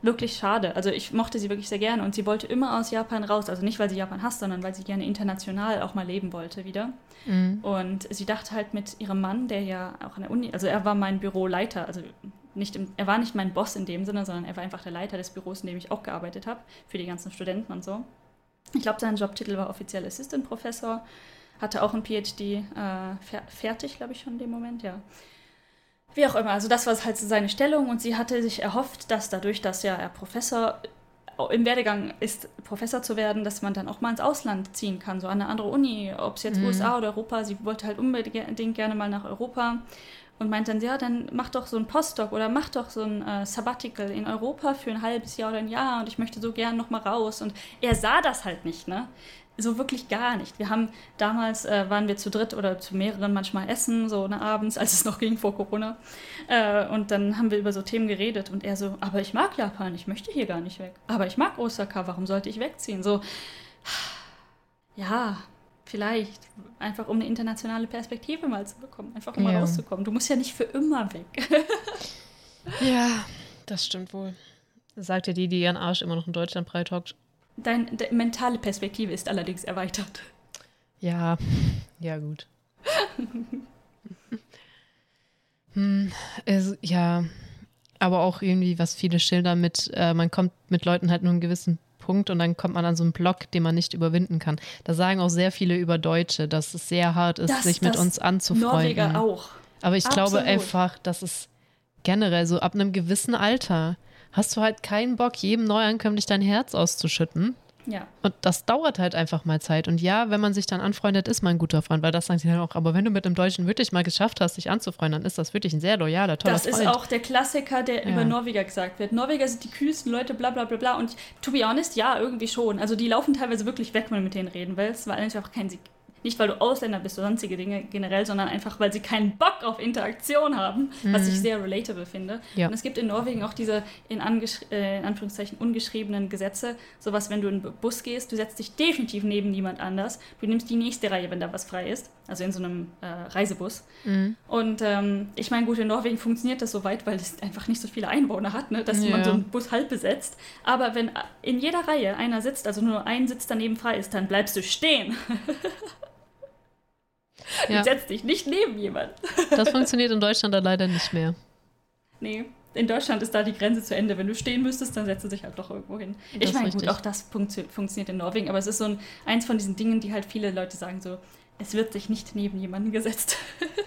wirklich schade. Also ich mochte sie wirklich sehr gerne und sie wollte immer aus Japan raus. Also nicht, weil sie Japan hasst, sondern weil sie gerne international auch mal leben wollte wieder. Mhm. Und sie dachte halt mit ihrem Mann, der ja auch an der Uni, also er war mein Büroleiter, also nicht im, er war nicht mein Boss in dem Sinne, sondern er war einfach der Leiter des Büros, in dem ich auch gearbeitet habe, für die ganzen Studenten und so. Ich glaube, sein Jobtitel war offiziell Assistant Professor, hatte auch ein P H D äh, fer- fertig, glaube ich, schon in dem Moment, ja. Wie auch immer, also das war halt so seine Stellung und sie hatte sich erhofft, dass dadurch, dass ja er Professor im Werdegang ist, Professor zu werden, dass man dann auch mal ins Ausland ziehen kann, so an eine andere Uni, ob es jetzt mhm. U S A oder Europa, sie wollte halt unbedingt gerne mal nach Europa und meinte dann, ja, dann mach doch so ein Postdoc oder mach doch so ein äh, Sabbatical in Europa für ein halbes Jahr oder ein Jahr und ich möchte so gern noch mal raus und er sah das halt nicht, ne? So wirklich gar nicht. Wir haben damals, äh, waren wir zu dritt oder zu mehreren manchmal essen, so ne, abends, als es noch ging vor Corona. Äh, und dann haben wir über so Themen geredet und er so, aber ich mag Japan, ich möchte hier gar nicht weg. Aber ich mag Osaka, warum sollte ich wegziehen? So, ja, vielleicht. Einfach um eine internationale Perspektive mal zu bekommen. Einfach um ja. mal rauszukommen. Du musst ja nicht für immer weg. Ja, das stimmt wohl. Sagt ja die, die ihren Arsch immer noch in Deutschland breit hockt. Deine mentale Perspektive ist allerdings erweitert. Ja, ja gut. hm, es, ja, aber auch irgendwie, was viele schildern mit, äh, man kommt mit Leuten halt nur einen gewissen Punkt und dann kommt man an so einen Block, den man nicht überwinden kann. Da sagen auch sehr viele über Deutsche, dass es sehr hart ist, das, sich mit uns anzufreunden. Norweger auch. Aber ich Absolut. glaube einfach, dass es generell so ab einem gewissen Alter hast du halt keinen Bock, jedem Neuankömmlich dein Herz auszuschütten. Ja. Und das dauert halt einfach mal Zeit. Und ja, wenn man sich dann anfreundet, ist man ein guter Freund, weil das sagen sie dann auch. Aber wenn du mit einem Deutschen wirklich mal geschafft hast, dich anzufreunden, dann ist das wirklich ein sehr loyaler, toller das Freund. Das ist auch der Klassiker, der ja. über Norweger gesagt wird. Norweger sind die kühlsten Leute, bla bla bla bla. Und to be honest, ja, irgendwie schon. Also die laufen teilweise wirklich weg, wenn du mit denen reden willst, weil einfach kein Sieg. Nicht, weil du Ausländer bist oder sonstige Dinge generell, sondern einfach, weil sie keinen Bock auf Interaktion haben, mhm. was ich sehr relatable finde. Ja. Und es gibt in Norwegen auch diese, in, angesch- äh, in Anführungszeichen, ungeschriebenen Gesetze, sowas, wenn du in den Bus gehst, du setzt dich definitiv neben niemand anders, du nimmst die nächste Reihe, wenn da was frei ist, also in so einem äh, Reisebus. Mhm. Und ähm, ich meine, gut, in Norwegen funktioniert das so weit, weil es einfach nicht so viele Einwohner hat, ne, dass ja. man so einen Bus halb besetzt. Aber wenn in jeder Reihe einer sitzt, also nur ein Sitz daneben frei ist, dann bleibst du stehen. Ja. Du setzt dich nicht neben jemand. Das funktioniert in Deutschland dann leider nicht mehr. Nee, in Deutschland ist da die Grenze zu Ende. Wenn du stehen müsstest, dann setzt du dich halt doch irgendwo hin. Das ich meine, gut, auch das funktio- funktioniert in Norwegen, aber es ist so ein, eins von diesen Dingen, die halt viele Leute sagen so, es wird sich nicht neben jemanden gesetzt.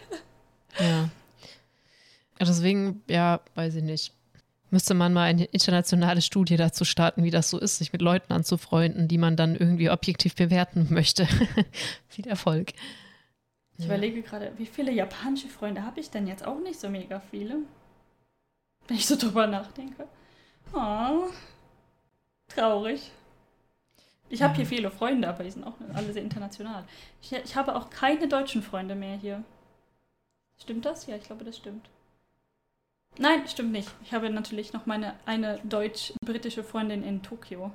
Ja. Deswegen, ja, weiß ich nicht. Müsste man mal eine internationale Studie dazu starten, wie das so ist, sich mit Leuten anzufreunden, die man dann irgendwie objektiv bewerten möchte. Viel Erfolg. Ich ja. überlege gerade, wie viele japanische Freunde habe ich denn jetzt? Auch nicht so mega viele. Wenn ich so drüber nachdenke. Oh, traurig. Ich habe ja. hier viele Freunde, aber die sind auch alle sehr international. Ich, ich habe auch keine deutschen Freunde mehr hier. Stimmt das? Ja, ich glaube, das stimmt. Nein, stimmt nicht. Ich habe natürlich noch meine eine deutsch-britische Freundin in Tokio.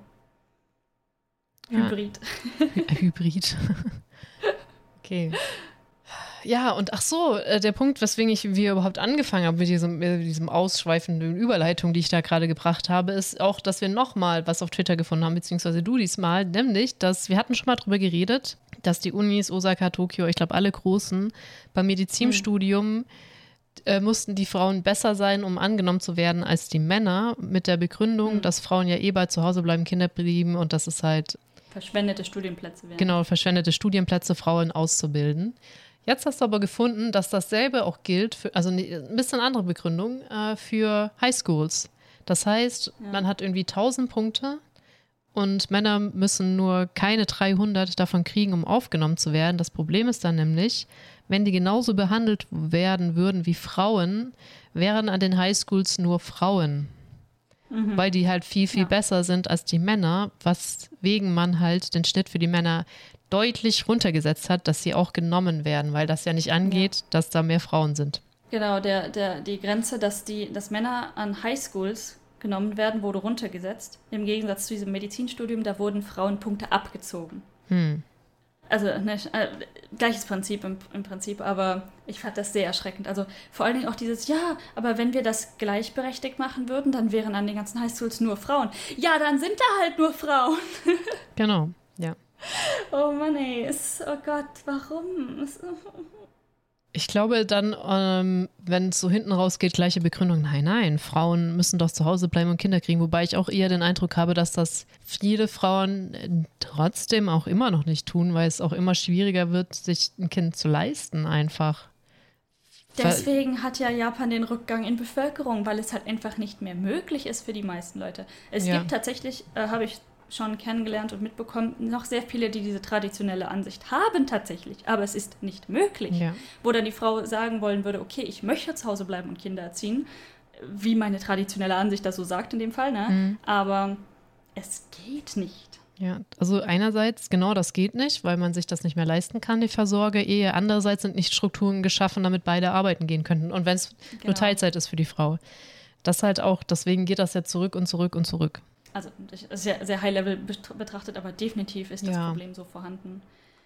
Hybrid. Ja. Hybrid. Okay. Ja, und ach so, der Punkt, weswegen ich wir überhaupt angefangen haben mit diesem, mit diesem ausschweifenden Überleitung, die ich da gerade gebracht habe, ist auch, dass wir nochmal was auf Twitter gefunden haben, beziehungsweise du diesmal, nämlich, dass wir hatten schon mal drüber geredet, dass die Unis Osaka, Tokio, ich glaube alle großen, beim Medizinstudium mhm. äh, mussten die Frauen besser sein, um angenommen zu werden als die Männer, mit der Begründung, mhm. dass Frauen ja eh bald zu Hause bleiben, Kinder bleiben und das ist halt verschwendete Studienplätze werden. Genau, verschwendete Studienplätze, Frauen auszubilden. Jetzt hast du aber gefunden, dass dasselbe auch gilt, für, also ein bisschen andere Begründung, äh, für Highschools. Das heißt, ja. man hat irgendwie tausend Punkte und Männer müssen nur keine dreihundert davon kriegen, um aufgenommen zu werden. Das Problem ist dann nämlich, wenn die genauso behandelt werden würden wie Frauen, wären an den Highschools nur Frauen. Mhm. Weil die halt viel, viel ja. besser sind als die Männer, weswegen man halt den Schnitt für die Männer deutlich runtergesetzt hat, dass sie auch genommen werden, weil das ja nicht angeht, ja. dass da mehr Frauen sind. Genau, der, der, die Grenze, dass, die, dass Männer an Highschools genommen werden, wurde runtergesetzt. Im Gegensatz zu diesem Medizinstudium, da wurden Frauen Punkte abgezogen. Hm. Also, ne, äh, gleiches Prinzip im, im Prinzip, aber ich fand das sehr erschreckend. Also vor allen Dingen auch dieses, ja, aber wenn wir das gleichberechtigt machen würden, dann wären an den ganzen Highschools nur Frauen. Ja, dann sind da halt nur Frauen. Genau, ja. Oh Mann, ey, es, oh Gott, warum? Es, Ich glaube dann, ähm, wenn es so hinten rausgeht, gleiche Begründung, nein, nein, Frauen müssen doch zu Hause bleiben und Kinder kriegen, wobei ich auch eher den Eindruck habe, dass das viele Frauen äh, trotzdem auch immer noch nicht tun, weil es auch immer schwieriger wird, sich ein Kind zu leisten einfach. Deswegen hat ja Japan den Rückgang in Bevölkerung, weil es halt einfach nicht mehr möglich ist für die meisten Leute. Es Ja. gibt tatsächlich, äh, habe ich schon kennengelernt und mitbekommen, noch sehr viele, die diese traditionelle Ansicht haben tatsächlich, aber es ist nicht möglich. Ja. Wo dann die Frau sagen wollen würde, okay, ich möchte zu Hause bleiben und Kinder erziehen, wie meine traditionelle Ansicht das so sagt in dem Fall, ne? Mhm. Aber es geht nicht. Ja, also einerseits, genau, das geht nicht, weil man sich das nicht mehr leisten kann, die Versorge-Ehe. Andererseits sind nicht Strukturen geschaffen, damit beide arbeiten gehen könnten. Und wenn es Genau. nur Teilzeit ist für die Frau. Das halt auch, deswegen geht das ja zurück und zurück und zurück. Also das ist sehr, sehr high-level betrachtet, aber definitiv ist das Ja. Problem so vorhanden.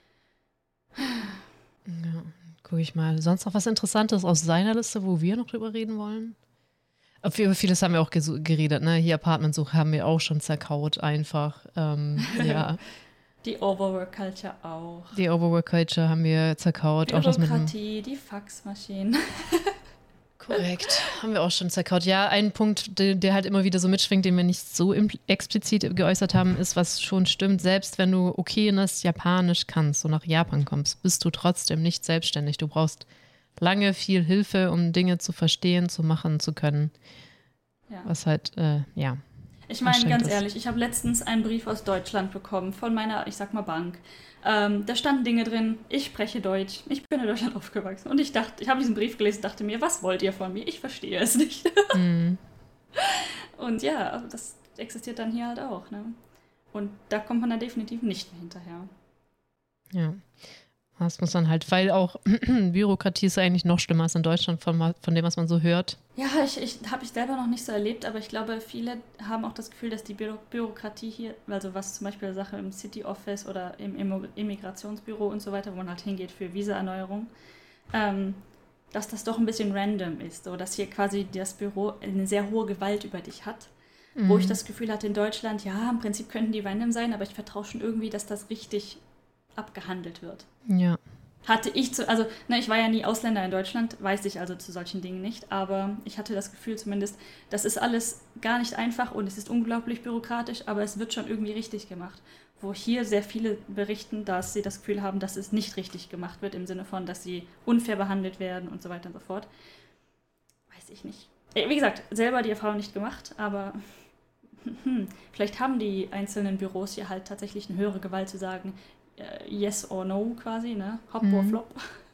Ja, gucke ich mal. Sonst noch was Interessantes aus seiner Liste, wo wir noch drüber reden wollen? Auf- Über vieles haben wir auch ges- geredet, ne? Hier Apartmentsuche haben wir auch schon zerkaut einfach. Ähm, ja, Die Overwork-Culture auch. die Overwork Culture haben wir zerkaut. Auch das mit dem Bürokratie, die Faxmaschinen. Korrekt, haben wir auch schon zerkaut. Ja, ein Punkt, der, der halt immer wieder so mitschwingt, den wir nicht so impl- explizit geäußert haben, ist, was schon stimmt. Selbst wenn du okayes Japanisch kannst und nach Japan kommst, bist du trotzdem nicht selbstständig. Du brauchst lange viel Hilfe, um Dinge zu verstehen, zu machen zu können. Ja. Was halt, äh, ja. Ich meine, anstrengend ganz ist. ehrlich, ich habe letztens einen Brief aus Deutschland bekommen von meiner, ich sag mal, Bank. Ähm, da standen Dinge drin, ich spreche Deutsch, ich bin in Deutschland aufgewachsen. Und ich dachte, ich habe diesen Brief gelesen, dachte mir, was wollt ihr von mir? Ich verstehe es nicht. Mhm. Und ja, das existiert dann hier halt auch, ne? Und da kommt man dann definitiv nicht mehr hinterher. Ja. Das muss man halt, weil auch Bürokratie ist eigentlich noch schlimmer als in Deutschland, von, wa- von dem, was man so hört. Ja, ich, ich habe ich selber noch nicht so erlebt, aber ich glaube, viele haben auch das Gefühl, dass die Büro Bürokratie hier, also was zum Beispiel Sache im City Office oder im Immo Immigrationsbüro und so weiter, wo man halt hingeht für Visa-Erneuerung, ähm, dass das doch ein bisschen random ist, so dass hier quasi das Büro eine sehr hohe Gewalt über dich hat. Mhm. Wo ich das Gefühl hatte in Deutschland, ja, im Prinzip könnten die random sein, aber ich vertraue schon irgendwie, dass das richtig abgehandelt wird. Ja. Hatte ich zu, also ne, ich war ja nie Ausländer in Deutschland, weiß ich also zu solchen Dingen nicht, aber ich hatte das Gefühl zumindest, das ist alles gar nicht einfach und es ist unglaublich bürokratisch, aber es wird schon irgendwie richtig gemacht. Wo hier sehr viele berichten, dass sie das Gefühl haben, dass es nicht richtig gemacht wird, im Sinne von, dass sie unfair behandelt werden und so weiter und so fort. Weiß ich nicht. Wie gesagt, selber die Erfahrung nicht gemacht, aber hm, vielleicht haben die einzelnen Büros hier halt tatsächlich eine höhere Gewalt zu sagen, Uh, yes or no quasi, ne? Hop Mhm. or flop.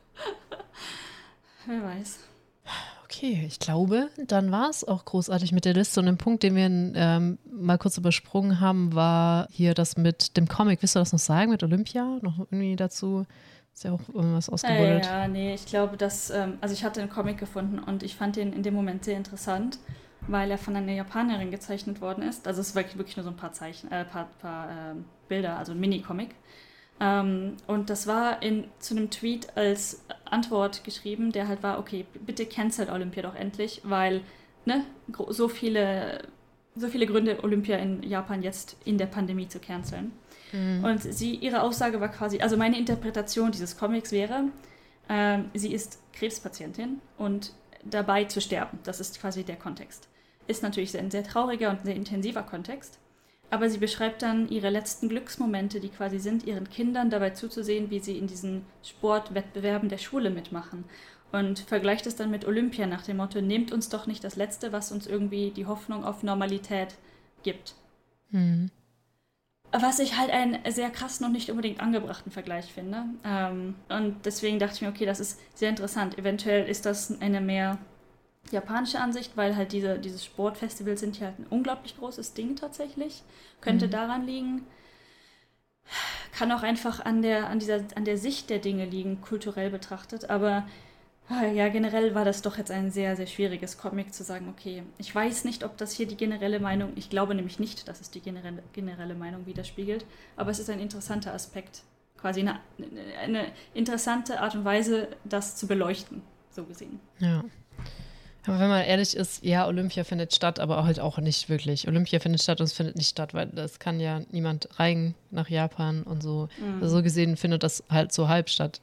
Wer weiß. Okay, ich glaube, dann war es auch großartig mit der Liste. Und ein Punkt, den wir ähm, mal kurz übersprungen haben, war hier das mit dem Comic. Willst du das noch sagen mit Olympia? Noch irgendwie dazu? Ist ja auch irgendwas Äh, ausgebuddelt. ja, nee, ich glaube, dass, ähm, also ich hatte einen Comic gefunden und ich fand den in dem Moment sehr interessant, weil er von einer Japanerin gezeichnet worden ist. Also es ist wirklich, wirklich nur so ein paar Zeichen, äh, paar, paar ähm, Bilder, also ein Mini-Comic. Ähm, und das war in, zu einem Tweet als Antwort geschrieben, der halt war, okay, bitte cancel Olympia doch endlich, weil ne, gro- so viele, so viele Gründe, Olympia in Japan jetzt in der Pandemie zu canceln. Mhm. Und sie, ihre Aussage war quasi, also meine Interpretation dieses Comics wäre, ähm, sie ist Krebspatientin und dabei zu sterben. Das ist quasi der Kontext. Ist natürlich ein sehr trauriger und sehr intensiver Kontext. Aber sie beschreibt dann ihre letzten Glücksmomente, die quasi sind, ihren Kindern dabei zuzusehen, wie sie in diesen Sportwettbewerben der Schule mitmachen. Und vergleicht es dann mit Olympia nach dem Motto, nehmt uns doch nicht das Letzte, was uns irgendwie die Hoffnung auf Normalität gibt. Mhm. Was ich halt einen sehr krassen und nicht unbedingt angebrachten Vergleich finde. Ähm, und deswegen dachte ich mir, okay, das ist sehr interessant. Eventuell ist das eine mehr japanische Ansicht, weil halt diese, diese Sportfestivals sind ja halt ein unglaublich großes Ding tatsächlich. Könnte Mhm. daran liegen. Kann auch einfach an der, an dieser, an der Sicht der Dinge liegen, kulturell betrachtet. Aber ah, ja, generell war das doch jetzt ein sehr, sehr schwieriges Comic zu sagen, okay, ich weiß nicht, ob das hier die generelle Meinung, ich glaube nämlich nicht, dass es die generelle, generelle Meinung widerspiegelt, aber es ist ein interessanter Aspekt, quasi eine, eine interessante Art und Weise, das zu beleuchten, so gesehen. Ja. Aber wenn man ehrlich ist, ja, Olympia findet statt, aber halt auch nicht wirklich. Olympia findet statt und es findet nicht statt, weil das kann ja niemand rein nach Japan und so. Mhm. Also so gesehen findet das halt so halb statt.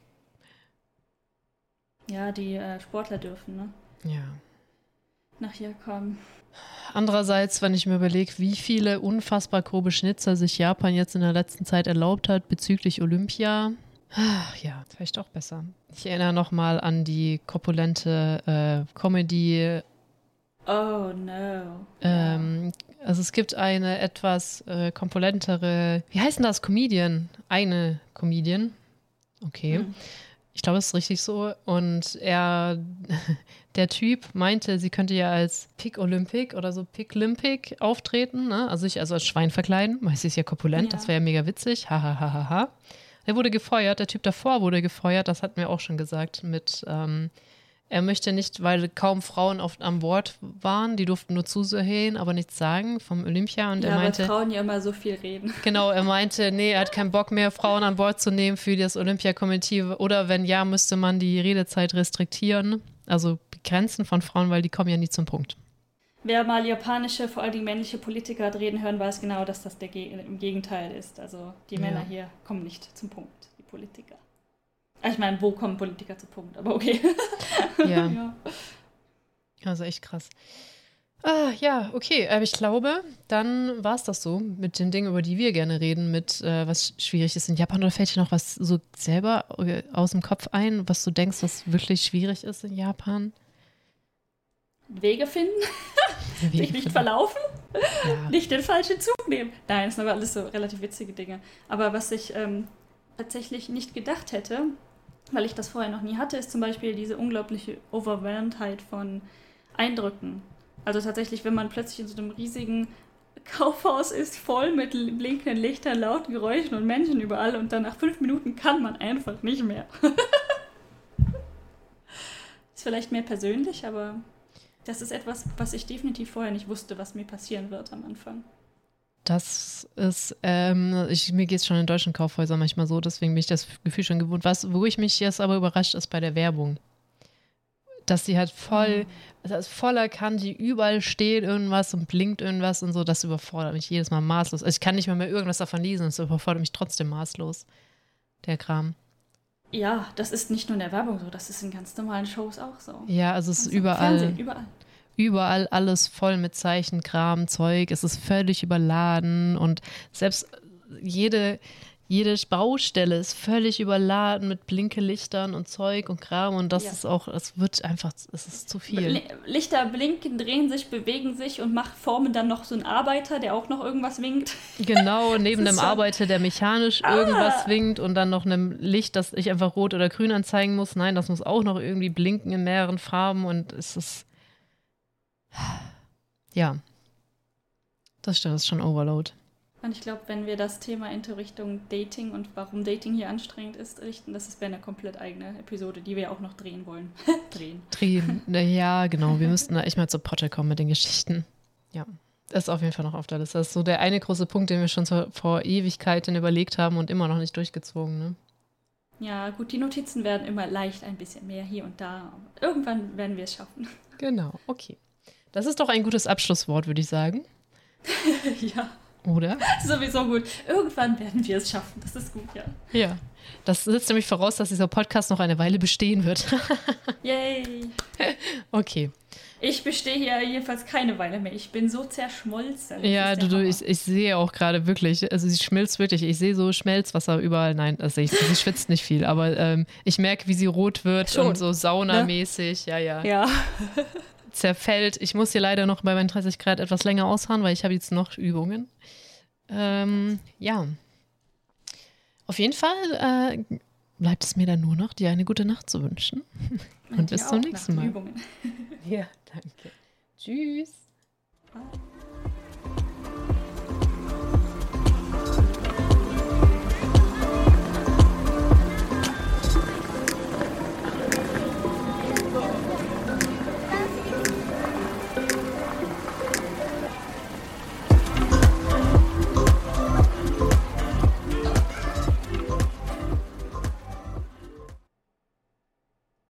Ja, die äh, Sportler dürfen, ne? Ja. Nach hier kommen. Andererseits, wenn ich mir überlege, wie viele unfassbar grobe Schnitzer sich Japan jetzt in der letzten Zeit erlaubt hat bezüglich Olympia, ja, vielleicht auch besser. Ich erinnere nochmal an die korpulente äh, Comedy. Oh no. Ähm, also es gibt eine etwas äh, korpulentere, wie heißt denn das, Comedian? Eine Comedian. Okay. Hm. Ich glaube, es ist richtig so. Und er, der Typ meinte, sie könnte ja als Pick Olympic oder so Pick Olympic auftreten, ne? Also sich also als Schwein verkleiden, weil sie ist ja korpulent, ja. Das wäre ja mega witzig. Ha, ha, ha, ha, ha. Er wurde gefeuert, der Typ davor wurde gefeuert, das hatten wir auch schon gesagt, mit, ähm, er möchte nicht, weil kaum Frauen oft an Bord waren, die durften nur zusehen, aber nichts sagen vom Olympia. Und ja, er meinte, weil Frauen ja immer so viel reden. Genau, er meinte, nee, er hat keinen Bock mehr, Frauen an Bord zu nehmen für das Olympia-Komitee. Oder wenn ja, müsste man die Redezeit restriktieren, also begrenzen von Frauen, weil die kommen ja nie zum Punkt. Wer mal japanische, vor allem männliche Politiker reden hören, weiß genau, dass das der Ge- im Gegenteil ist. Also die ja. Männer hier kommen nicht zum Punkt, die Politiker. Ich meine, wo kommen Politiker zum Punkt? Aber okay. Ja. ja. Also echt krass. Ah, ja, okay. Aber ich glaube, dann war es das so mit den Dingen, über die wir gerne reden, mit äh, was schwierig ist in Japan. Oder fällt dir noch was so selber aus dem Kopf ein, was du denkst, was wirklich schwierig ist in Japan? Wege finden, Wege sich nicht finden. verlaufen, ja. Nicht den falschen Zug nehmen. Nein, das sind aber alles so relativ witzige Dinge. Aber was ich ähm, tatsächlich nicht gedacht hätte, weil ich das vorher noch nie hatte, ist zum Beispiel diese unglaubliche Overwhelmedheit von Eindrücken. Also tatsächlich, wenn man plötzlich in so einem riesigen Kaufhaus ist, voll mit blinkenden Lichtern, lauten Geräuschen und Menschen überall und dann nach fünf Minuten kann man einfach nicht mehr. Ist vielleicht mehr persönlich, aber das ist etwas, was ich definitiv vorher nicht wusste, was mir passieren wird am Anfang. Das ist, ähm, ich, mir geht es schon in deutschen Kaufhäusern manchmal so, deswegen bin ich das Gefühl schon gewohnt. Was, wo ich mich jetzt aber überrascht, ist bei der Werbung. Dass sie halt voll, das ist voller Kanji, überall steht irgendwas und blinkt irgendwas und so, das überfordert mich jedes Mal maßlos. Also ich kann nicht mehr, mehr irgendwas davon lesen, das überfordert mich trotzdem maßlos, der Kram. Ja, das ist nicht nur in der Werbung so, das ist in ganz normalen Shows auch so. Ja, also es ist also überall. Fernsehen, überall. Überall alles voll mit Zeichenkram, Zeug. Es ist völlig überladen und selbst jede, jede Baustelle ist völlig überladen mit Blinkelichtern und Zeug und Kram und das ja. ist auch, es wird einfach, es ist zu viel. Lichter blinken, drehen sich, bewegen sich und macht formen dann noch so einen Arbeiter, der auch noch irgendwas winkt. Genau, neben einem so Arbeiter, der mechanisch ah. irgendwas winkt und dann noch einem Licht, das ich einfach rot oder grün anzeigen muss. Nein, das muss auch noch irgendwie blinken in mehreren Farben und es ist ja, das stimmt, das ist schon Overload. Und ich glaube, wenn wir das Thema in Richtung Dating und warum Dating hier anstrengend ist, richten, das wäre eine komplett eigene Episode, die wir auch noch drehen wollen. drehen. Drehen, ja, genau. Wir müssten da echt mal zur Potte kommen mit den Geschichten. Ja, das ist auf jeden Fall noch auf der Liste. Das ist so der eine große Punkt, den wir schon so vor Ewigkeiten überlegt haben und immer noch nicht durchgezogen, ne? Ja, gut, die Notizen werden immer leicht ein bisschen mehr hier und da. Irgendwann werden wir es schaffen. Genau, okay. Das ist doch ein gutes Abschlusswort, würde ich sagen. Ja. Oder? Sowieso gut. Irgendwann werden wir es schaffen. Das ist gut, ja. Ja. Das setzt nämlich voraus, dass dieser Podcast noch eine Weile bestehen wird. Yay. Okay. Ich bestehe hier jedenfalls keine Weile mehr. Ich bin so zerschmolzen. Ja, du, du ich, ich sehe auch gerade wirklich, also sie schmilzt wirklich. Ich sehe so Schmelzwasser überall. Nein, das sehe ich, sie schwitzt nicht viel, aber ähm, ich merke, wie sie rot wird Schon. und so saunamäßig. Ne? Ja, ja. Ja. Zerfällt. Ich muss hier leider noch bei meinen dreißig Grad etwas länger ausharren, weil ich habe jetzt noch Übungen. Ähm, ja. Auf jeden Fall äh, bleibt es mir dann nur noch, dir eine gute Nacht zu wünschen. Und bis zum nächsten Mal. Übungen. Ja, danke. Tschüss.